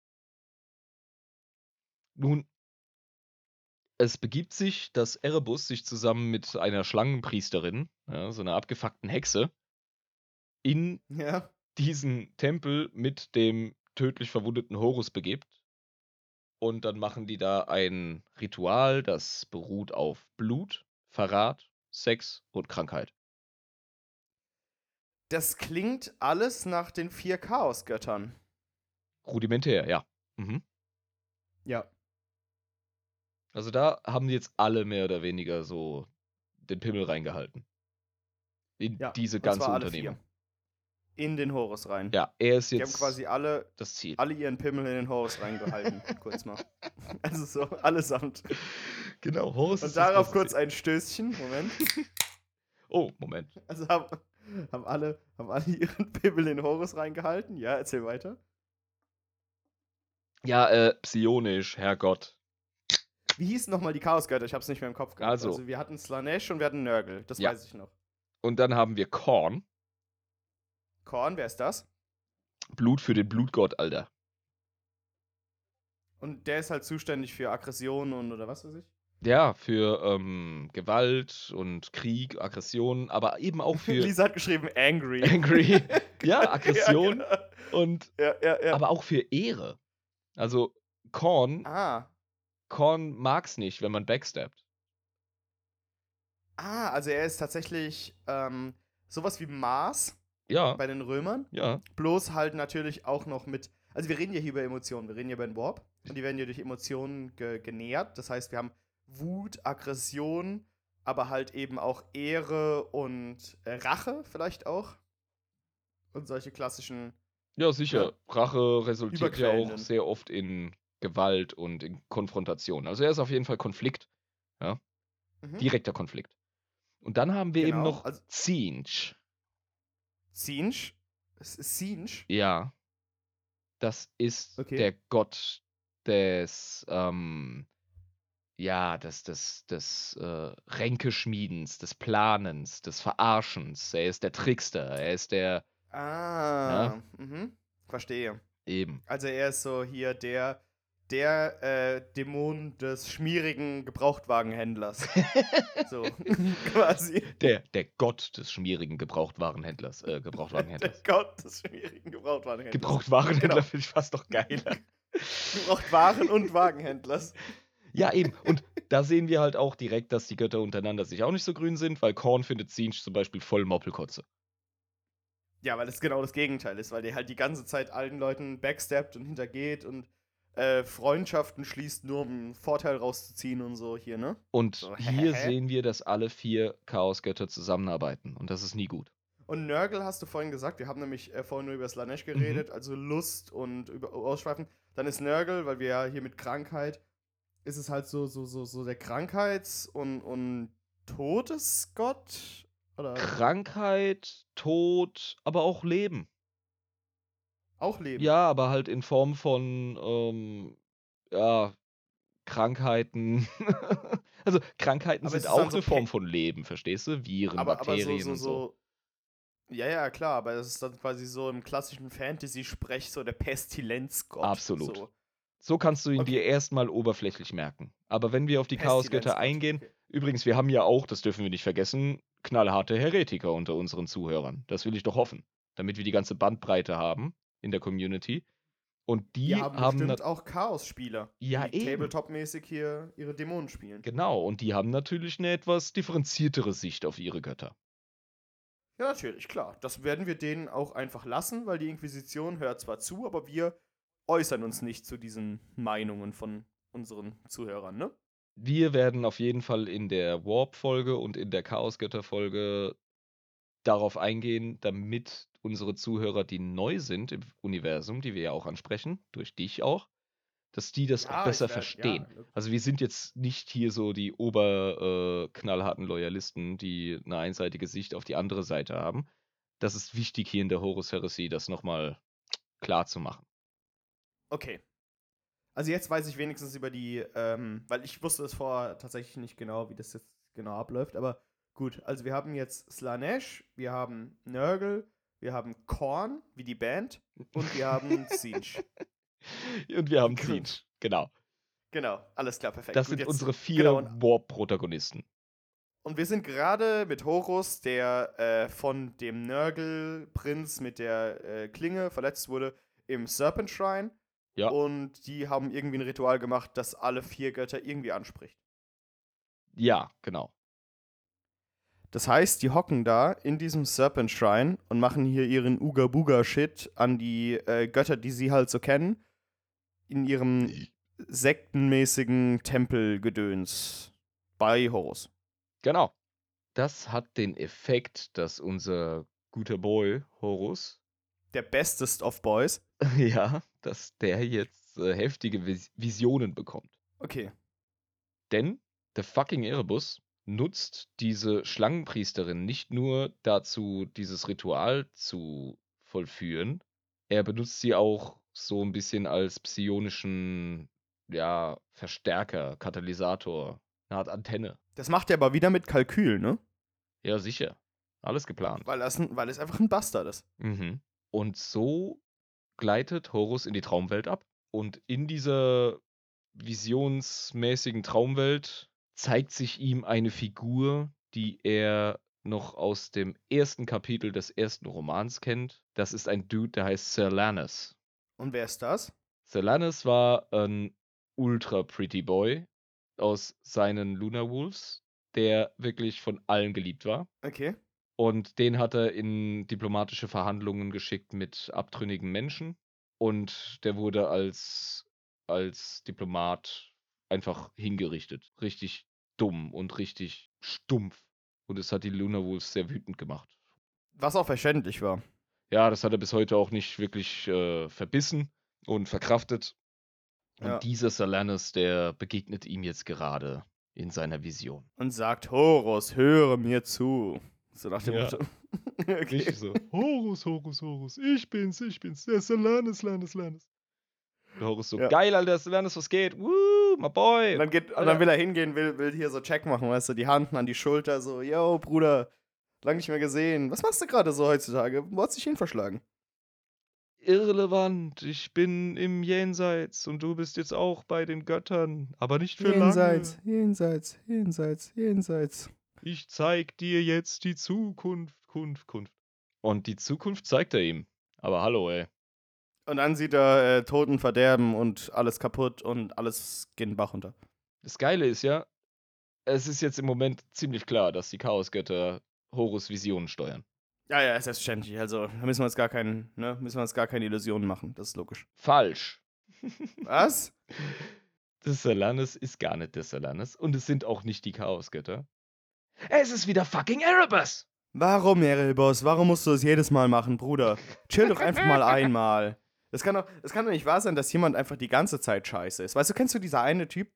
Nun, es begibt sich, dass Erebus sich zusammen mit einer Schlangenpriesterin, ja, so einer abgefuckten Hexe, in Ja. diesen Tempel mit dem tödlich verwundeten Horus begibt. Und dann machen die da ein Ritual, das beruht auf Blut, Verrat, Sex und Krankheit. Das klingt alles nach den 4 Chaosgöttern. Rudimentär, ja. Mhm. Ja. Also da haben jetzt alle mehr oder weniger so den Pimmel reingehalten. In Ja, diese und ganze zwar alle Unternehmung. 4. In den Horus rein. Ja, er ist Die haben jetzt quasi alle das Ziel. ihren Pimmel in den Horus reingehalten. Kurz mal. Also so, allesamt. Genau, Horus Und ist das darauf beste kurz Ziel. ein Stößchen. Moment. Oh, Moment. Also haben alle ihren Pimmel in den Horus reingehalten. Ja, erzähl weiter. Ja, psionisch, Herrgott. Wie hießen nochmal die Chaosgötter? Ich hab's nicht mehr im Kopf gehabt. Also. Also wir hatten Slanesh und wir hatten Nurgle. Das Ja. weiß ich noch. Und dann haben wir Korn. Korn, wer ist das? Blut für den Blutgott, Alter. Und der ist halt zuständig für Aggression und oder was weiß ich? Ja, für Gewalt und Krieg, Aggression, aber eben auch für Lisa hat geschrieben Angry. Angry. Ja, Aggression Ja, genau. und Ja. aber auch für Ehre. Also Korn mag's nicht, wenn man backstabbt. Also er ist tatsächlich sowas wie Mars Ja, bei den Römern. ja. Bloß halt natürlich auch noch mit. Also wir reden ja hier über Emotionen, wir reden hier über den Warp. Und die werden ja durch Emotionen genährt. Das heißt, wir haben Wut, Aggression, aber halt eben auch Ehre und Rache vielleicht auch. Und solche klassischen. Ja, sicher. Ja. Rache resultiert ja auch Überquellenden. sehr oft in Gewalt und in Konfrontation. Also er ist auf jeden Fall Konflikt. Ja, Mhm. direkter Konflikt. Und dann haben wir eben Genau, noch also- Tzeentch. Tzeentch? Tzeentch? Ja. Das ist Okay. der Gott des, des Ränkeschmiedens, des Planens, des Verarschens. Er ist der Trickster, er ist der Verstehe. eben. Also er ist so hier der Dämon des schmierigen Gebrauchtwagenhändlers. So, quasi. Der Gott des schmierigen Gebrauchtwarenhändlers. Der Gebrauchtwagenhändlers. Gott des schmierigen Gebrauchtwagenhändlers. Gebrauchtwarenhändler Genau. finde ich fast noch geiler. Gebrauchtwaren- und Wagenhändlers. Ja, eben. Und da sehen wir halt auch direkt, dass die Götter untereinander sich auch nicht so grün sind, weil Korn findet Tzeentch zum Beispiel voll Moppelkotze. Ja, weil es genau das Gegenteil ist, weil der halt die ganze Zeit allen Leuten backstabbt und hintergeht und Freundschaften schließt, nur um einen Vorteil rauszuziehen und so hier, ne? Und So, hier hä? sehen wir, dass alle 4 Chaosgötter zusammenarbeiten. Und das ist nie gut. Und Nurgle hast du vorhin gesagt, wir haben nämlich vorhin nur über Slanesh geredet, also Lust und über Ausschweifen. Dann ist Nurgle, weil wir ja hier mit Krankheit, ist es halt so der Krankheits- und Todesgott? Oder Krankheit, Tod, aber auch Leben. auch Leben? Ja, aber halt in Form von, Krankheiten. Also Krankheiten Aber es sind ist dann auch so eine Form von Leben, verstehst du? Viren, aber Bakterien und so. Ja, klar, aber das ist dann quasi so im klassischen Fantasy-Sprech so der Pestilenzgott. Absolut. So. So kannst du ihn Okay. dir erstmal oberflächlich merken. Aber wenn wir auf die Chaosgötter Pestilenzgott, eingehen, okay. übrigens, wir haben ja auch, das dürfen wir nicht vergessen, knallharte Heretiker unter unseren Zuhörern. Das will ich doch hoffen, damit wir die ganze Bandbreite haben in der Community. Und die Wir haben bestimmt auch Chaos-Spieler, Ja, die eben. Tabletop-mäßig hier ihre Dämonen spielen. Genau, und die haben natürlich eine etwas differenziertere Sicht auf ihre Götter. Ja, natürlich, klar. Das werden wir denen auch einfach lassen, weil die Inquisition hört zwar zu, aber wir äußern uns nicht zu diesen Meinungen von unseren Zuhörern, ne? Wir werden auf jeden Fall in der Warp-Folge und in der Chaosgötter-Folge darauf eingehen, damit unsere Zuhörer, die neu sind im Universum, die wir ja auch ansprechen, durch dich auch, dass die das auch Ja, besser ja, verstehen. Also wir sind jetzt nicht hier so die oberknallharten Loyalisten, die eine einseitige Sicht auf die andere Seite haben. Das ist wichtig hier in der Horus-Heresie, das nochmal klar zu machen. Okay. Also jetzt weiß ich wenigstens über die, weil ich wusste es vorher tatsächlich nicht genau, wie das jetzt genau abläuft, aber gut, also wir haben jetzt Slanesh, wir haben Nurgle, wir haben Korn, wie die Band, und wir haben Tzeentch. Und wir haben Gut. Tzeentch, genau. Genau, alles klar, perfekt. Das Gut, sind jetzt, unsere 4 genau, Warp-Protagonisten. und wir sind gerade mit Horus, der von dem Nurgle-Prinz mit der Klinge verletzt wurde, im Serpent Shrine. Ja. Und die haben irgendwie ein Ritual gemacht, das alle 4 Götter irgendwie anspricht. Ja, genau. Das heißt, die hocken da in diesem Serpent Shrine und machen hier ihren Uga-Buga-Shit an die Götter, die sie halt so kennen, in ihrem sektenmäßigen Tempelgedöns bei Horus. Genau. Das hat den Effekt, dass unser guter Boy Horus, Der bestest of Boys. ja, dass der jetzt heftige Visionen bekommt. Okay. Denn der fucking Erebus nutzt diese Schlangenpriesterin nicht nur dazu, dieses Ritual zu vollführen, er benutzt sie auch so ein bisschen als psionischen, ja, Verstärker, Katalysator, eine Art Antenne. Das macht er aber wieder mit Kalkül, ne? Ja, sicher. Alles geplant. Weil es einfach ein Bastard ist. Mhm. Und so gleitet Horus in die Traumwelt ab. Und in dieser visionsmäßigen Traumwelt zeigt sich ihm eine Figur, die er noch aus dem ersten Kapitel des ersten Romans kennt. Das ist ein Dude, der heißt Sir Lannis. Und wer ist das? Sir Lannis war ein ultra pretty boy aus seinen Lunar Wolves, der wirklich von allen geliebt war. Okay. Und den hat er in diplomatische Verhandlungen geschickt mit abtrünnigen Menschen. Und der wurde als Diplomat einfach hingerichtet. Richtig dumm und richtig stumpf. Und es hat die Lunar Wolves sehr wütend gemacht. Was auch verständlich war. Ja, das hat er bis heute auch nicht wirklich verbissen und verkraftet. Und Ja. dieser Salanis, der begegnet ihm jetzt gerade in seiner Vision. Und sagt, Horus, höre mir zu. So nach dem Ja. Motto. Okay. Richtig so. Horus, Horus, Horus. Ich bin's. Der Salanis. Und Horus so, Ja. geil, Alter, Salanis, was geht? Woo, my boy. Und dann will er hingehen, will hier so Check machen, weißt du, die Hand an die Schulter, so, yo, Bruder, lang nicht mehr gesehen. Was machst du gerade so heutzutage? Wo hast du dich hin verschlagen? Irrelevant, ich bin im Jenseits und du bist jetzt auch bei den Göttern, aber nicht für Jenseits, lange. jenseits. Ich zeig dir jetzt die Zukunft. Und die Zukunft zeigt er ihm. Aber hallo, ey. Und dann sieht er Toten verderben und alles kaputt und alles geht den Bach runter. Das Geile ist ja, es ist jetzt im Moment ziemlich klar, dass die Chaosgötter Horus Visionen steuern. Ja, selbstverständlich. Also, da müssen wir uns gar keine Illusionen machen. Das ist logisch. Falsch. Was? Der Salanis ist gar nicht der Salanis und es sind auch nicht die Chaosgötter. Es ist wieder fucking Erebus! Warum, Erebus? Warum musst du das jedes Mal machen, Bruder? Chill doch einfach mal einmal. Das kann doch nicht wahr sein, dass jemand einfach die ganze Zeit scheiße ist. Weißt du, kennst du diesen einen Typ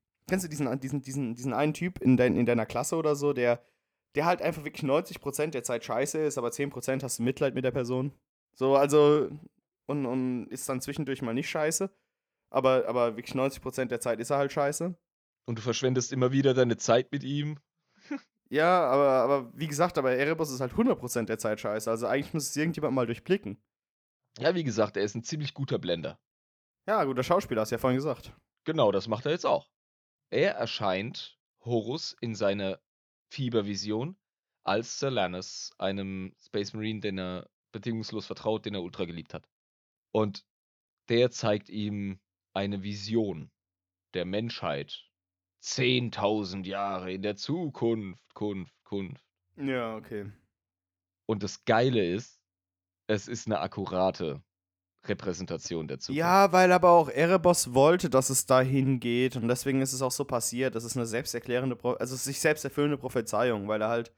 in deiner Klasse oder so, der halt einfach wirklich 90% der Zeit scheiße ist, aber 10% hast du Mitleid mit der Person? So, also, und ist dann zwischendurch mal nicht scheiße, aber wirklich 90% der Zeit ist er halt scheiße. Und du verschwendest immer wieder deine Zeit mit ihm. Ja, aber wie gesagt, Erebus ist halt 100% der Zeit scheiße, also eigentlich muss es irgendjemand mal durchblicken. Ja, wie gesagt, er ist ein ziemlich guter Blender. Ja, guter Schauspieler, hast du ja vorhin gesagt. Genau, das macht er jetzt auch. Er erscheint Horus in seiner Fiebervision als Salanis, einem Space Marine, den er bedingungslos vertraut, den er ultra geliebt hat. Und der zeigt ihm eine Vision der Menschheit. 10.000 Jahre in der Zukunft. Ja, okay. Und das Geile ist, es ist eine akkurate Repräsentation der Zukunft. Ja, weil aber auch Erebos wollte, dass es dahin geht und deswegen ist es auch so passiert. Das ist eine sich selbst erfüllende Prophezeiung, weil er halt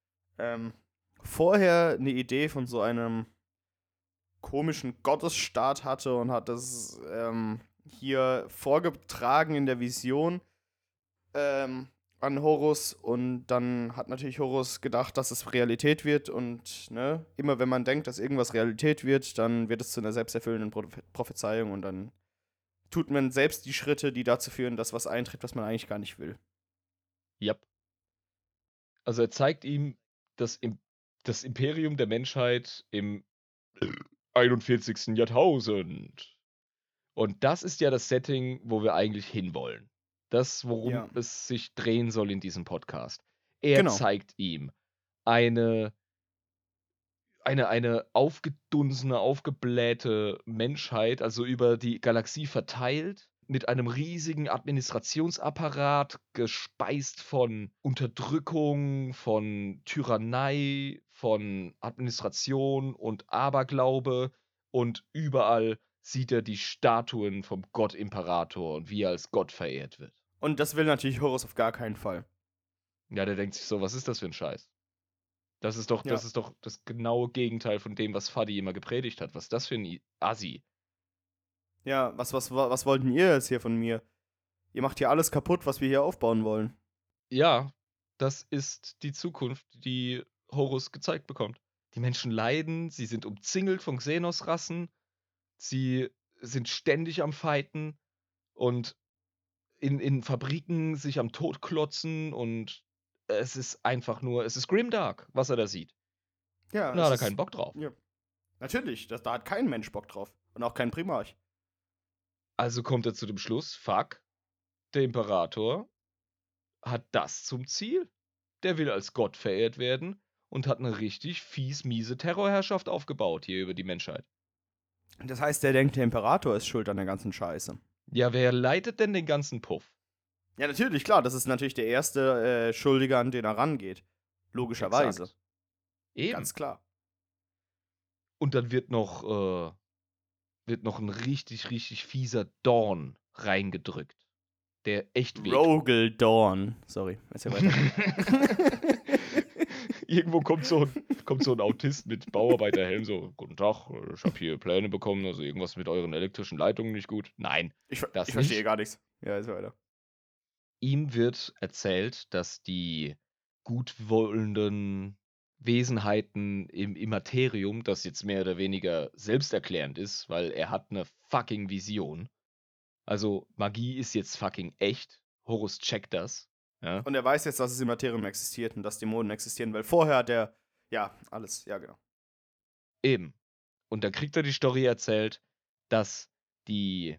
vorher eine Idee von so einem komischen Gottesstaat hatte und hat das hier vorgetragen in der Vision an Horus, und dann hat natürlich Horus gedacht, dass es Realität wird, und ne, immer wenn man denkt, dass irgendwas Realität wird, dann wird es zu einer selbsterfüllenden Prophezeiung, und dann tut man selbst die Schritte, die dazu führen, dass was eintritt, was man eigentlich gar nicht will. Yep. Also er zeigt ihm das Imperium der Menschheit im 41. Jahrtausend. Und das ist ja das Setting, wo wir eigentlich hinwollen. Das, worum Ja, es sich drehen soll in diesem Podcast. Er genau. zeigt ihm eine aufgedunsene, aufgeblähte Menschheit, also über die Galaxie verteilt, mit einem riesigen Administrationsapparat, gespeist von Unterdrückung, von Tyrannei, von Administration und Aberglaube, und überall sieht er die Statuen vom Gott Imperator und wie er als Gott verehrt wird. Und das will natürlich Horus auf gar keinen Fall. Ja, der denkt sich so, was ist das für ein Scheiß? Das ist Ja. doch das genaue Gegenteil von dem, was Fadi immer gepredigt hat. Was ist das für ein Assi? Ja, was wollten ihr jetzt hier von mir? Ihr macht hier alles kaputt, was wir hier aufbauen wollen. Ja, das ist die Zukunft, die Horus gezeigt bekommt. Die Menschen leiden, sie sind umzingelt von Xenos-Rassen, sie sind ständig am Fighten und in Fabriken sich am Totklotzen, und es ist grimdark, was er da sieht. Ja, Und da hat er keinen Bock drauf. Ja. Natürlich, da hat kein Mensch Bock drauf. Und auch kein Primarch. Also kommt er zu dem Schluss, fuck, der Imperator hat das zum Ziel. Der will als Gott verehrt werden und hat eine richtig miese Terrorherrschaft aufgebaut hier über die Menschheit. Das heißt, der denkt, der Imperator ist schuld an der ganzen Scheiße. Ja, wer leitet denn den ganzen Puff? Ja, natürlich, klar, das ist natürlich der erste Schuldige, an den er rangeht. Logischerweise. Exakt. Eben. Ganz klar. Und dann wird noch ein richtig, richtig fieser Dorn reingedrückt. Der echt weht. Rogel Dawn. Sorry, erzähl weiter. Irgendwo kommt so ein Autist mit Bauarbeiterhelm, so, guten Tag, ich habe hier Pläne bekommen, also irgendwas mit euren elektrischen Leitungen nicht gut. Nein, Ich das verstehe nicht. gar nichts. Ja, erzähl weiter. Ihm wird erzählt, dass die gutwollenden Wesenheiten im Immaterium, das jetzt mehr oder weniger selbsterklärend ist, weil er hat eine fucking Vision. Also Magie ist jetzt fucking echt. Horus checkt das. Ja? Und er weiß jetzt, dass es im Materium existiert und dass Dämonen existieren, weil vorher hat er, ja, alles, ja, genau. Eben. Und dann kriegt er die Story erzählt, dass die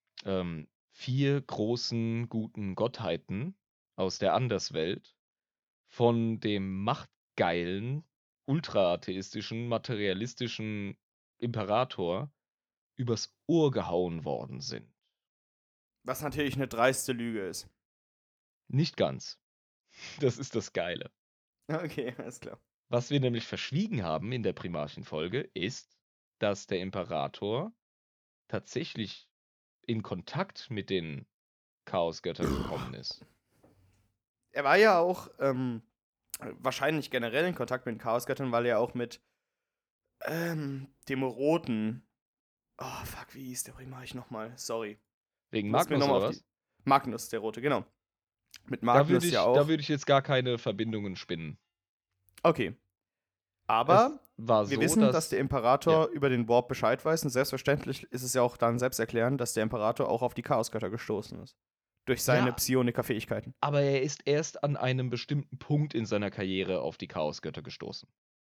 4 großen guten Gottheiten aus der Anderswelt von dem machtgeilen, ultra-atheistischen, materialistischen Imperator übers Ohr gehauen worden sind. Was natürlich eine dreiste Lüge ist. Nicht ganz. Das ist das Geile. Okay, alles klar. Was wir nämlich verschwiegen haben in der Primarchenfolge ist, dass der Imperator tatsächlich in Kontakt mit den Chaosgöttern gekommen ist. Er war ja auch wahrscheinlich generell in Kontakt mit den Chaosgöttern, weil er auch mit dem Roten. Oh, fuck, wie hieß der Primarch nochmal? Sorry. Wegen Lass mir Magnus noch mal oder auf was? Magnus, der Rote, genau. Mit Da Magnus würde ja auch. da würd ich jetzt gar keine Verbindungen spinnen. Okay. Aber Es war wir so, wissen, dass der Imperator ja. über den Warp Bescheid weiß, und selbstverständlich ist es ja auch dann selbsterklärend, dass der Imperator auch auf die Chaosgötter gestoßen ist. Durch seine Ja. Psioniker-Fähigkeiten. Aber er ist erst an einem bestimmten Punkt in seiner Karriere auf die Chaosgötter gestoßen.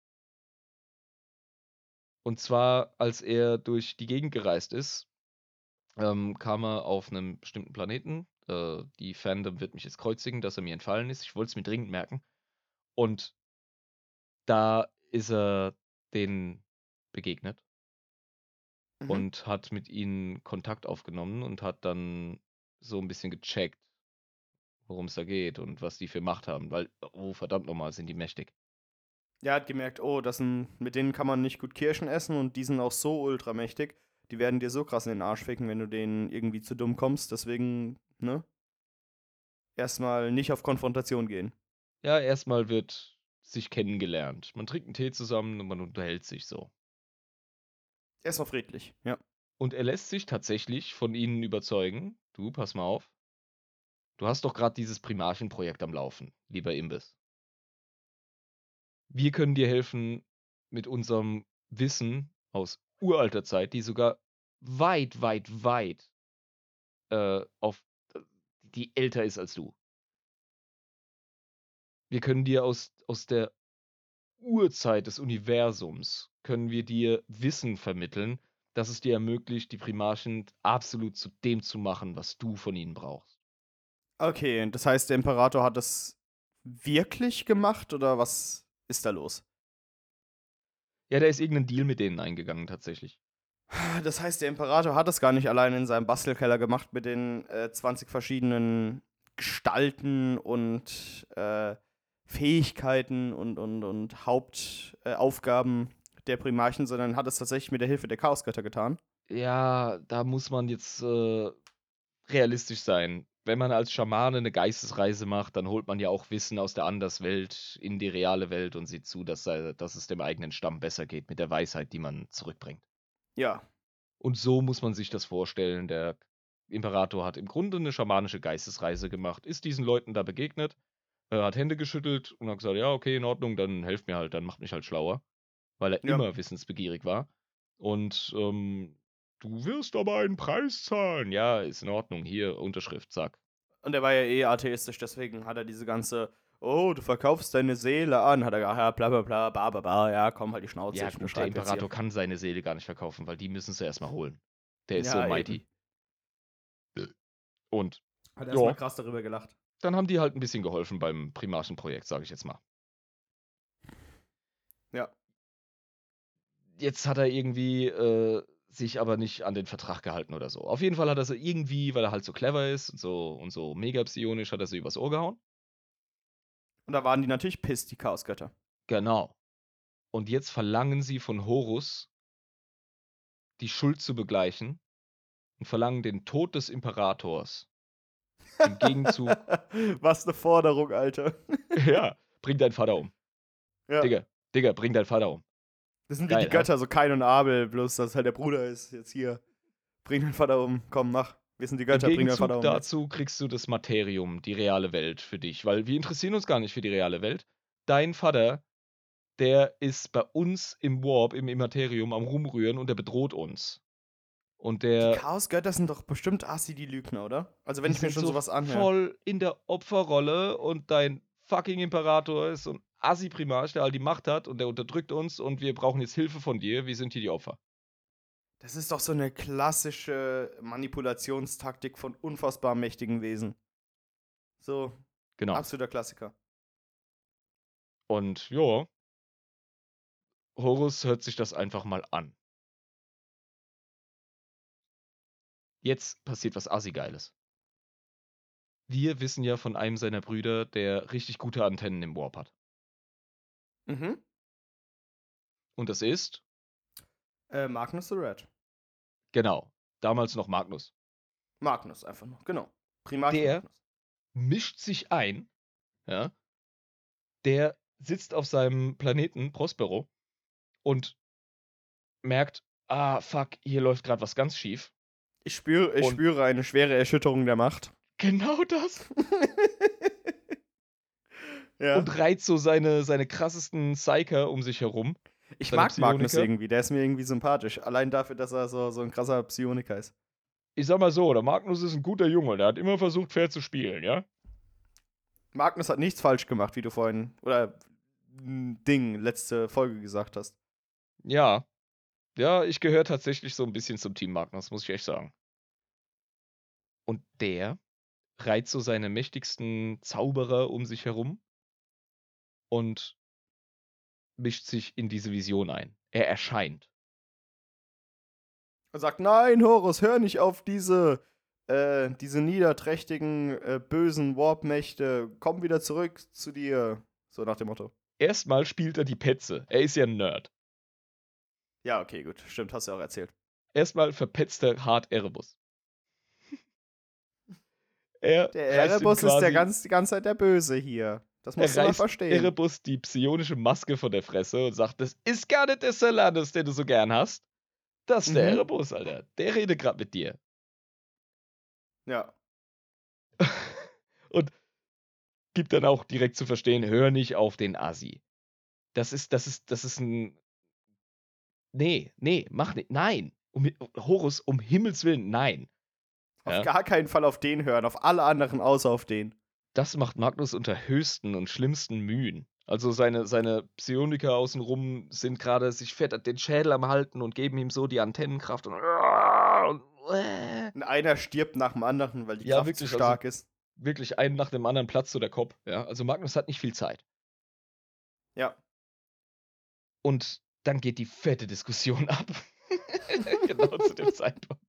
Und zwar, als er durch die Gegend gereist ist, kam er auf einem bestimmten Planeten. Die Fandom wird mich jetzt kreuzigen, dass er mir entfallen ist. Ich wollte es mir dringend merken. Und da ist er denen begegnet und hat mit ihnen Kontakt aufgenommen und hat dann so ein bisschen gecheckt, worum es da geht und was die für Macht haben. Weil, oh verdammt nochmal, sind die mächtig. Er hat gemerkt, oh, mit denen kann man nicht gut Kirschen essen, und die sind auch so ultramächtig. Die werden dir so krass in den Arsch ficken, wenn du denen irgendwie zu dumm kommst. Deswegen, ne? Erstmal nicht auf Konfrontation gehen. Ja, erstmal wird sich kennengelernt. Man trinkt einen Tee zusammen und man unterhält sich so. Erstmal friedlich, ja. Und er lässt sich tatsächlich von ihnen überzeugen. Du, pass mal auf. Du hast doch gerade dieses Primarchenprojekt am Laufen, lieber Imbiss. Wir können dir helfen mit unserem Wissen aus uralter Zeit, die sogar weit, weit, weit die älter ist als du. Wir können dir aus der Urzeit des Universums, können wir dir Wissen vermitteln, das es dir ermöglicht, die Primarchen absolut zu dem zu machen, was du von ihnen brauchst. Okay, das heißt, der Imperator hat das wirklich gemacht oder was ist da los? Ja, da ist irgendein Deal mit denen eingegangen, tatsächlich. Das heißt, der Imperator hat das gar nicht allein in seinem Bastelkeller gemacht mit den 20 verschiedenen Gestalten und Fähigkeiten und Hauptaufgaben der Primarchen, sondern hat es tatsächlich mit der Hilfe der Chaosgötter getan. Ja, da muss man jetzt realistisch sein. Wenn man als Schamane eine Geistesreise macht, dann holt man ja auch Wissen aus der Anderswelt in die reale Welt und sieht zu, dass es dem eigenen Stamm besser geht mit der Weisheit, die man zurückbringt. Ja. Und so muss man sich das vorstellen. Der Imperator hat im Grunde eine schamanische Geistesreise gemacht, ist diesen Leuten da begegnet, hat Hände geschüttelt und hat gesagt, ja, okay, in Ordnung, dann helft mir halt, dann macht mich halt schlauer, weil er Ja. immer wissensbegierig war. Und du wirst aber einen Preis zahlen. Ja, ist in Ordnung. Hier, Unterschrift, zack. Und er war ja eh atheistisch, deswegen hat er diese ganze, oh, du verkaufst deine Seele an, hat er gesagt, ja, bla bla bla, ba, ba, ba, ja, komm, halt die Schnauze. Ja, ich gut, der unterschreibe jetzt Imperator hier. kann seine Seele gar nicht verkaufen, weil die müssen sie erstmal holen. Der ist Ja, so mighty. Und Hat Ja. erstmal krass darüber gelacht. dann haben die halt ein bisschen geholfen beim Primarchenprojekt, sage ich jetzt mal. Ja. Jetzt hat er irgendwie sich aber nicht an den Vertrag gehalten oder so. Auf jeden Fall hat er sie irgendwie, weil er halt so clever ist und so mega psionisch, hat er sie übers Ohr gehauen. Und da waren die natürlich pisst, die Chaosgötter. Genau. Und jetzt verlangen sie von Horus, die Schuld zu begleichen und verlangen den Tod des Imperators. Im Gegenzug, Was eine Forderung, Alter. ja, bring deinen Vater um. Ja. Digga, bring deinen Vater um. Das sind wie Geil, die Götter, so Kain und Abel, bloß dass halt der Bruder ist. Jetzt hier. Bring deinen Vater um. Komm, mach. Wir sind die Im Götter, bring deinen Gegenzug Vater um. Jetzt. dazu kriegst du das Materium, die reale Welt für dich, weil wir interessieren uns gar nicht für die reale Welt. Dein Vater, der ist bei uns im Warp, im Immaterium am Rumrühren und der bedroht uns. Und Die der Chaosgötter sind doch bestimmt assi, die Lügner, oder? Also wenn die ich mir sind schon so sowas anhöre. voll in der Opferrolle und dein fucking Imperator ist so ein Assi-Primarch, der all die Macht hat und der unterdrückt uns und wir brauchen jetzt Hilfe von dir. Wir sind hier die Opfer. Das ist doch so eine klassische Manipulationstaktik von unfassbar mächtigen Wesen. So, Genau. absoluter Klassiker. Und ja, Horus hört sich das einfach mal an. Jetzt passiert was Assi-Geiles. Wir wissen ja von einem seiner Brüder, der richtig gute Antennen im Warp hat. Mhm. Und das ist, Magnus the Red. genau, damals noch Magnus. Magnus einfach noch, genau. Primarch Der Magnus. mischt sich ein, ja. Der sitzt auf seinem Planeten Prospero und merkt, fuck, hier läuft gerade was ganz schief. Ich spüre eine schwere Erschütterung der Macht. Genau das. Ja. Und reizt so seine krassesten Psyker um sich herum. Ich seine mag Magnus Psioniker. irgendwie, der ist mir irgendwie sympathisch. Allein dafür, dass er so ein krasser Psioniker ist. Ich sag mal so, der Magnus ist ein guter Junge, der hat immer versucht, fair zu spielen, ja? Magnus hat nichts falsch gemacht, wie du vorhin, oder letzte Folge gesagt hast. Ja. Ja, ich gehöre tatsächlich so ein bisschen zum Team Magnus, muss ich echt sagen. Und der reizt so seine mächtigsten Zauberer um sich herum und mischt sich in diese Vision ein. Er erscheint. Er sagt, nein, Horus, hör nicht auf diese niederträchtigen, bösen Warp-Mächte. Komm wieder zurück zu dir. So nach dem Motto. Erstmal spielt er die Petze. Er ist ja ein Nerd. Ja, okay, gut. Stimmt, hast du ja auch erzählt. Erstmal verpetzt er hart Erebus. Der Erebus ist die ganze Zeit der Böse hier. Das musst du mal verstehen. Erebus die psionische Maske von der Fresse und sagt, das ist gar nicht der Solanus, den du so gern hast. Das ist der Mhm. Erebus, Alter. Der redet gerade mit dir. Ja. Und gibt dann auch direkt zu verstehen, hör nicht auf den Assi. Das ist ein. Nee, mach nicht. Nein. Horus, um Himmels Willen, nein. Auf Ja? gar keinen Fall auf den hören, auf alle anderen außer auf den. Das macht Magnus unter höchsten und schlimmsten Mühen. Also seine Psioniker außenrum sind gerade sich fett den Schädel am Halten und geben ihm so die Antennenkraft und Und einer stirbt nach dem anderen, weil die ja, Kraft zu wirklich, also stark ist. wirklich einen nach dem anderen platzt so der Kopf. Ja? Also Magnus hat nicht viel Zeit. Ja. Und dann geht die fette Diskussion ab. Genau zu dem Zeitpunkt.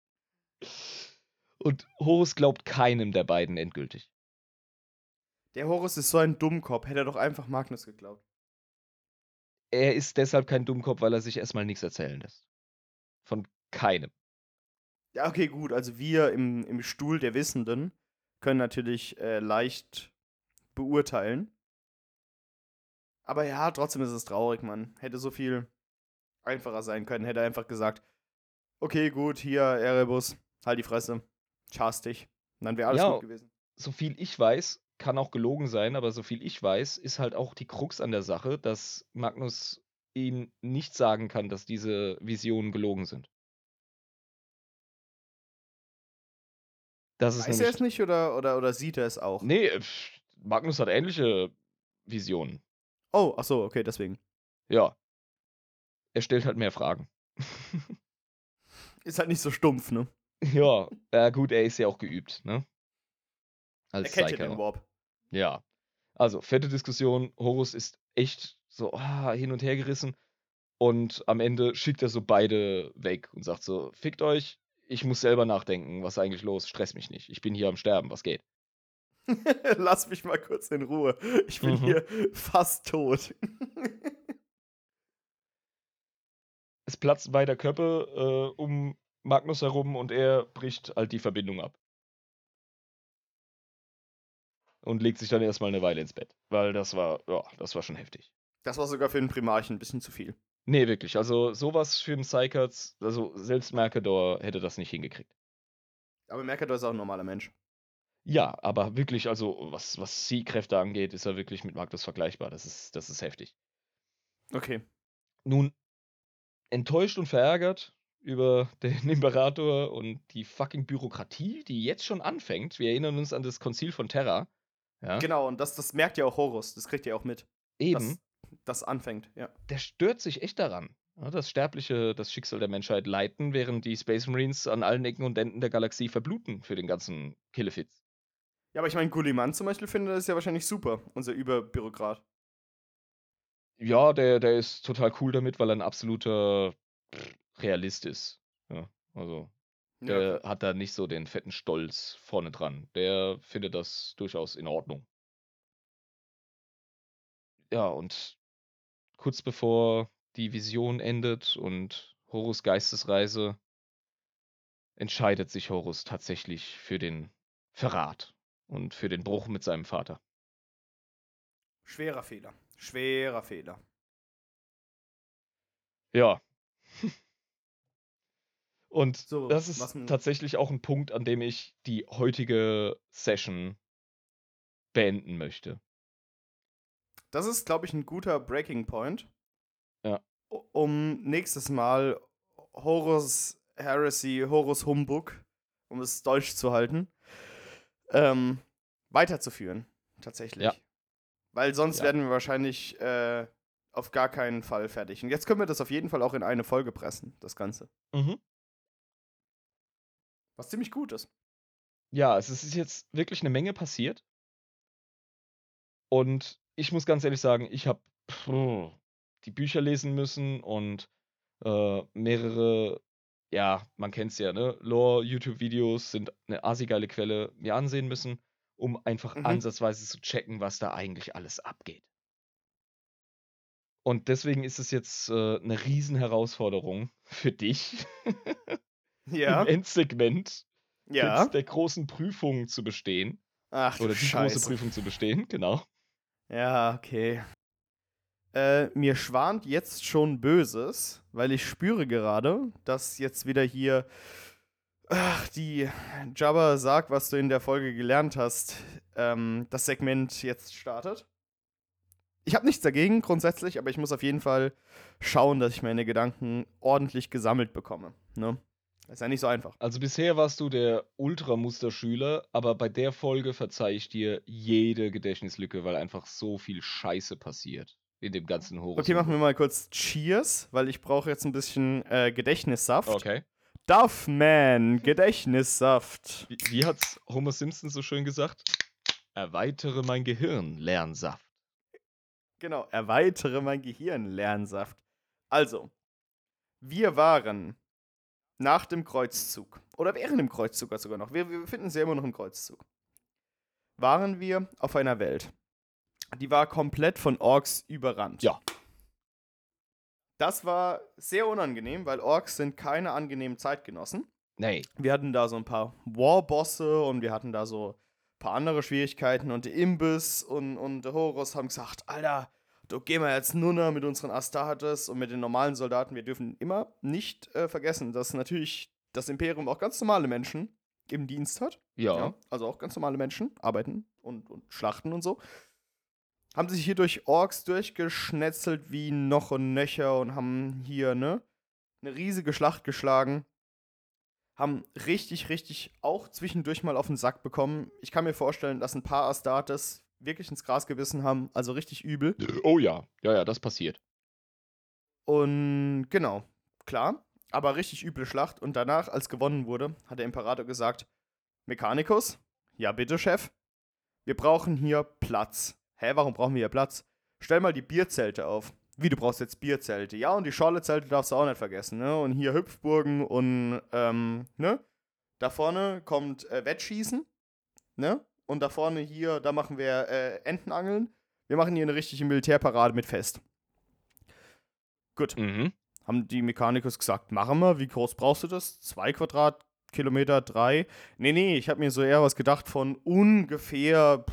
Und Horus glaubt keinem der beiden endgültig. Der Horus ist so ein Dummkopf, hätte er doch einfach Magnus geglaubt. Er ist deshalb kein Dummkopf, weil er sich erstmal nichts erzählen lässt. Von keinem. Ja, okay, gut. Also wir im Stuhl der Wissenden können natürlich leicht beurteilen. Aber ja, trotzdem ist es traurig, Mann. Hätte so viel einfacher sein können. Hätte er einfach gesagt, okay, gut, hier, Erebus, halt die Fresse. Schaß dich. Und dann wäre alles Ja, gut gewesen. so viel ich weiß, kann auch gelogen sein, aber so viel ich weiß, ist halt auch die Krux an der Sache, dass Magnus ihm nicht sagen kann, dass diese Visionen gelogen sind. Das ist Weiß er es nämlich. nicht oder sieht er es auch? Nee, Magnus hat ähnliche Visionen. Oh, ach so, okay, deswegen. Ja. Er stellt halt mehr Fragen. Ist halt nicht so stumpf, ne? Ja, gut, er ist ja auch geübt, ne? Er Als kennt ja den Psyker. Warp. Ja. Also, fette Diskussion. Horus ist echt so hin und her gerissen. Und am Ende schickt er so beide weg und sagt so: Fickt euch, ich muss selber nachdenken, was ist eigentlich los? Stress mich nicht. Ich bin hier am Sterben, was geht? Lass mich mal kurz in Ruhe. Ich bin Mhm. hier fast tot. Es platzen beide Köpfe um Magnus herum und er bricht halt die Verbindung ab. Und legt sich dann erstmal eine Weile ins Bett. Weil das war schon heftig. Das war sogar für einen Primarchen ein bisschen zu viel. Nee, wirklich. Also sowas für einen Psykerz, also selbst Mercador hätte das nicht hingekriegt. Aber Mercador ist auch ein normaler Mensch. Ja, aber wirklich, also was Sea-Kräfte angeht, ist er wirklich mit Magnus vergleichbar. Das ist heftig. Okay. Nun, enttäuscht und verärgert über den Imperator und die fucking Bürokratie, die jetzt schon anfängt. Wir erinnern uns an das Konzil von Terra. Ja, Genau, und das merkt ja auch Horus. Das kriegt ihr auch mit. eben. Das anfängt, ja. Der stört sich echt daran, ja, dass Sterbliche das Schicksal der Menschheit leiten, während die Space Marines an allen Ecken und Enden der Galaxie verbluten für den ganzen Killefitz. Ja, aber ich meine, Gulliman zum Beispiel findet das ja wahrscheinlich super, unser Überbürokrat. Ja, der ist total cool damit, weil er ein absoluter Realist ist. Ja, also Ja, der okay. hat da nicht so den fetten Stolz vorne dran. Der findet das durchaus in Ordnung. Ja, und kurz bevor die Vision endet und Horus Geistesreise, entscheidet sich Horus tatsächlich für den Verrat und für den Bruch mit seinem Vater. Schwerer Fehler. Schwerer Fehler. Ja. Und So, das was ist denn? tatsächlich auch ein Punkt, an dem ich die heutige Session beenden möchte. Das ist, glaube ich, ein guter Breaking Point. Ja. Um nächstes Mal Horus Heresy, Horus Humbug, um es deutsch zu halten, weiterzuführen. Tatsächlich. Ja. Weil sonst Ja. werden wir wahrscheinlich auf gar keinen Fall fertig. Und jetzt können wir das auf jeden Fall auch in eine Folge pressen, das Ganze. Mhm. Was ziemlich gut ist. Ja, es ist jetzt wirklich eine Menge passiert. Und ich muss ganz ehrlich sagen, ich habe die Bücher lesen müssen und mehrere, ja, man kennt's ja, ne? Lore-YouTube-Videos sind eine assi-geile Quelle, mir ansehen müssen, um einfach Mhm. ansatzweise zu checken, was da eigentlich alles abgeht. Und deswegen ist es jetzt eine Riesenherausforderung für dich, im Ja. Endsegment Ja. mit der großen Prüfung zu bestehen. Ach du Oder die große Scheiße. Prüfung zu bestehen, genau. Ja, okay. Mir schwant jetzt schon Böses, weil ich spüre gerade, dass jetzt wieder hier die Jabba sagt, was du in der Folge gelernt hast, das Segment jetzt startet. Ich habe nichts dagegen grundsätzlich, aber ich muss auf jeden Fall schauen, dass ich meine Gedanken ordentlich gesammelt bekomme. Ne? Das ist ja nicht so einfach. Also bisher warst du der Ultramusterschüler, aber bei der Folge verzeihe ich dir jede Gedächtnislücke, weil einfach so viel Scheiße passiert in dem ganzen Horus. Okay, machen wir mal kurz Cheers, weil ich brauche jetzt ein bisschen Gedächtnissaft. Okay. Duffman, Gedächtnissaft. Wie hat's Homer Simpson so schön gesagt? Erweitere mein Gehirn, Lernsaft. Genau, erweitere mein Gehirn, Lernsaft. Also, wir waren nach dem Kreuzzug, oder während dem Kreuzzug sogar noch, wir befinden uns ja immer noch im Kreuzzug, waren wir auf einer Welt. Die war komplett von Orks überrannt. Ja. Das war sehr unangenehm, weil Orks sind keine angenehmen Zeitgenossen. Nee. Wir hatten da so ein paar Warbosse und wir hatten da so ein paar andere Schwierigkeiten und der Imbiss und der Horus haben gesagt, Alter, du gehen wir jetzt nur mit unseren Astartes und mit den normalen Soldaten. Wir dürfen immer nicht vergessen, dass natürlich das Imperium auch ganz normale Menschen im Dienst hat. Ja. Also auch ganz normale Menschen arbeiten und schlachten und so. Haben sich hier durch Orks durchgeschnetzelt wie noch und nöcher und haben hier, eine riesige Schlacht geschlagen. Haben richtig auch zwischendurch mal auf den Sack bekommen. Ich kann mir vorstellen, dass ein paar Astartes wirklich ins Gras gebissen haben, also richtig übel. Oh ja. Ja, das passiert. Und genau, klar, aber richtig üble Schlacht. Und danach, als gewonnen wurde, hat der Imperator gesagt, Mechanicus, ja bitte, Chef, wir brauchen hier Platz. Hä, warum brauchen wir hier Platz? Stell mal die Bierzelte auf. Wie, du brauchst jetzt Bierzelte? Ja, und die Schorlezelte darfst du auch nicht vergessen, ne? Und hier Hüpfburgen und, ne? Da vorne kommt Wettschießen, ne? Und da vorne hier, da machen wir Entenangeln. Wir machen hier eine richtige Militärparade mit Fest. Gut. Mhm. Haben die Mechanikus gesagt, machen wir, wie groß brauchst du das? 2 Quadratkilometer, 3? Nee, ich habe mir so eher was gedacht von ungefähr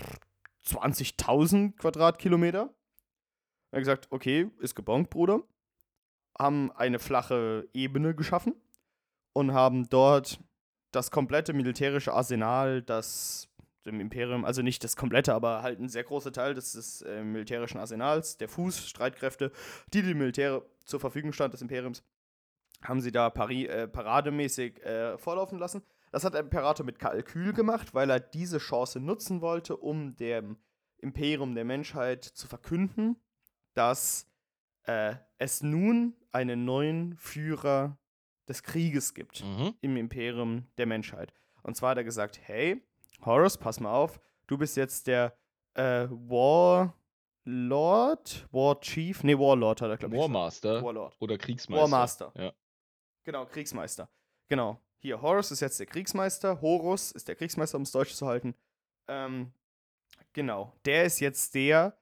20.000 Quadratkilometer. Er hat gesagt, okay, ist gebongt, Bruder. Haben eine flache Ebene geschaffen und haben dort das komplette militärische Arsenal, das dem Imperium, also nicht das komplette, aber halt ein sehr großer Teil des militärischen Arsenals, der Fußstreitkräfte, die dem Militär zur Verfügung stand, des Imperiums, haben sie da parademäßig vorlaufen lassen. Das hat der Imperator mit Kalkül gemacht, weil er diese Chance nutzen wollte, um dem Imperium der Menschheit zu verkünden, dass es nun einen neuen Führer des Krieges gibt im Imperium der Menschheit. Und zwar hat er gesagt, hey, Horus, pass mal auf, du bist jetzt der Warlord, War Chief, nee, Warlord hat er, glaube ich. Warmaster Warlord. oder Kriegsmeister. Warmaster. Ja. Genau, Kriegsmeister. Genau. Hier, Horus ist jetzt der Kriegsmeister, Horus ist der Kriegsmeister, um es deutsch zu halten. Genau, der ist jetzt der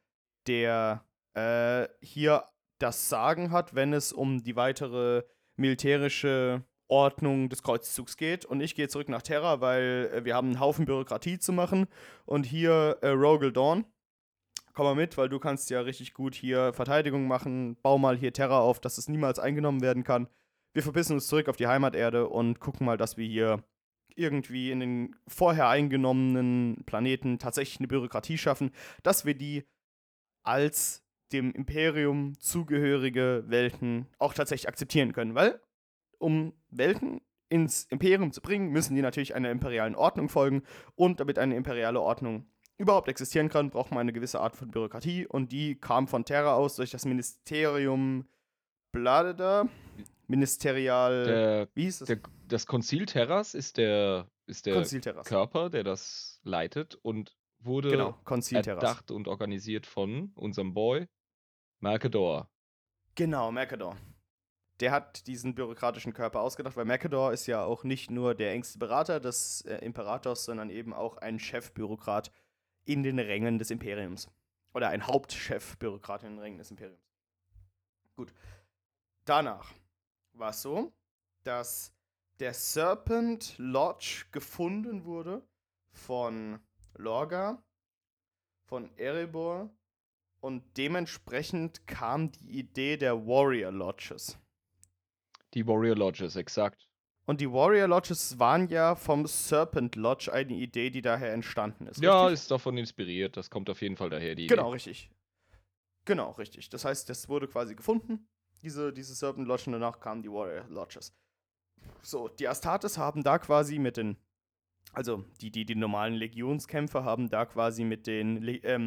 hier das Sagen hat, wenn es um die weitere militärische Ordnung des Kreuzzugs geht. Und ich gehe zurück nach Terra, weil wir haben einen Haufen Bürokratie zu machen. Und hier, Rogel Dawn, komm mal mit, weil du kannst ja richtig gut hier Verteidigung machen. Bau mal hier Terra auf, dass es niemals eingenommen werden kann. Wir verbissen uns zurück auf die Heimaterde und gucken mal, dass wir hier irgendwie in den vorher eingenommenen Planeten tatsächlich eine Bürokratie schaffen, dass wir die als dem Imperium zugehörige Welten auch tatsächlich akzeptieren können. Weil, um Welten ins Imperium zu bringen, müssen die natürlich einer imperialen Ordnung folgen. Und damit eine imperiale Ordnung überhaupt existieren kann, braucht man eine gewisse Art von Bürokratie. Und die kam von Terra aus durch das Ministerium Bladeda. Ministerial. Wie hieß das? Das Konzil Terras ist der Konzil Terras. Körper, der das leitet und wurde Genau, Konzil Terras. erdacht und organisiert von unserem Boy Mercador. Genau, Mercador. Der hat diesen bürokratischen Körper ausgedacht, weil Mercador ist ja auch nicht nur der engste Berater des Imperators, sondern eben auch ein Chefbürokrat in den Rängen des Imperiums. Oder ein Hauptchefbürokrat in den Rängen des Imperiums. Gut. Danach war es so, dass der Serpent Lodge gefunden wurde von Lorga, von Erebor Und dementsprechend kam die Idee der Warrior Lodges. Die Warrior Lodges, exakt. Und die Warrior Lodges waren ja vom Serpent Lodge eine Idee, die daher entstanden ist, Ja, richtig? ist davon inspiriert. Das kommt auf jeden Fall daher, die Genau, Idee. richtig. Genau, richtig. Das heißt, das wurde quasi gefunden, diese Serpent Lodge, und danach kamen die Warrior Lodges. So, die Astartes haben da quasi mit den, also die normalen Legionskämpfer haben da quasi mit den,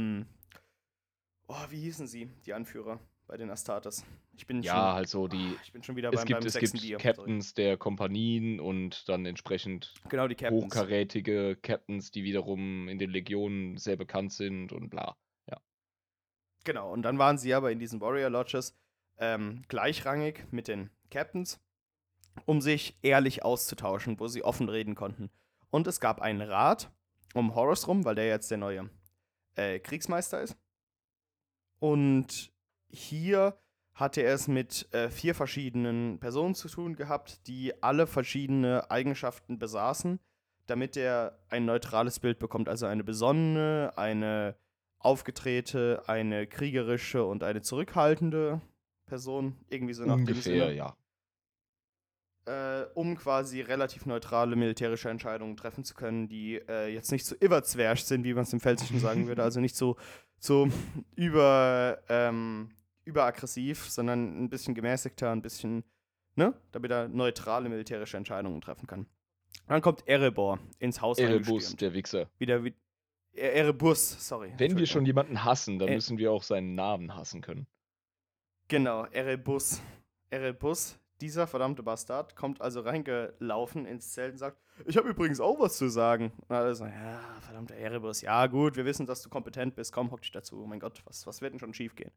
wie hießen sie, die Anführer bei den Astartes? Ich bin halt so die. ich bin schon wieder Es beim gibt sechsten Bier. Sorry. Captains der Kompanien und dann entsprechend Genau, die Captains. hochkarätige Captains, die wiederum in den Legionen sehr bekannt sind und bla. Ja. Genau, und dann waren sie aber in diesen Warrior Lodges gleichrangig mit den Captains, um sich ehrlich auszutauschen, wo sie offen reden konnten. Und es gab einen Rat um Horus rum, weil der jetzt der neue Kriegsmeister ist. Und hier hatte er es mit 4 verschiedenen Personen zu tun gehabt, die alle verschiedene Eigenschaften besaßen, damit er ein neutrales Bild bekommt. Also eine besonnene, eine aufgedrehte, eine kriegerische und eine zurückhaltende Person. Irgendwie so nach dem Ungefähr, Sinne. ja. Um quasi relativ neutrale militärische Entscheidungen treffen zu können, die jetzt nicht so überzwerg sind, wie man es im Pfälzischen sagen würde. Also nicht so überaggressiv, sondern ein bisschen gemäßigter, ein bisschen, ne? Damit er neutrale militärische Entscheidungen treffen kann. Dann kommt Erebor ins Haus Erebus, reingestürmt. der Wichser. Erebus, sorry. Wenn wir schon jemanden hassen, dann Ä- müssen wir auch seinen Namen hassen können. Genau, Erebus. Erebus, dieser verdammte Bastard, kommt also reingelaufen ins Zelt und sagt, ich habe übrigens auch was zu sagen. Und alle so, ja, verdammter Erebus, ja gut, wir wissen, dass du kompetent bist, komm, hock dich dazu. Oh mein Gott, was wird denn schon schief gehen?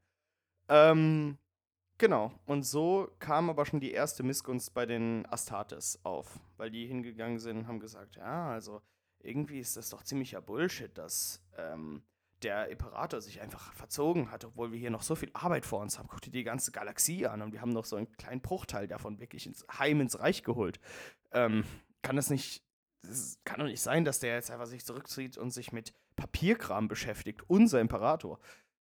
Genau, und so kam aber schon die erste Missgunst bei den Astartes auf, weil die hingegangen sind und haben gesagt, ja, also irgendwie ist das doch ziemlicher Bullshit, dass der Imperator sich einfach verzogen hat, obwohl wir hier noch so viel Arbeit vor uns haben. Guck dir die ganze Galaxie an und wir haben noch so einen kleinen Bruchteil davon wirklich ins Reich geholt. Kann doch nicht sein, dass der jetzt einfach sich zurückzieht und sich mit Papierkram beschäftigt. Unser Imperator.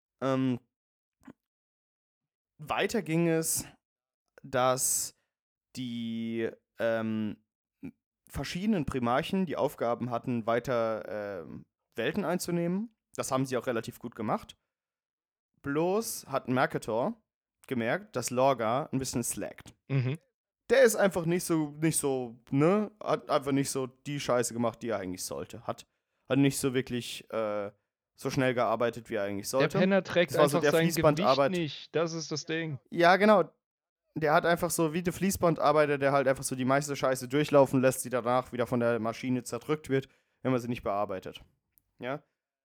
Weiter ging es, dass die verschiedenen Primarchen die Aufgaben hatten, weiter Welten einzunehmen. Das haben sie auch relativ gut gemacht. Bloß hat Mercator gemerkt, dass Lorgar ein bisschen slackt. Mhm. Der ist einfach nicht so, ne? Hat einfach nicht so die Scheiße gemacht, die er eigentlich sollte. Hat nicht so wirklich so schnell gearbeitet, wie er eigentlich Der sollte. Penner trägt Das war so einfach der sein Gewicht Fließbandarbeit. nicht. Das ist das Ding. Ja, genau. Der hat einfach so wie der Fließbandarbeiter, der halt einfach so die meiste Scheiße durchlaufen lässt, die danach wieder von der Maschine zerdrückt wird, wenn man sie nicht bearbeitet. Ja.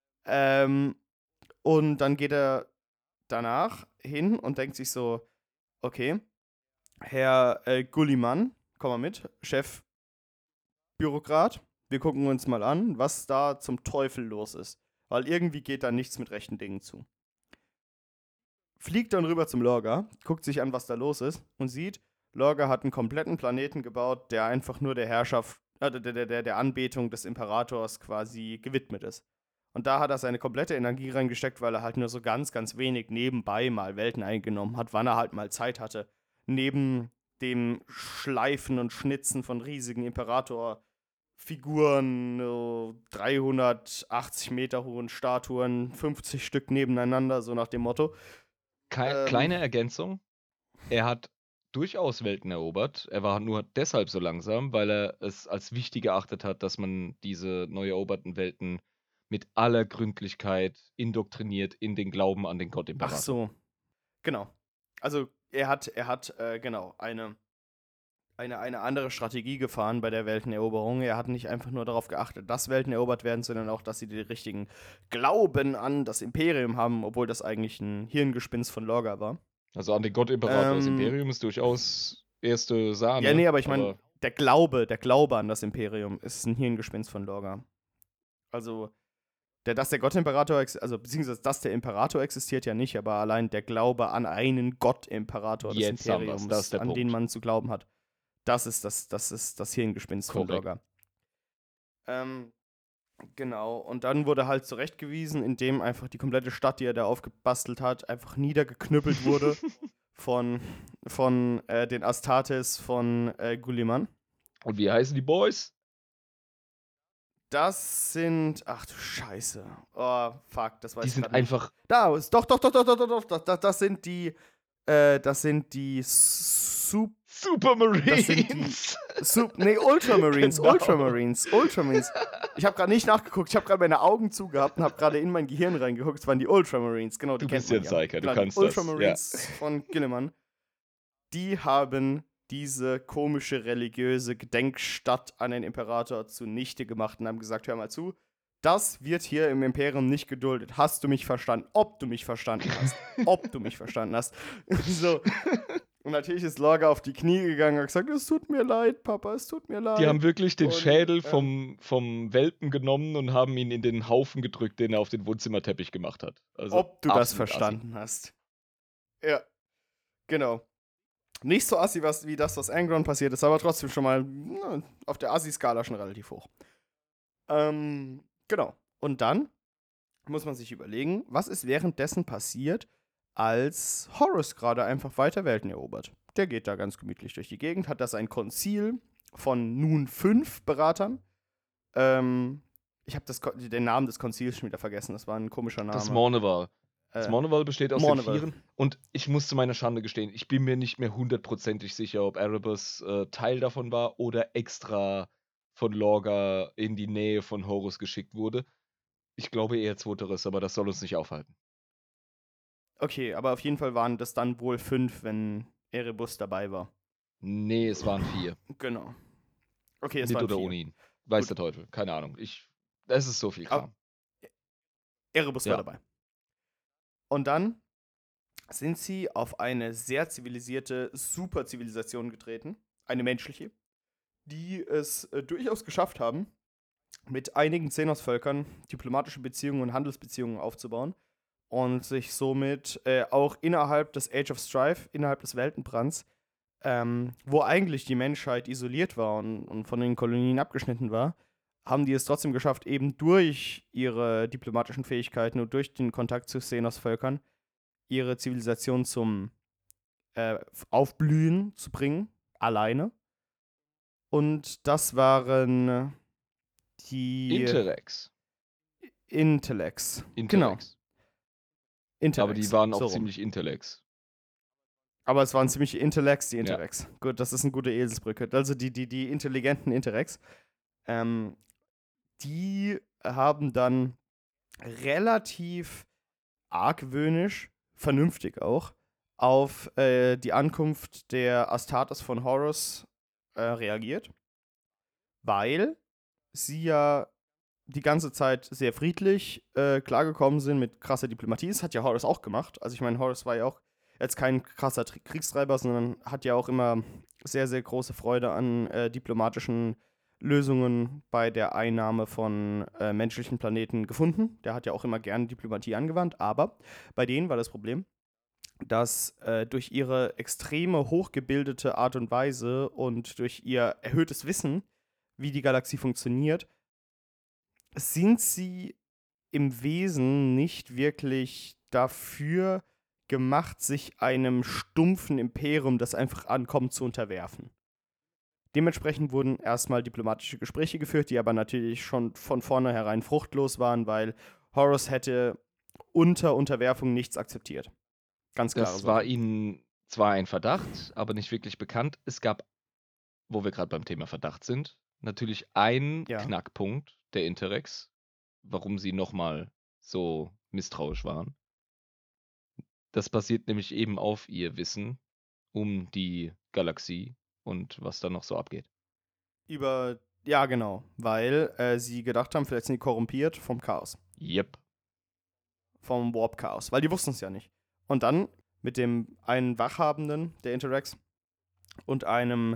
Und dann geht er danach hin und denkt sich so, okay, Herr Gulliman, komm mal mit, Chefbürokrat, wir gucken uns mal an, was da zum Teufel los ist. Weil irgendwie geht da nichts mit rechten Dingen zu. Fliegt dann rüber zum Lorgar, guckt sich an, was da los ist und sieht, Lorgar hat einen kompletten Planeten gebaut, der einfach nur der Herrschaft, der Anbetung des Imperators quasi gewidmet ist. Und da hat er seine komplette Energie reingesteckt, weil er halt nur so ganz, ganz wenig nebenbei mal Welten eingenommen hat, wann er halt mal Zeit hatte. Neben dem Schleifen und Schnitzen von riesigen Imperator-Figuren, 380 Meter hohen Statuen, 50 Stück nebeneinander, so nach dem Motto. Kleine Ergänzung. Er hat durchaus Welten erobert. Er war nur deshalb so langsam, weil er es als wichtig erachtet hat, dass man diese neu eroberten Welten mit aller Gründlichkeit indoktriniert in den Glauben an den Gott Imperator. Ach so, genau. Also er hat genau eine andere Strategie gefahren bei der Welteneroberung. Er hat nicht einfach nur darauf geachtet, dass Welten erobert werden, sondern auch, dass sie den richtigen Glauben an das Imperium haben, obwohl das eigentlich ein Hirngespinst von Lorgar war. Also an den Gott Imperator. Das Imperium ist durchaus erste Sahne. Ja, nee, aber ich meine, der Glaube an das Imperium ist ein Hirngespinst von Lorgar. Also, dass der Gott-Imperator, beziehungsweise dass der Imperator existiert ja nicht, aber allein der Glaube an einen Gott-Imperator des Jetzt haben Imperiums, wir's, das ist der an Punkt. den man zu glauben hat, das ist das Hirngespinst von Korrekt. Lorgar. Genau, und dann wurde halt zurechtgewiesen, indem einfach die komplette Stadt, die er da aufgebastelt hat, einfach niedergeknüppelt wurde von den Astartes von Gulliman. Und wie heißen die Boys? Das sind. Ach du Scheiße. Oh, fuck, das weiß Die ich sind gerade nicht. einfach. Da, doch. Das sind die. Das sind die Supermarines! Ultramarines. Genau. Ultramarines. Ich habe gerade nicht nachgeguckt, ich habe gerade meine Augen zugehabt und habe gerade in mein Gehirn reingeguckt. Es waren die Ultramarines, genau, die Du kennt bist ja man ein Psyker, du Genau, kannst die das. Ja. Ultramarines von Gilliman. Die haben diese komische religiöse Gedenkstadt an den Imperator zunichte gemacht und haben gesagt, hör mal zu, das wird hier im Imperium nicht geduldet. Hast du mich verstanden? Ob du mich verstanden hast. So. Und natürlich ist Lorga auf die Knie gegangen und hat gesagt, es tut mir leid, Papa, es tut mir leid. Die haben wirklich den Und, Schädel vom Welpen genommen und haben ihn in den Haufen gedrückt, den er auf den Wohnzimmerteppich gemacht hat. Also ob du das absolut verstanden hast. Ja, genau. Nicht so assi wie das, was Angron passiert ist, aber trotzdem schon mal auf der Assi-Skala schon relativ hoch. Genau. Und dann muss man sich überlegen, was ist währenddessen passiert, als Horus gerade einfach weiter Welten erobert. Der geht da ganz gemütlich durch die Gegend, hat das ein Konzil von nun 5 Beratern. Ich habe den Namen des Konzils schon wieder vergessen, das war ein komischer Name. Das Mournival. Das Mournival besteht aus Mournival. den 4. Und ich muss zu meiner Schande gestehen, ich bin mir nicht mehr 100%ig sicher, ob Erebus Teil davon war oder extra von Lorga in die Nähe von Horus geschickt wurde. Ich glaube eher zweiteres, aber das soll uns nicht aufhalten. Okay, aber auf jeden Fall waren das dann wohl 5, wenn Erebus dabei war. Nee, es waren 4. Genau. Okay, es Mit waren oder 4. ohne ihn. Weiß Gut. der Teufel. Keine Ahnung. Es ist so viel Kram. Erebus Ja. war dabei. Und dann sind sie auf eine sehr zivilisierte Superzivilisation getreten, eine menschliche, die es durchaus geschafft haben, mit einigen Xenos-Völkern diplomatische Beziehungen und Handelsbeziehungen aufzubauen und sich somit auch innerhalb des Age of Strife, innerhalb des Weltenbrands, wo eigentlich die Menschheit isoliert war und von den Kolonien abgeschnitten war, haben die es trotzdem geschafft, eben durch ihre diplomatischen Fähigkeiten und durch den Kontakt zu Xenos-Völkern ihre Zivilisation zum Aufblühen zu bringen, alleine. Und das waren die Interrex. Intellects. Genau. Intellects. Aber die waren auch so rum. ziemlich Intellects. Aber es waren ziemlich Intellects, die Ja. Interrex. Gut, das ist eine gute Eselsbrücke. Also die intelligenten Interrex. Die haben dann relativ argwöhnisch, vernünftig auch, auf die Ankunft der Astartes von Horus reagiert, weil sie ja die ganze Zeit sehr friedlich klargekommen sind mit krasser Diplomatie. Das hat ja Horus auch gemacht. Also ich meine, Horus war ja auch jetzt kein krasser Kriegstreiber, sondern hat ja auch immer sehr, sehr große Freude an diplomatischen Lösungen bei der Einnahme von menschlichen Planeten gefunden. Der hat ja auch immer gerne Diplomatie angewandt, aber bei denen war das Problem, dass durch ihre extreme hochgebildete Art und Weise und durch ihr erhöhtes Wissen, wie die Galaxie funktioniert, sind sie im Wesen nicht wirklich dafür gemacht, sich einem stumpfen Imperium, das einfach ankommt, zu unterwerfen. Dementsprechend wurden erstmal diplomatische Gespräche geführt, die aber natürlich schon von vornherein fruchtlos waren, weil Horus hätte unter Unterwerfung nichts akzeptiert. Ganz klar. Das war ihnen zwar ein Verdacht, aber nicht wirklich bekannt. Es gab, wo wir gerade beim Thema Verdacht sind, natürlich einen Knackpunkt der Interrex, warum sie nochmal so misstrauisch waren. Das basiert nämlich eben auf ihr Wissen um die Galaxie und was da noch so abgeht. Ja, genau, weil sie gedacht haben, vielleicht sind die korrumpiert vom Chaos. Yep. Vom Warp-Chaos, weil die wussten es ja nicht. Und dann mit dem einen Wachhabenden der Interrex und einem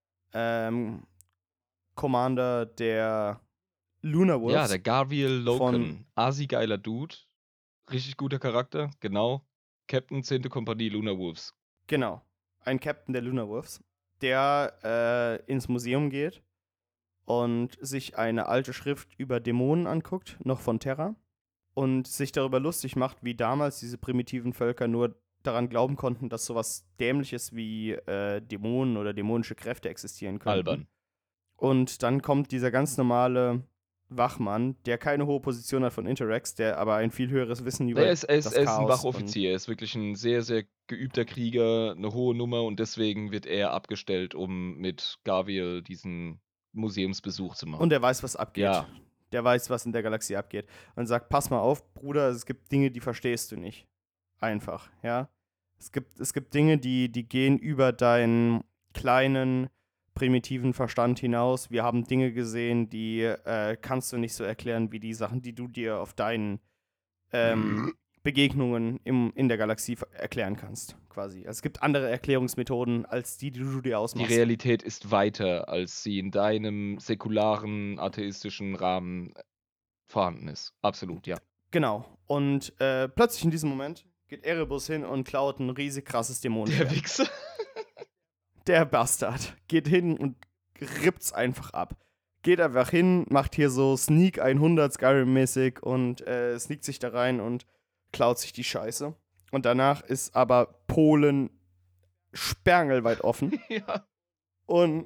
Commander der Lunar Wolves. Ja, der Garviel Loken. Asi-geiler Dude. Richtig guter Charakter. Genau. Captain 10. Kompanie Lunar Wolves. Genau. Ein Captain der Lunar Wolves, der ins Museum geht und sich eine alte Schrift über Dämonen anguckt, noch von Terra, und sich darüber lustig macht, wie damals diese primitiven Völker nur daran glauben konnten, dass sowas Dämliches wie Dämonen oder dämonische Kräfte existieren könnten. Albern. Und dann kommt dieser ganz normale Wachmann, der keine hohe Position hat von Interax, der aber ein viel höheres Wissen über Er ist das ein Chaos und Wachoffizier. Er ist wirklich ein sehr, sehr geübter Krieger, eine hohe Nummer und deswegen wird er abgestellt, um mit Gaviel diesen Museumsbesuch zu machen. der weiß, was abgeht. Ja. Der weiß, was in der Galaxie abgeht. Und sagt, pass mal auf, Bruder, es gibt Dinge, die verstehst du nicht. Einfach, ja. Es gibt Dinge, die gehen über deinen kleinen, primitiven Verstand hinaus. Wir haben Dinge gesehen, die kannst du nicht so erklären wie die Sachen, die du dir auf deinen Begegnungen in der Galaxie erklären kannst, quasi. Also es gibt andere Erklärungsmethoden als die du dir Die ausmachst. Realität ist weiter, als sie in deinem säkularen, atheistischen Rahmen vorhanden ist. Absolut, ja. Genau. Und plötzlich in diesem Moment geht Erebus hin und klaut ein riesig krasses Der Dämonenschwert. Wichser. Der Bastard geht hin und rippt's einfach ab. Geht einfach hin, macht hier so Sneak 100 Skyrim-mäßig und sneakt sich da rein und klaut sich die Scheiße. Und danach ist aber Polen sperrangelweit offen. Ja. Und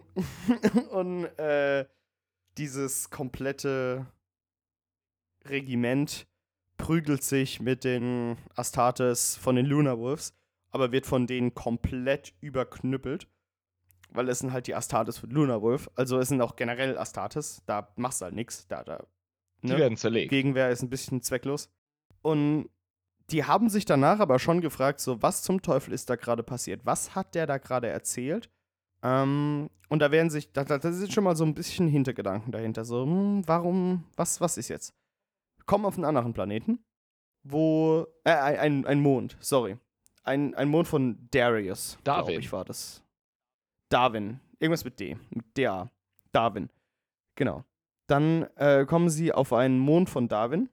dieses komplette Regiment prügelt sich mit den Astartes von den Lunar Wolves, aber wird von denen komplett überknüppelt. Weil es sind halt die Astartes von Lunar Wolf. Also es sind auch generell Astartes. Da machst du halt nichts. Die werden zerlegt. Gegenwehr ist ein bisschen zwecklos. Und die haben sich danach aber schon gefragt, so, was zum Teufel ist da gerade passiert? Was hat der da gerade erzählt? Und da werden sich, da sind schon mal so ein bisschen Hintergedanken dahinter. So, warum, was ist jetzt? Kommen auf einen anderen Planeten, wo, ein Mond, sorry. Ein Mond von Darius, glaube ich, war das. Darwin. Irgendwas mit D. Mit DA. Darwin. Genau. Dann kommen sie auf einen Mond von Darwin.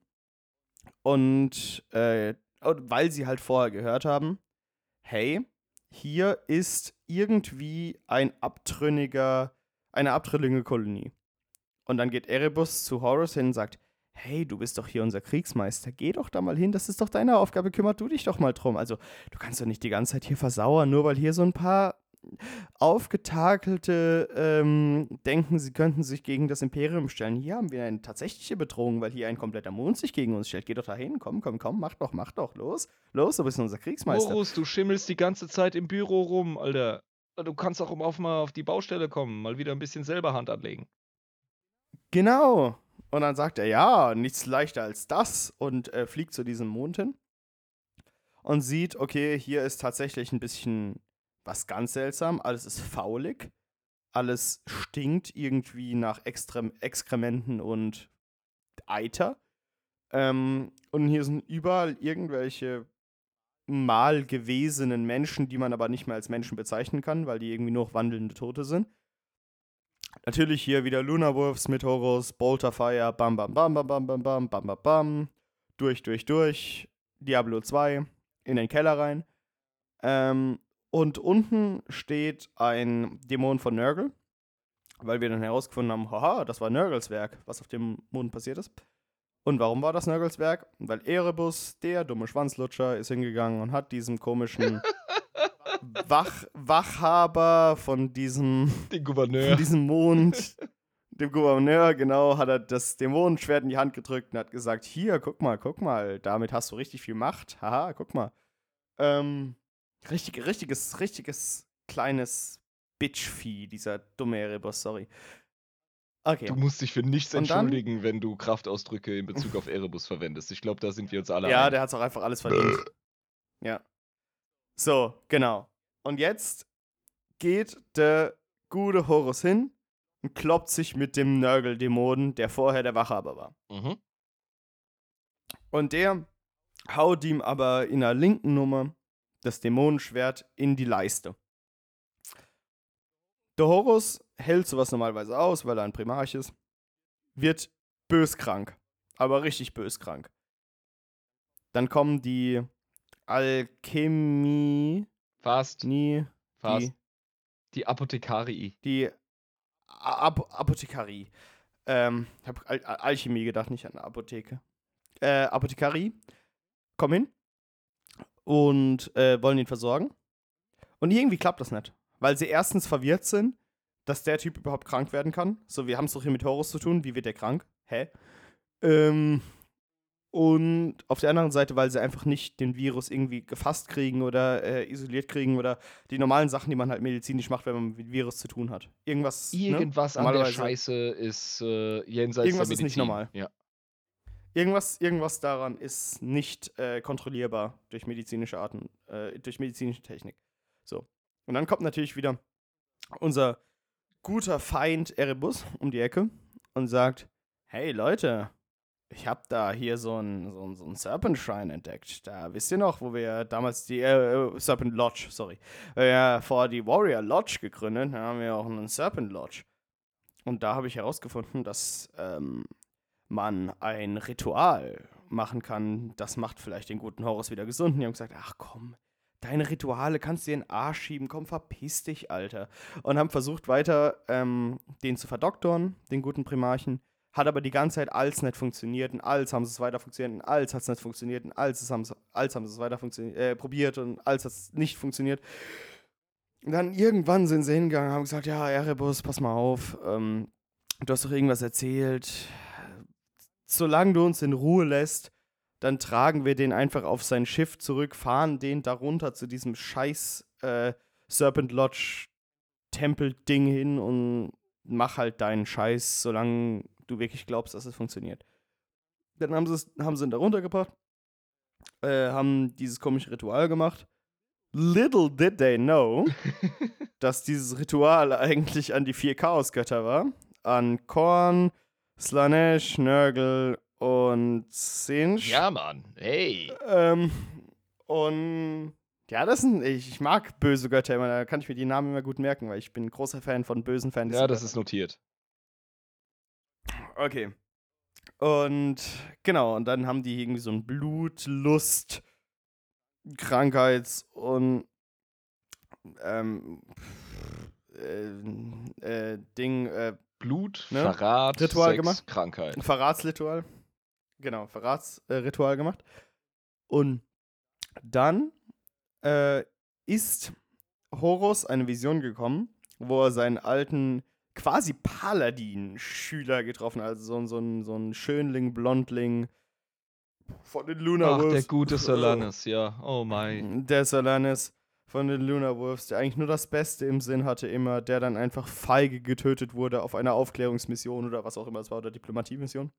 Und weil sie halt vorher gehört haben, hey, hier ist irgendwie eine abtrünnige Kolonie. Und dann geht Erebus zu Horus hin und sagt, hey, du bist doch hier unser Kriegsmeister, geh doch da mal hin, das ist doch deine Aufgabe, kümmert du dich doch mal drum. Also, du kannst doch nicht die ganze Zeit hier versauern, nur weil hier so ein paar Aufgetakelte denken, sie könnten sich gegen das Imperium stellen. Hier haben wir eine tatsächliche Bedrohung, weil hier ein kompletter Mond sich gegen uns stellt. Geh doch dahin, komm, mach doch, los, du bist unser Kriegsmeister. Horus, du schimmelst die ganze Zeit im Büro rum, Alter. Du kannst auch mal auf die Baustelle kommen, mal wieder ein bisschen selber Hand anlegen. Genau. Und dann sagt er, ja, nichts leichter als das und fliegt zu diesem Mond hin und sieht, okay, hier ist tatsächlich ein bisschen was ganz seltsam. Alles ist faulig. Alles stinkt irgendwie nach Exkrementen und Eiter. Und hier sind überall irgendwelche mal gewesenen Menschen, die man aber nicht mehr als Menschen bezeichnen kann, weil die irgendwie nur wandelnde Tote sind. Natürlich hier wieder Lunar Wolves mit Horus, Bolterfire, bam, bam, bam, bam, bam, bam, bam, bam, bam, bam. Durch. Diablo 2 in den Keller rein. Und unten steht ein Dämon von Nurgle, weil wir dann herausgefunden haben, haha, das war Nurgles Werk, was auf dem Mond passiert ist. Und warum war das Nurgles Werk? Weil Erebus, der dumme Schwanzlutscher, ist hingegangen und hat diesem komischen Wachhaber von diesem Mond, dem Gouverneur, genau, hat er das Dämonenschwert in die Hand gedrückt und hat gesagt, hier, guck mal, damit hast du richtig viel Macht. Haha, guck mal. Richtiges kleines Bitchvieh, dieser dumme Erebus, sorry. Okay. Du musst dich für nichts entschuldigen, wenn du Kraftausdrücke in Bezug auf Erebus verwendest. Ich glaube, da sind wir uns alle Ja, einig. der hat's auch einfach alles verdient. Ja. So, genau. Und jetzt geht der gute Horus hin und kloppt sich mit dem Nurgle-Dämonen, der vorher der Wachhaber war. Mhm. Und der haut ihm aber in der linken Nummer das Dämonenschwert in die Leiste. Der Horus hält sowas normalerweise aus, weil er ein Primarch ist, wird böskrank, aber richtig böskrank. Dann kommen die Alchemie. Fast. Die Die Apothekarii. Die Apothekarie. Ich habe Alchemie gedacht, nicht an Apotheke. Apothekarie kommen hin und wollen ihn versorgen. Und irgendwie klappt das nicht. Weil sie erstens verwirrt sind, dass der Typ überhaupt krank werden kann. So, wir haben es doch hier mit Horus zu tun. Wie wird der krank? Hä? Und auf der anderen Seite, weil sie einfach nicht den Virus irgendwie gefasst kriegen oder isoliert kriegen oder die normalen Sachen, die man halt medizinisch macht, wenn man mit Virus zu tun hat. Irgendwas, Irgendwas an der Normalerweise- Scheiße ist jenseits Irgendwas der ist Medizin. nicht normal. Ja. Irgendwas daran ist nicht kontrollierbar durch medizinische durch medizinische Technik. So. Und dann kommt natürlich wieder unser guter Feind Erebus um die Ecke und sagt: Hey Leute, ich hab da hier so einen Serpent Shrine entdeckt. Da wisst ihr noch, wo wir damals die Serpent Lodge, sorry. Wir ja vor die Warrior Lodge gegründet, da haben wir auch einen Serpent Lodge. Und da habe ich herausgefunden, dass man ein Ritual machen kann, das macht vielleicht den guten Horus wieder gesund. Und die haben gesagt: Ach komm, deine Rituale kannst du dir in den Arsch schieben, komm, verpiss dich, Alter. Und haben versucht weiter, den zu verdoktoren, den guten Primarchen. Hat aber die ganze Zeit als nicht funktioniert, und als haben sie es weiter funktioniert, und als hat es nicht funktioniert, und als haben sie es weiter probiert, und als hat es nicht funktioniert. Und dann irgendwann sind sie hingegangen und haben gesagt: Ja, Erebus, pass mal auf, du hast doch irgendwas erzählt. Solange du uns in Ruhe lässt, dann tragen wir den einfach auf sein Schiff zurück, fahren den darunter zu diesem scheiß Serpent Lodge Tempel-Ding hin und mach halt deinen Scheiß, solange du wirklich glaubst, dass es funktioniert. Dann haben sie ihn da runtergebracht, haben dieses komische Ritual gemacht. Little did they know, dass dieses Ritual eigentlich an die 4 Chaosgötter war. An Korn, Slanesh, Nurgle und Sinch. Ja, Mann. Hey. Und ja, ich mag böse Götter immer, da kann ich mir die Namen immer gut merken, weil ich bin ein großer Fan von bösen Fantasy. Ja, das ist notiert. Okay. Und genau, und dann haben die irgendwie so ein Blutlust, Krankheits- und Blut, Ne? Verrat, Ritual Sex, gemacht. Krankheit. Verratsritual. Genau, Verratsritual gemacht. Und dann ist Horus eine Vision gekommen, wo er seinen alten, quasi Paladin-Schüler getroffen hat. Also so ein Schönling, Blondling von den Lunar Ach, der Wolves. gute Solanas, ja. Oh mein. Der Solanas von den Lunar Wolves, der eigentlich nur das Beste im Sinn hatte immer, der dann einfach feige getötet wurde auf einer Aufklärungsmission oder was auch immer es war, oder Diplomatiemission.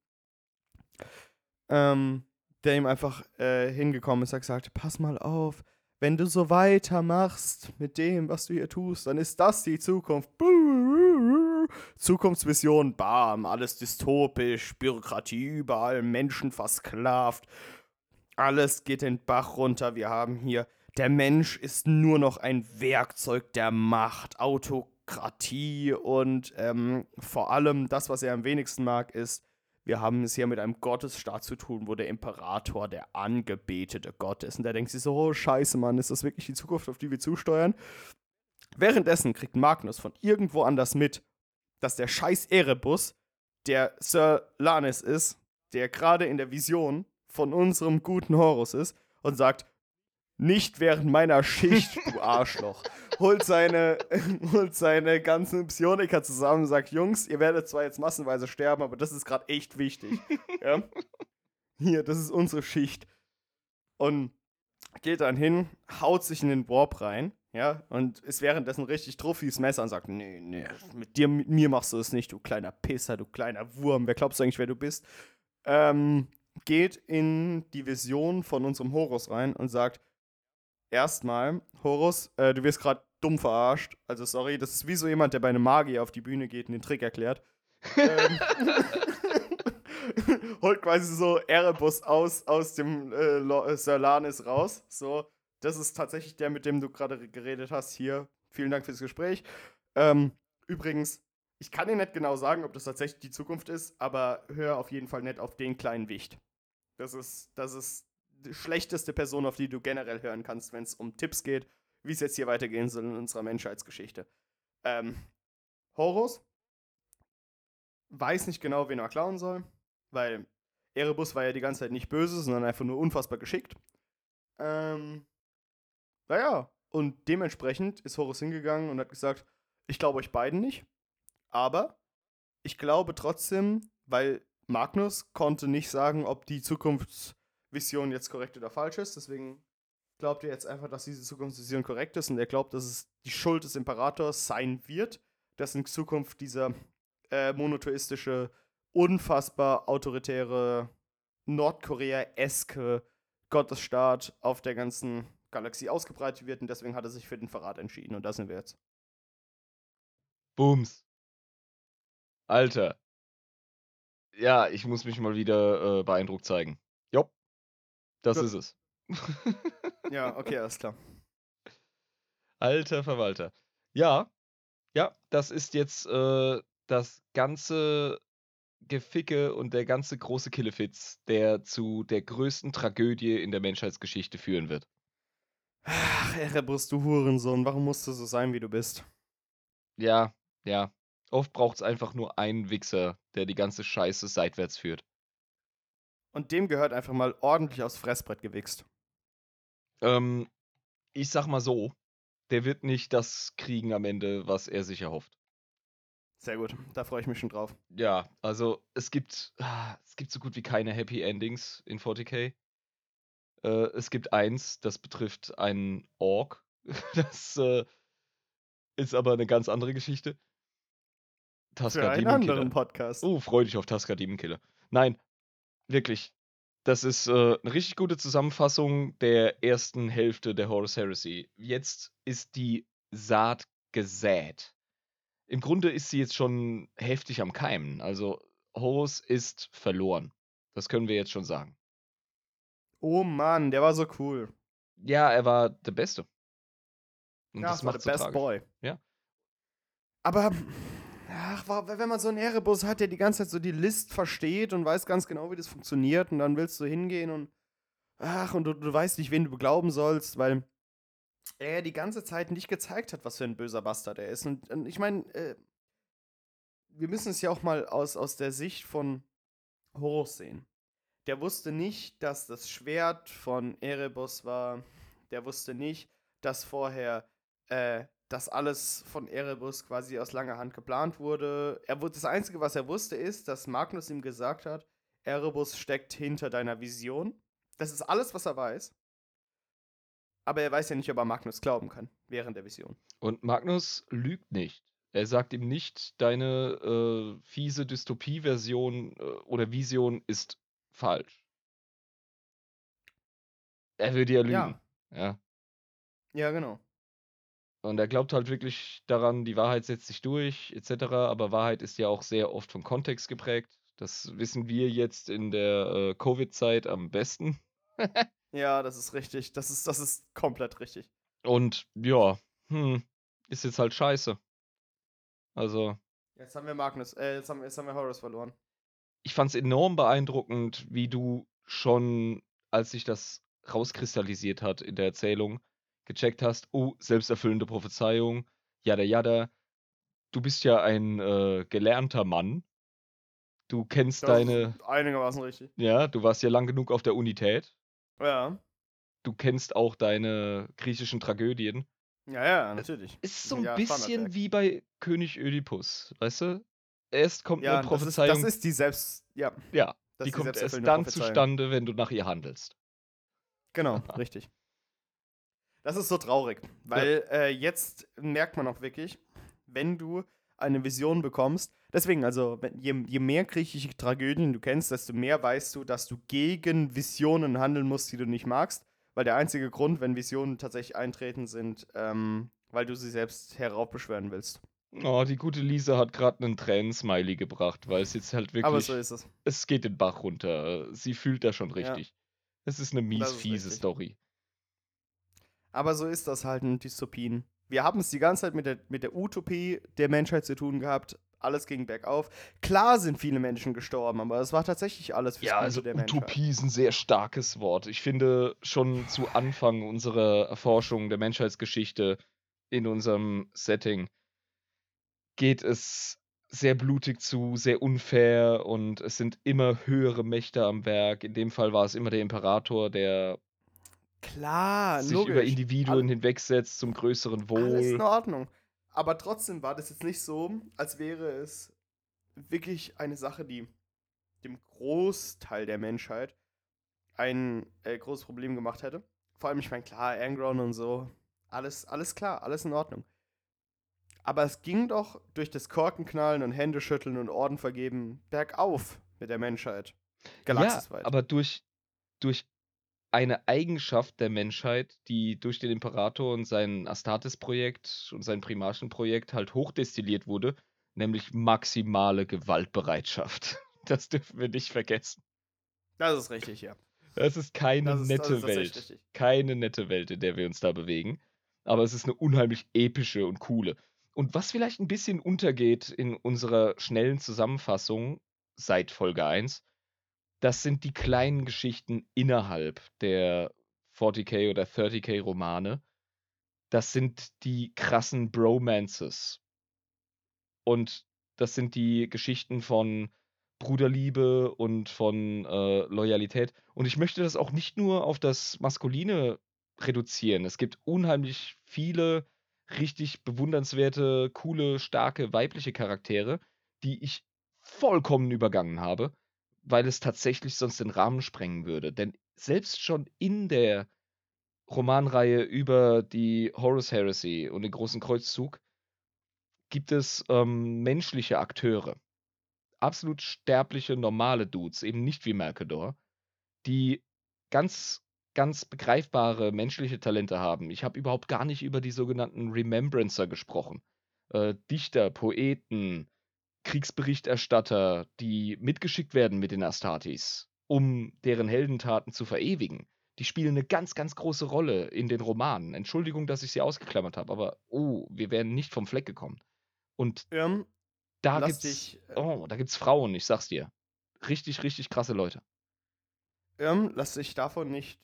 Der ihm einfach hingekommen ist und gesagt: Pass mal auf, wenn du so weitermachst mit dem, was du hier tust, dann ist das die Zukunft. Zukunftsvision, bam, alles dystopisch, Bürokratie überall, Menschen versklavt, alles geht den Bach runter. Wir haben hier, der Mensch ist nur noch ein Werkzeug der Macht, Autokratie und vor allem das, was er am wenigsten mag, ist, wir haben es hier mit einem Gottesstaat zu tun, wo der Imperator der angebetete Gott ist. Und der denkt sich so: Oh, scheiße, Mann, ist das wirklich die Zukunft, auf die wir zusteuern? Währenddessen kriegt Magnus von irgendwo anders mit, dass der scheiß Erebus der Sir Lannis ist, der gerade in der Vision von unserem guten Horus ist und sagt: Nicht während meiner Schicht, du Arschloch. Holt seine ganzen Psioniker zusammen und sagt: Jungs, ihr werdet zwar jetzt massenweise sterben, aber das ist gerade echt wichtig. Ja? Hier, das ist unsere Schicht. Und geht dann hin, haut sich in den Warp rein, ja, und ist währenddessen richtig Truffis Messer und sagt: Nee, mit mir machst du es nicht, du kleiner Pisser, du kleiner Wurm, wer glaubst du eigentlich, wer du bist? Geht in die Vision von unserem Horus rein und sagt: Erstmal, Horus, du wirst gerade dumm verarscht. Also sorry, das ist wie so jemand, der bei einem Magier auf die Bühne geht und den Trick erklärt. Holt quasi so Erebus aus dem Sir Lannis raus. So, das ist tatsächlich der, mit dem du gerade geredet hast. Hier, vielen Dank fürs Gespräch. Übrigens, ich kann dir nicht genau sagen, ob das tatsächlich die Zukunft ist, aber hör auf jeden Fall nicht auf den kleinen Wicht. Das ist die schlechteste Person, auf die du generell hören kannst, wenn es um Tipps geht, wie es jetzt hier weitergehen soll in unserer Menschheitsgeschichte. Horus weiß nicht genau, wen er klauen soll, weil Erebus war ja die ganze Zeit nicht böse, sondern einfach nur unfassbar geschickt. Naja, und dementsprechend ist Horus hingegangen und hat gesagt, ich glaube euch beiden nicht, aber ich glaube trotzdem, weil Magnus konnte nicht sagen, ob die Zukunftsvision jetzt korrekt oder falsch ist, deswegen glaubt er jetzt einfach, dass diese Zukunftsvision korrekt ist und er glaubt, dass es die Schuld des Imperators sein wird, dass in Zukunft dieser monotheistische, unfassbar autoritäre, Nordkorea-eske Gottesstaat auf der ganzen Galaxie ausgebreitet wird und deswegen hat er sich für den Verrat entschieden und da sind wir jetzt. Bums. Alter. Ja, ich muss mich mal wieder beeindruckt zeigen. Jopp, das Gut. ist es. Ja, okay, alles klar. Alter Verwalter. Ja, das ist jetzt das ganze Geficke und der ganze große Killefitz, der zu der größten Tragödie in der Menschheitsgeschichte führen wird. Ach, Erebus, du Hurensohn, warum musst du so sein, wie du bist? Ja. Oft braucht es einfach nur einen Wichser, der die ganze Scheiße seitwärts führt. Und dem gehört einfach mal ordentlich aufs Fressbrett gewichst. Ich sag mal so, der wird nicht das kriegen am Ende, was er sich erhofft. Sehr gut, da freue ich mich schon drauf. Ja, also es gibt so gut wie keine Happy Endings in 40k. Es gibt eins, das betrifft einen Ork. Das ist aber eine ganz andere Geschichte. Für Tusker einen Demon anderen Killer. Podcast. Oh, freu dich auf Tusker Demon Killer. Nein, wirklich. Das ist eine richtig gute Zusammenfassung der ersten Hälfte der Horus Heresy. Jetzt ist die Saat gesät. Im Grunde ist sie jetzt schon heftig am Keimen. Also Horus ist verloren. Das können wir jetzt schon sagen. Oh Mann, der war so cool. Ja, er war der Beste. Und Ja, das das war macht der so Best tragisch. Boy. Ja. Aber, wenn man so einen Erebus hat, der die ganze Zeit so die List versteht und weiß ganz genau, wie das funktioniert und dann willst du hingehen und du weißt nicht, wen du glauben sollst, weil er die ganze Zeit nicht gezeigt hat, was für ein böser Bastard er ist. Und ich meine, wir müssen es ja auch mal aus der Sicht von Horus sehen. Der wusste nicht, dass das Schwert von Erebus war. Der wusste nicht, dass vorher das alles von Erebus quasi aus langer Hand geplant wurde. Das Einzige, was er wusste, ist, dass Magnus ihm gesagt hat, Erebus steckt hinter deiner Vision. Das ist alles, was er weiß. Aber er weiß ja nicht, ob er Magnus glauben kann während der Vision. Und Magnus lügt nicht. Er sagt ihm nicht, deine fiese Dystopie-Version oder Vision ist falsch. Er würde ja lügen. Ja. Ja, genau. Und er glaubt halt wirklich daran, die Wahrheit setzt sich durch, etc. Aber Wahrheit ist ja auch sehr oft vom Kontext geprägt. Das wissen wir jetzt in der Covid-Zeit am besten. Ja, das ist richtig. Das ist komplett richtig. Und ja, ist jetzt halt scheiße. Also, Jetzt haben wir Magnus, jetzt haben wir Horus verloren. ich fand's enorm beeindruckend, wie du schon, als sich das rauskristallisiert hat in der Erzählung, gecheckt hast, oh, selbsterfüllende Prophezeiung, jada jada. Du bist ja ein gelernter Mann. Du kennst Das deine, ist einigermaßen richtig. ja, du warst ja lang genug auf der Unität. Ja. Du kennst auch deine griechischen Tragödien. Ja, natürlich. Ist Das so sind ein ja bisschen Standardwerke. wie bei König Ödipus, weißt du? Erst kommt eine Ja, Prophezeiung. das ist die selbst. Ja, Ja, das die ist die kommt erst selbsterfüllende dann Prophezeiung. zustande, wenn du nach ihr handelst. Genau, richtig. Das ist so traurig, weil jetzt merkt man auch wirklich, wenn du eine Vision bekommst, deswegen, also je mehr griechische Tragödien du kennst, desto mehr weißt du, dass du gegen Visionen handeln musst, die du nicht magst, weil der einzige Grund, wenn Visionen tatsächlich eintreten, sind, weil du sie selbst heraufbeschwören willst. Oh, die gute Lisa hat gerade einen Tränensmiley gebracht, weil es jetzt halt Aber so wirklich, ist es. es geht den Bach runter. Sie fühlt da schon Ja, richtig. Es ist eine mies das ist fiese richtig. Story. Aber so ist das halt in Dystopien. Wir haben es die ganze Zeit mit der Utopie der Menschheit zu tun gehabt. Alles ging bergauf. Klar sind viele Menschen gestorben, aber es war tatsächlich alles fürs Ja, Gute also der Menschheit. Utopie ist ein sehr starkes Wort. Ich finde, schon zu Anfang unserer Erforschung der Menschheitsgeschichte in unserem Setting geht es sehr blutig zu, sehr unfair und es sind immer höhere Mächte am Werk. In dem Fall war es immer der Imperator, der Klar, sich über logisch. Individuen hinwegsetzt zum größeren Alles in Wohl. Ordnung. Aber trotzdem war das jetzt nicht so, als wäre es wirklich eine Sache, die dem Großteil der Menschheit ein großes Problem gemacht hätte. Vor allem, ich meine, klar, Angron und so, alles klar, alles in Ordnung. Aber es ging doch durch das Korkenknallen und Händeschütteln und Orden vergeben bergauf mit der Menschheit. Ja, Galaxisweit. aber durch eine Eigenschaft der Menschheit, die durch den Imperator und sein Astartes-Projekt und sein Primarchen-Projekt halt hochdestilliert wurde, nämlich maximale Gewaltbereitschaft. Das dürfen wir nicht vergessen. Das ist richtig, ja. Es ist keine Das ist nette tatsächlich Welt. richtig. Keine nette Welt, in der wir uns da bewegen. Aber es ist eine unheimlich epische und coole. Und was vielleicht ein bisschen untergeht in unserer schnellen Zusammenfassung seit Folge 1, das sind die kleinen Geschichten innerhalb der 40k oder 30k Romane. Das sind die krassen Bromances. Und das sind die Geschichten von Bruderliebe und von, Loyalität. Und ich möchte das auch nicht nur auf das Maskuline reduzieren. Es gibt unheimlich viele richtig bewundernswerte, coole, starke weibliche Charaktere, die ich vollkommen übergangen habe, weil es tatsächlich sonst den Rahmen sprengen würde. Denn selbst schon in der Romanreihe über die Horus Heresy und den Großen Kreuzzug gibt es, menschliche Akteure. Absolut sterbliche, normale Dudes, eben nicht wie Malcador, die ganz, ganz begreifbare menschliche Talente haben. Ich habe überhaupt gar nicht über die sogenannten Remembrancer gesprochen. Dichter, Poeten, Kriegsberichterstatter, die mitgeschickt werden mit den Astartes, um deren Heldentaten zu verewigen. Die spielen eine ganz, ganz große Rolle in den Romanen. Entschuldigung, dass ich sie ausgeklammert habe, aber, oh, wir wären nicht vom Fleck gekommen. Und Irm, da lass gibt's dich, da gibt's Frauen, ich sag's dir. Richtig, richtig krasse Leute. lass dich davon nicht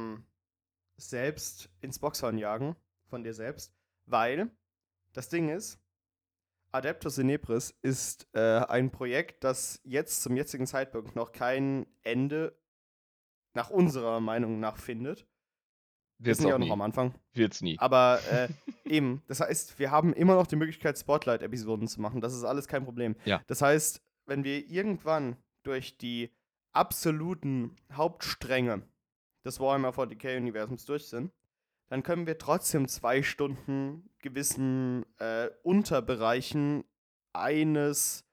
selbst ins Boxhorn jagen, von dir selbst, weil das Ding ist, Adeptus Inepris ist ein Projekt, das jetzt zum jetzigen Zeitpunkt noch kein Ende nach unserer Meinung nach findet. Wir Wird's sind ja auch auch noch am nie. Anfang. Wird's nie. Aber eben, das heißt, wir haben immer noch die Möglichkeit, Spotlight-Episoden zu machen. Das ist alles kein Problem. Ja. Das heißt, wenn wir irgendwann durch die absoluten Hauptstränge des Warhammer 40k-Universums durch sind, dann können wir trotzdem 2 Stunden gewissen Unterbereichen eines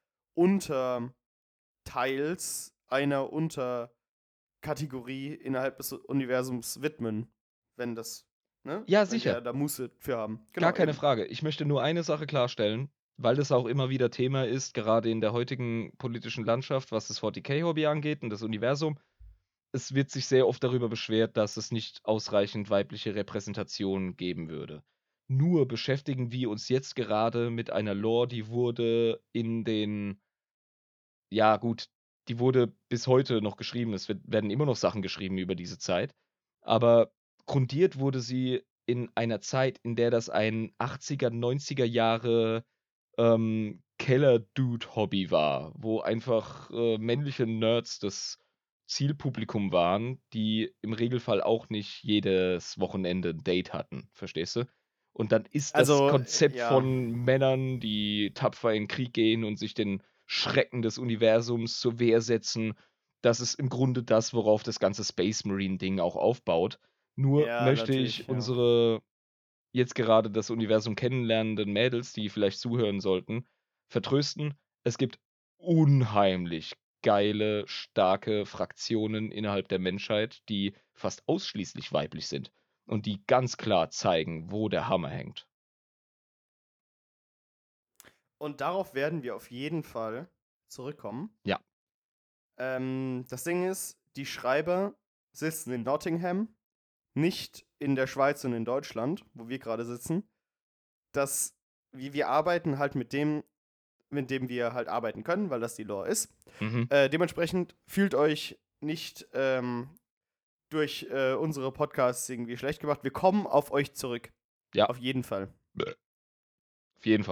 Unterteils, einer Unterkategorie innerhalb des Universums widmen, wenn das, ne? Ja, Wenn wir sicher. da Muße für haben. Gar Genau, keine eben. Frage. Ich möchte nur eine Sache klarstellen, weil das auch immer wieder Thema ist, gerade in der heutigen politischen Landschaft, was das 40k-Hobby angeht und das Universum. Es wird sich sehr oft darüber beschwert, dass es nicht ausreichend weibliche Repräsentation geben würde. Nur beschäftigen wir uns jetzt gerade mit einer Lore, die wurde in den ja gut, die wurde bis heute noch geschrieben. Werden immer noch Sachen geschrieben über diese Zeit. Aber grundiert wurde sie in einer Zeit, in der das ein 80er, 90er Jahre Keller-Dude-Hobby war, wo einfach männliche Nerds das Zielpublikum waren, die im Regelfall auch nicht jedes Wochenende ein Date hatten. Verstehst du? Und dann ist das Also, Konzept ja. von Männern, die tapfer in den Krieg gehen und sich den Schrecken des Universums zur Wehr setzen, das ist im Grunde das, worauf das ganze Space Marine-Ding auch aufbaut. Nur Ja, möchte natürlich, ich ja. unsere jetzt gerade das Universum kennenlernenden Mädels, die vielleicht zuhören sollten, vertrösten. Es gibt unheimlich geile, starke Fraktionen innerhalb der Menschheit, die fast ausschließlich weiblich sind und die ganz klar zeigen, wo der Hammer hängt. Und darauf werden wir auf jeden Fall zurückkommen. Ja. Das Ding ist, die Schreiber sitzen in Nottingham, nicht in der Schweiz und in Deutschland, wo wir gerade sitzen. Wir arbeiten halt mit dem wir halt arbeiten können, weil das die Lore ist. Mhm. Dementsprechend fühlt euch nicht durch unsere Podcasts irgendwie schlecht gemacht. Wir kommen auf euch zurück. Ja. Auf jeden Fall. Auf jeden Fall.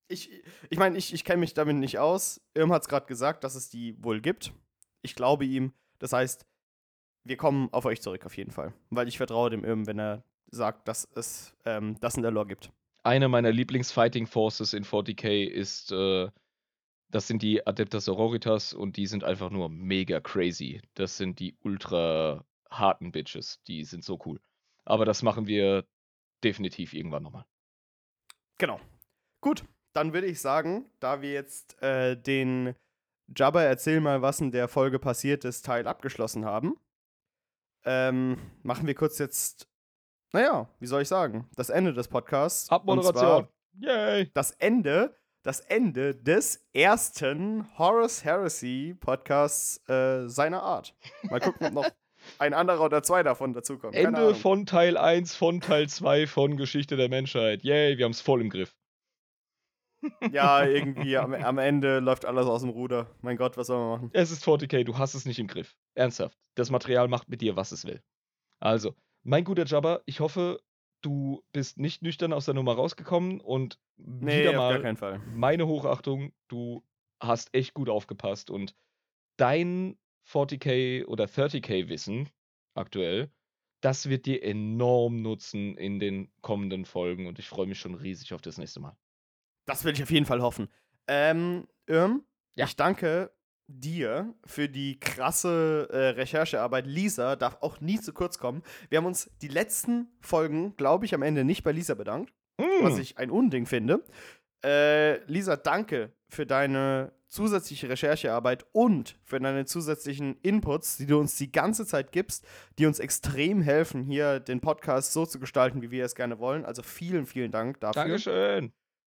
Ich meine, ich kenne mich damit nicht aus. Irm hat es gerade gesagt, dass es die wohl gibt. Ich glaube ihm. Das heißt, wir kommen auf euch zurück auf jeden Fall. Weil ich vertraue dem Irm, wenn er sagt, dass es das in der Lore gibt. Eine meiner Lieblings-Fighting Forces in 40k ist, das sind die Adeptus Auroritas und die sind einfach nur mega crazy. Das sind die ultra harten Bitches. Die sind so cool. Aber das machen wir definitiv irgendwann nochmal. Genau. Gut, dann würde ich sagen, da wir jetzt den Jabba erzähl mal, was in der Folge passiert ist, Teil abgeschlossen haben, machen wir kurz jetzt, naja, wie soll ich sagen, das Ende des Podcasts. Abmoderation. Yay! Das Ende des ersten Horus Heresy Podcasts seiner Art. Mal gucken, ob noch ein anderer oder zwei davon dazukommen. Ende von Teil 1, von Teil 2 von Geschichte der Menschheit. Yay, wir haben es voll im Griff. Ja, irgendwie am Ende läuft alles aus dem Ruder. Mein Gott, was soll man machen? Es ist 40k, du hast es nicht im Griff. Ernsthaft. Das Material macht mit dir, was es will. Also, mein guter Jabba, ich hoffe, du bist nicht nüchtern aus der Nummer rausgekommen und Nee, wieder auf mal gar keinen Fall. meine Hochachtung, du hast echt gut aufgepasst und dein 40k oder 30k Wissen aktuell, das wird dir enorm nutzen in den kommenden Folgen und ich freue mich schon riesig auf das nächste Mal. Das will ich auf jeden Fall hoffen. Irm, Ja. ich danke dir für die krasse Recherchearbeit. Lisa darf auch nie zu kurz kommen. Wir haben uns die letzten Folgen, glaube ich, am Ende nicht bei Lisa bedankt, was ich ein Unding finde. Lisa, danke für deine zusätzliche Recherchearbeit und für deine zusätzlichen Inputs, die du uns die ganze Zeit gibst, die uns extrem helfen, hier den Podcast so zu gestalten, wie wir es gerne wollen. Also vielen, vielen Dank dafür. Dankeschön.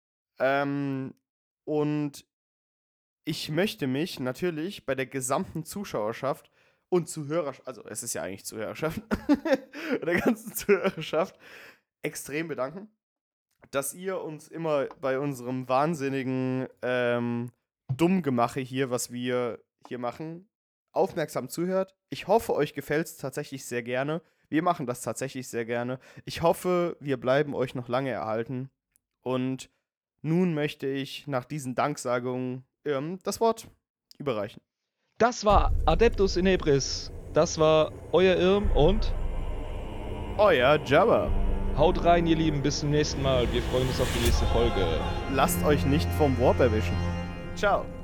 Und ich möchte mich natürlich bei der gesamten Zuschauerschaft und Zuhörerschaft, also es ist ja eigentlich Zuhörerschaft, der ganzen Zuhörerschaft extrem bedanken, dass ihr uns immer bei unserem wahnsinnigen Dummgemache hier, was wir hier machen, aufmerksam zuhört. Ich hoffe, euch gefällt es tatsächlich sehr gerne. Wir machen das tatsächlich sehr gerne. Ich hoffe, wir bleiben euch noch lange erhalten. Und nun möchte ich nach diesen Danksagungen das Wort überreichen. Das war Adeptus Inebris. Das war euer Irm und Euer Jabba. haut rein, ihr Lieben. Bis zum nächsten Mal. Wir freuen uns auf die nächste Folge. Lasst euch nicht vom Warp erwischen. Ciao.